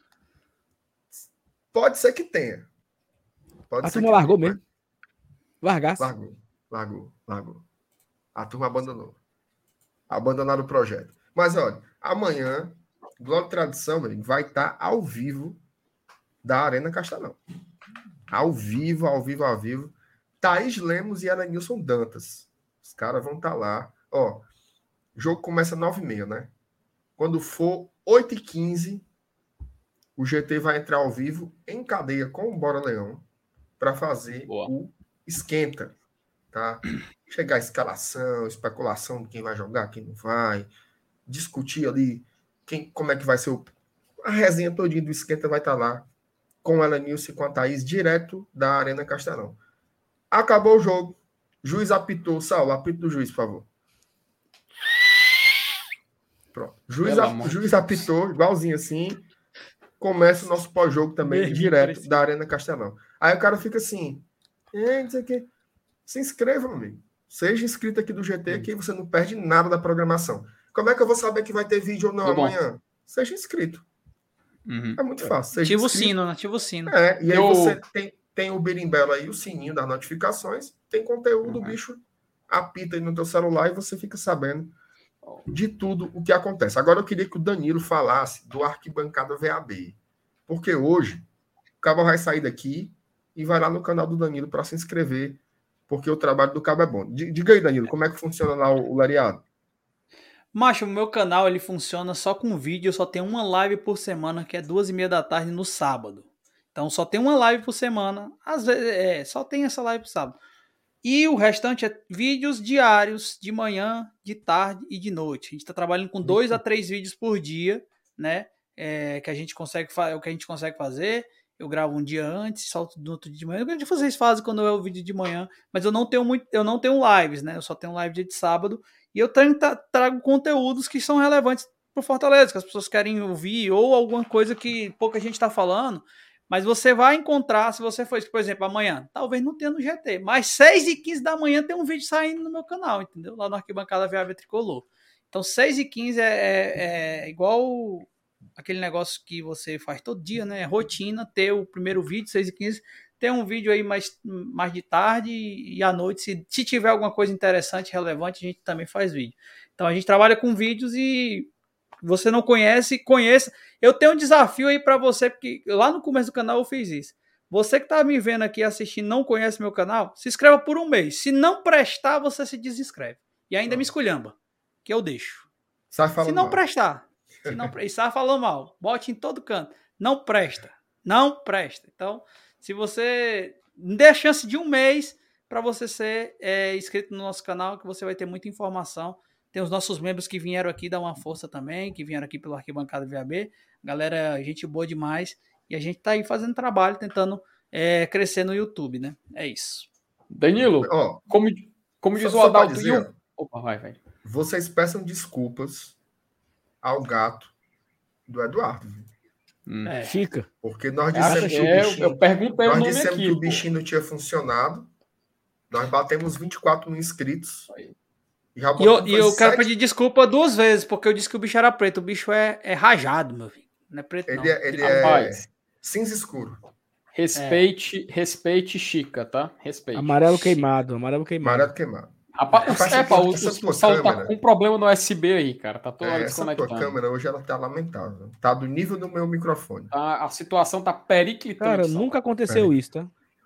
A: pode ser que tenha. Pode
D: A
A: ser
D: turma
A: que
D: largou
A: tenha,
D: mesmo. Largasse.
A: mas Largou, largou, largou. A turma abandonou. Abandonaram o projeto. Mas, olha, amanhã, Glória e Tradição, meu amigo, vai estar ao vivo da Arena Castelão. Ao vivo, ao vivo, ao vivo. Thaís Lemos e Elenilson Dantas. Os caras vão estar lá. Ó, o jogo começa nove e meia, né? Quando for oito e quinze, o G T vai entrar ao vivo em cadeia com o Bora Leão para fazer
B: Boa.
A: o esquenta, tá? Chegar a escalação, especulação de quem vai jogar, quem não vai, discutir ali quem, como é que vai ser o... A resenha todinha do esquenta vai estar lá com o Elenilson e com a Thaís, direto da Arena Castelão. Acabou o jogo. Juiz apitou. Saulo, apito do juiz, por favor. Pronto. Juiz,
B: Pelo
A: a,
B: amor de
A: juiz apitou, igualzinho assim. Começa o nosso pós-jogo também,
C: Bem,
A: direto
C: parecido.
A: da Arena Castelão. Aí o cara fica assim, "É, não sei o quê." Se inscreva, meu amigo. Seja inscrito aqui do G T, que você não perde nada da programação. Como é que eu vou saber que vai ter vídeo ou não
B: Tá bom.
A: amanhã? Seja inscrito.
B: Uhum.
A: É muito fácil. Seja
C: Ativa o
A: inscrito.
C: sino, né? Ativa o sino.
A: É, e aí
B: Eu-
A: você tem, tem o berimbelo aí, o sininho das notificações, tem conteúdo, o
B: Uhum.
A: bicho apita aí no teu celular e você fica sabendo de tudo o que acontece. Agora eu queria que o Danilo falasse do Arquibancada V A B, porque hoje o Cabo vai sair daqui e vai lá no canal do Danilo para se inscrever, porque o trabalho do Cabo é bom. D- Diga aí, Danilo, como é que funciona lá o, o Lariado?
C: Macho, o meu canal ele funciona só com vídeo, eu só tenho uma live por semana, que é duas e meia da tarde no sábado. Então só tem uma live por semana, às vezes é, só tem essa live por sábado. E o restante é vídeos diários, de manhã, de tarde e de noite. A gente está trabalhando com dois a três vídeos por dia, né? É, que a gente consegue fa- é o que a gente consegue fazer. Eu gravo um dia antes, solto no outro dia de manhã. O que vocês fazem quando é o vídeo de manhã? Mas eu não tenho muito, eu não tenho lives, né? Eu só tenho live dia de sábado. E eu trago, trago conteúdos que são relevantes para o Fortaleza, que as pessoas querem ouvir, ou alguma coisa que pouca gente está falando. Mas você vai encontrar, se você for, por exemplo, amanhã, talvez não tenha no G T, mas seis e quinze da manhã tem um vídeo saindo no meu canal, entendeu? Lá no Arquibancada V A B Tricolor. Então seis e quinze é, é, é igual aquele negócio que você faz todo dia, né? É rotina, ter o primeiro vídeo, seis e quinze, ter um vídeo aí mais, mais de tarde e à noite, se, se tiver alguma coisa interessante, relevante, a gente também faz vídeo. Então a gente trabalha com vídeos e você não conhece, conheça. Eu tenho um desafio aí para você, porque lá no começo do canal eu fiz isso. Você que tá me vendo aqui assistindo, não conhece meu canal, se inscreva por um mês. Se não prestar, você se desinscreve. e ainda me esculhamba, que eu deixo.
A: Sai falando
C: se não
A: mal.
C: prestar, se não e sai falando mal, bote em todo canto. Não presta, não presta. Então, se você dê a chance de um mês para você ser é, inscrito no nosso canal, que você vai ter muita informação. Tem os nossos membros que vieram aqui dar uma força também, que vieram aqui pelo Arquibancada V A B. Galera, gente boa demais. E a gente tá aí fazendo trabalho, tentando é, crescer no YouTube, né? É isso.
B: Danilo,
A: oh,
B: como, como diz o Adalto... Dizer, Opa, vai, vai.
A: Vocês peçam desculpas ao gato do Eduardo.
B: Hum.
C: É.
D: Fica.
A: Porque nós dissemos
B: é,
A: que o bichinho,
B: eu perguntei
A: nós
B: o nome
A: dissemos
B: aqui,
A: que o
B: pô.
A: bichinho não tinha funcionado. Nós batemos vinte e quatro mil inscritos.
C: E, e eu, e eu
A: sete...
C: quero pedir desculpa duas vezes, porque eu disse que o bicho era preto. O bicho é, é rajado, meu filho. Não é preto,
A: ele
C: não.
A: É, ele
B: Rapaz,
A: é cinza escuro.
B: Respeite, é. respeite Chica, tá? Respeite.
D: Amarelo queimado, amarelo queimado.
A: Amarelo queimado.
B: Rapaz, é, pá, o, o, o Saulo tá com um problema no U S B aí, cara. Tá toda hora
A: é, desconectando. Essa tua câmera hoje ela tá lamentável. Tá do nível do meu microfone.
B: Tá, a situação tá periclitante.
D: Cara, nunca aconteceu
B: Pera.
D: isso, tá?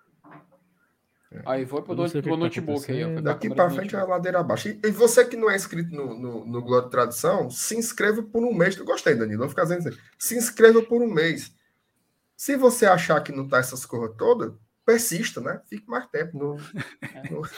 B: Aí foi pro, do, pro notebook. Aí, ó,
A: daqui pra frente é a ladeira abaixo. E, e você que não é inscrito no, no, no Glória e Tradição, se inscreva por um mês. Eu gostei, Danilo. Vou ficar dizendo assim. Se inscreva por um mês. Se você achar que não tá essas coisas todas, persista, né? Fique mais tempo. Não, é. não,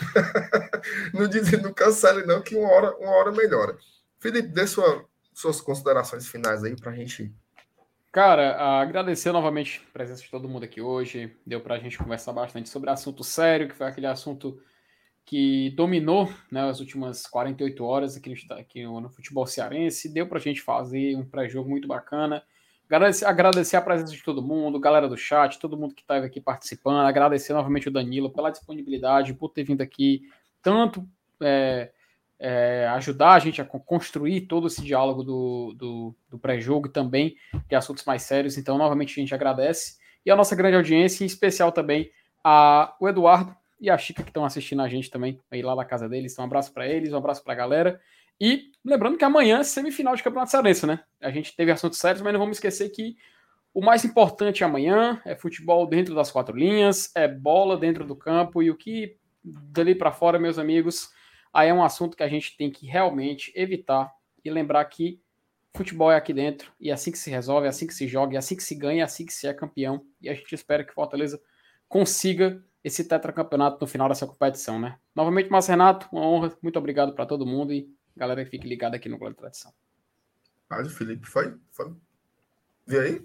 A: não, diz, não cancele, não, que uma hora, uma hora melhora. Felipe, dê sua, suas considerações finais aí pra gente.
B: Cara, agradecer novamente a presença de todo mundo aqui hoje. Deu pra gente conversar bastante sobre assunto sério, que foi aquele assunto que dominou, né, as últimas quarenta e oito horas aqui no, aqui no futebol cearense. Deu pra gente fazer um pré-jogo muito bacana. Agradecer, agradecer a presença de todo mundo, galera do chat, todo mundo que estava aqui participando. Agradecer novamente o Danilo pela disponibilidade, por ter vindo aqui, tanto é, é, ajudar a gente a construir todo esse diálogo do, do, do pré-jogo e também de assuntos mais sérios. Então, novamente, a gente agradece. E a nossa grande audiência, em especial também a, o Eduardo e a Chica, que estão assistindo a gente também, aí lá na casa deles. Então, um abraço para eles, um abraço para a galera. E lembrando que amanhã é semifinal de Campeonato Cearense, né? A gente teve assuntos sérios, mas não vamos esquecer que o mais importante amanhã é futebol dentro das quatro linhas, é bola dentro do campo, e o que dali para fora, meus amigos, aí é um assunto que a gente tem que realmente evitar e lembrar que futebol é aqui dentro, e é assim que se resolve, é assim que se joga, é assim que se ganha, é assim que se é campeão, e a gente espera que Fortaleza consiga esse tetracampeonato no final dessa competição, né? Novamente, Márcio Renato, uma honra, muito obrigado para todo mundo e galera que fique ligada aqui no Glória e Tradição.
A: Mas o Felipe foi, foi. Vê aí?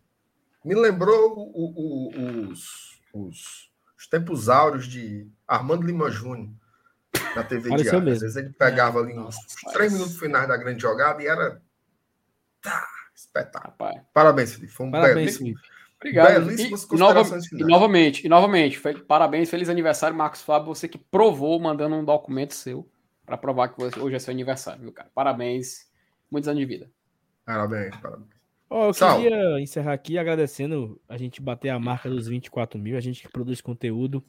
A: Me lembrou o, o, os, os, os tempos áureos de Armando Lima Júnior na T V Diário. Às vezes ele pegava ali uns três minutos finais da grande jogada e era tá, espetáculo. Rapaz. Parabéns, Felipe. Foi um
D: Parabéns,
A: belíssimo.
D: Felipe.
B: Obrigado. Belíssimas e, considerações finais. E novamente, e novamente, foi, parabéns, feliz aniversário, Marcos Fábio, você que provou mandando um documento seu para provar que hoje é seu aniversário, viu, cara? Parabéns, muitos anos de vida.
A: Parabéns, parabéns.
D: Oh, eu Sal. queria encerrar aqui agradecendo a gente bater a marca dos vinte e quatro mil, a gente que produz conteúdo,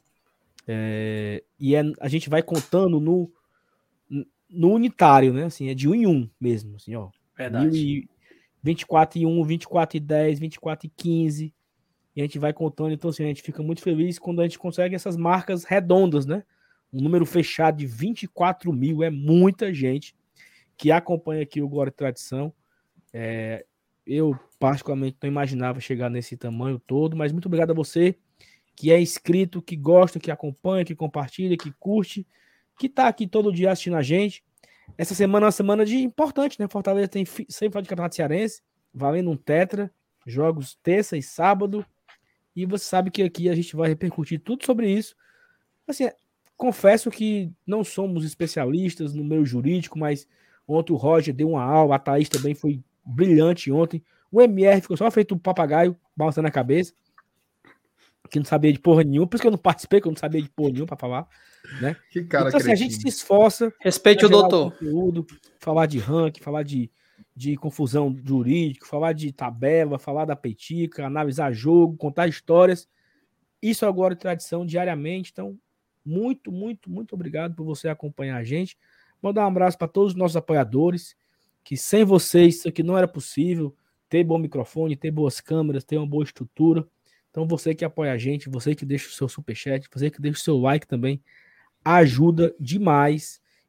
D: é, e é, a gente vai contando no, no unitário, né? Assim, é de um em um mesmo, assim, ó.
C: Verdade.
D: vinte e quatro e um, vinte e quatro e dez, vinte e quatro e quinze, e a gente vai contando, então assim, a gente fica muito feliz quando a gente consegue essas marcas redondas, né? Um número fechado de vinte e quatro mil é muita gente que acompanha aqui o Glória e Tradição. É, eu, particularmente, não imaginava chegar nesse tamanho todo, mas muito obrigado a você que é inscrito, que gosta, que acompanha, que compartilha, que curte, que tá aqui todo dia assistindo a gente. Essa semana é uma semana de importante, né? Fortaleza tem sempre de Campeonato Cearense, valendo um tetra, jogos terça e sábado, e você sabe que aqui a gente vai repercutir tudo sobre isso. Assim, confesso que não somos especialistas no meio jurídico, mas ontem o Roger deu uma aula, a Thaís também foi brilhante ontem. O M R ficou só feito um papagaio, balançando a cabeça, que não sabia de porra nenhuma, por isso que eu não participei, que eu não sabia de porra nenhuma pra falar, né?
A: Que cara
D: então, assim, a gente se esforça.
C: Respeite o doutor.
D: Conteúdo, falar de ranking, falar de, de confusão jurídica, falar de tabela, falar da petica, analisar jogo, contar histórias. Isso agora é tradição diariamente, então muito, muito, muito obrigado por você acompanhar a gente. Mandar um abraço para todos os nossos apoiadores, que sem vocês isso aqui não era possível, ter bom microfone, ter boas câmeras, ter uma boa estrutura. Então você que apoia a gente, você que deixa o seu superchat, você que deixa o seu like também, ajuda demais.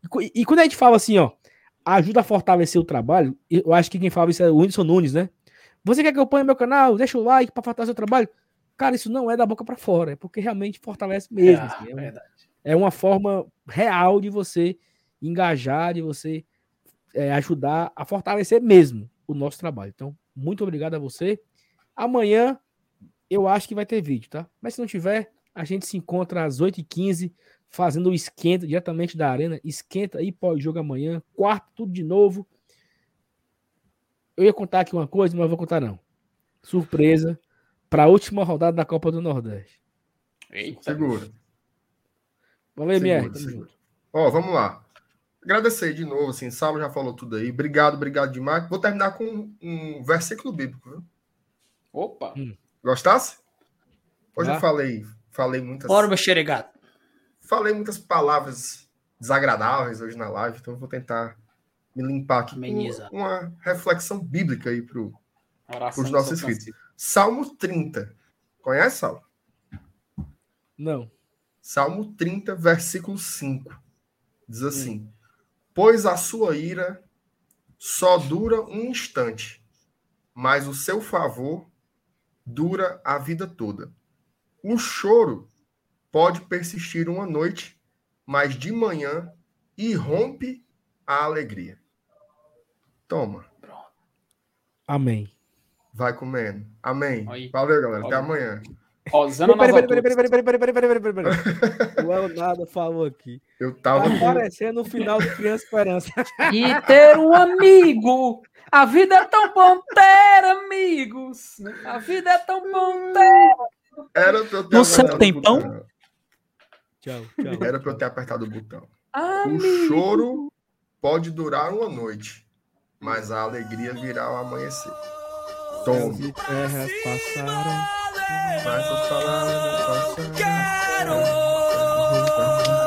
D: E, e quando a gente fala assim, ó, ajuda a fortalecer o trabalho, eu acho que quem fala isso é o Whindersson Nunes, né? Você quer que eu ponha meu canal? Deixa o like para fortalecer o trabalho. Cara, isso não é da boca para fora, é porque realmente fortalece mesmo. É, assim, é, um, é uma forma real de você engajar, de você é, ajudar a fortalecer mesmo o nosso trabalho. Então, muito obrigado a você. Amanhã eu acho que vai ter vídeo, tá? Mas se não tiver, a gente se encontra às oito e quinze fazendo o esquenta diretamente da arena. Esquenta aí, pós-jogo amanhã. Quarto, tudo de novo. Eu ia contar aqui uma coisa, mas não vou contar não. Surpresa para a última rodada da Copa do Nordeste.
A: Eita. Segura.
D: Valeu, Mier.
A: Ó, vamos lá. Agradecer de novo, assim, Saulo já falou tudo aí. Obrigado, obrigado demais. Vou terminar com um versículo bíblico, viu?
B: Opa!
A: Hum. Gostasse? Hoje ah. eu falei, falei muitas...
C: Bora, meu xeregado.
A: Falei muitas palavras desagradáveis hoje na live, então eu vou tentar me limpar aqui Ameniza. com uma reflexão bíblica aí para os nossos inscritos. Salmo trinta. Conhece, Saulo?
D: Não.
A: Salmo trinta, versículo cinco. Diz assim: hum. Pois a sua ira só dura um instante, mas o seu favor dura a vida toda. O choro pode persistir uma noite, mas de manhã irrompe a alegria. Toma.
D: Amém.
A: Vai comendo. Amém. Aí. Valeu, galera. Aí. Até amanhã.
B: Rosana
D: peraí, peraí, peraí, peraí, peraí, peraí, peraí, peraí, peraí. O Elnado falou aqui.
A: Eu tava
D: tá aparecendo no final do Criança Esperança.
B: E ter um amigo. A vida é tão bom ter amigos. A vida é tão bom ter.
A: Era pra eu ter
C: no seu tempão?
D: Tchau, tchau.
A: Era pra eu ter apertado o botão.
B: Amigo.
A: O choro pode durar uma noite, mas a alegria virá ao amanhecer. Toma.
D: E terras passaram.
A: Mas as palavras passaram.
E: Quero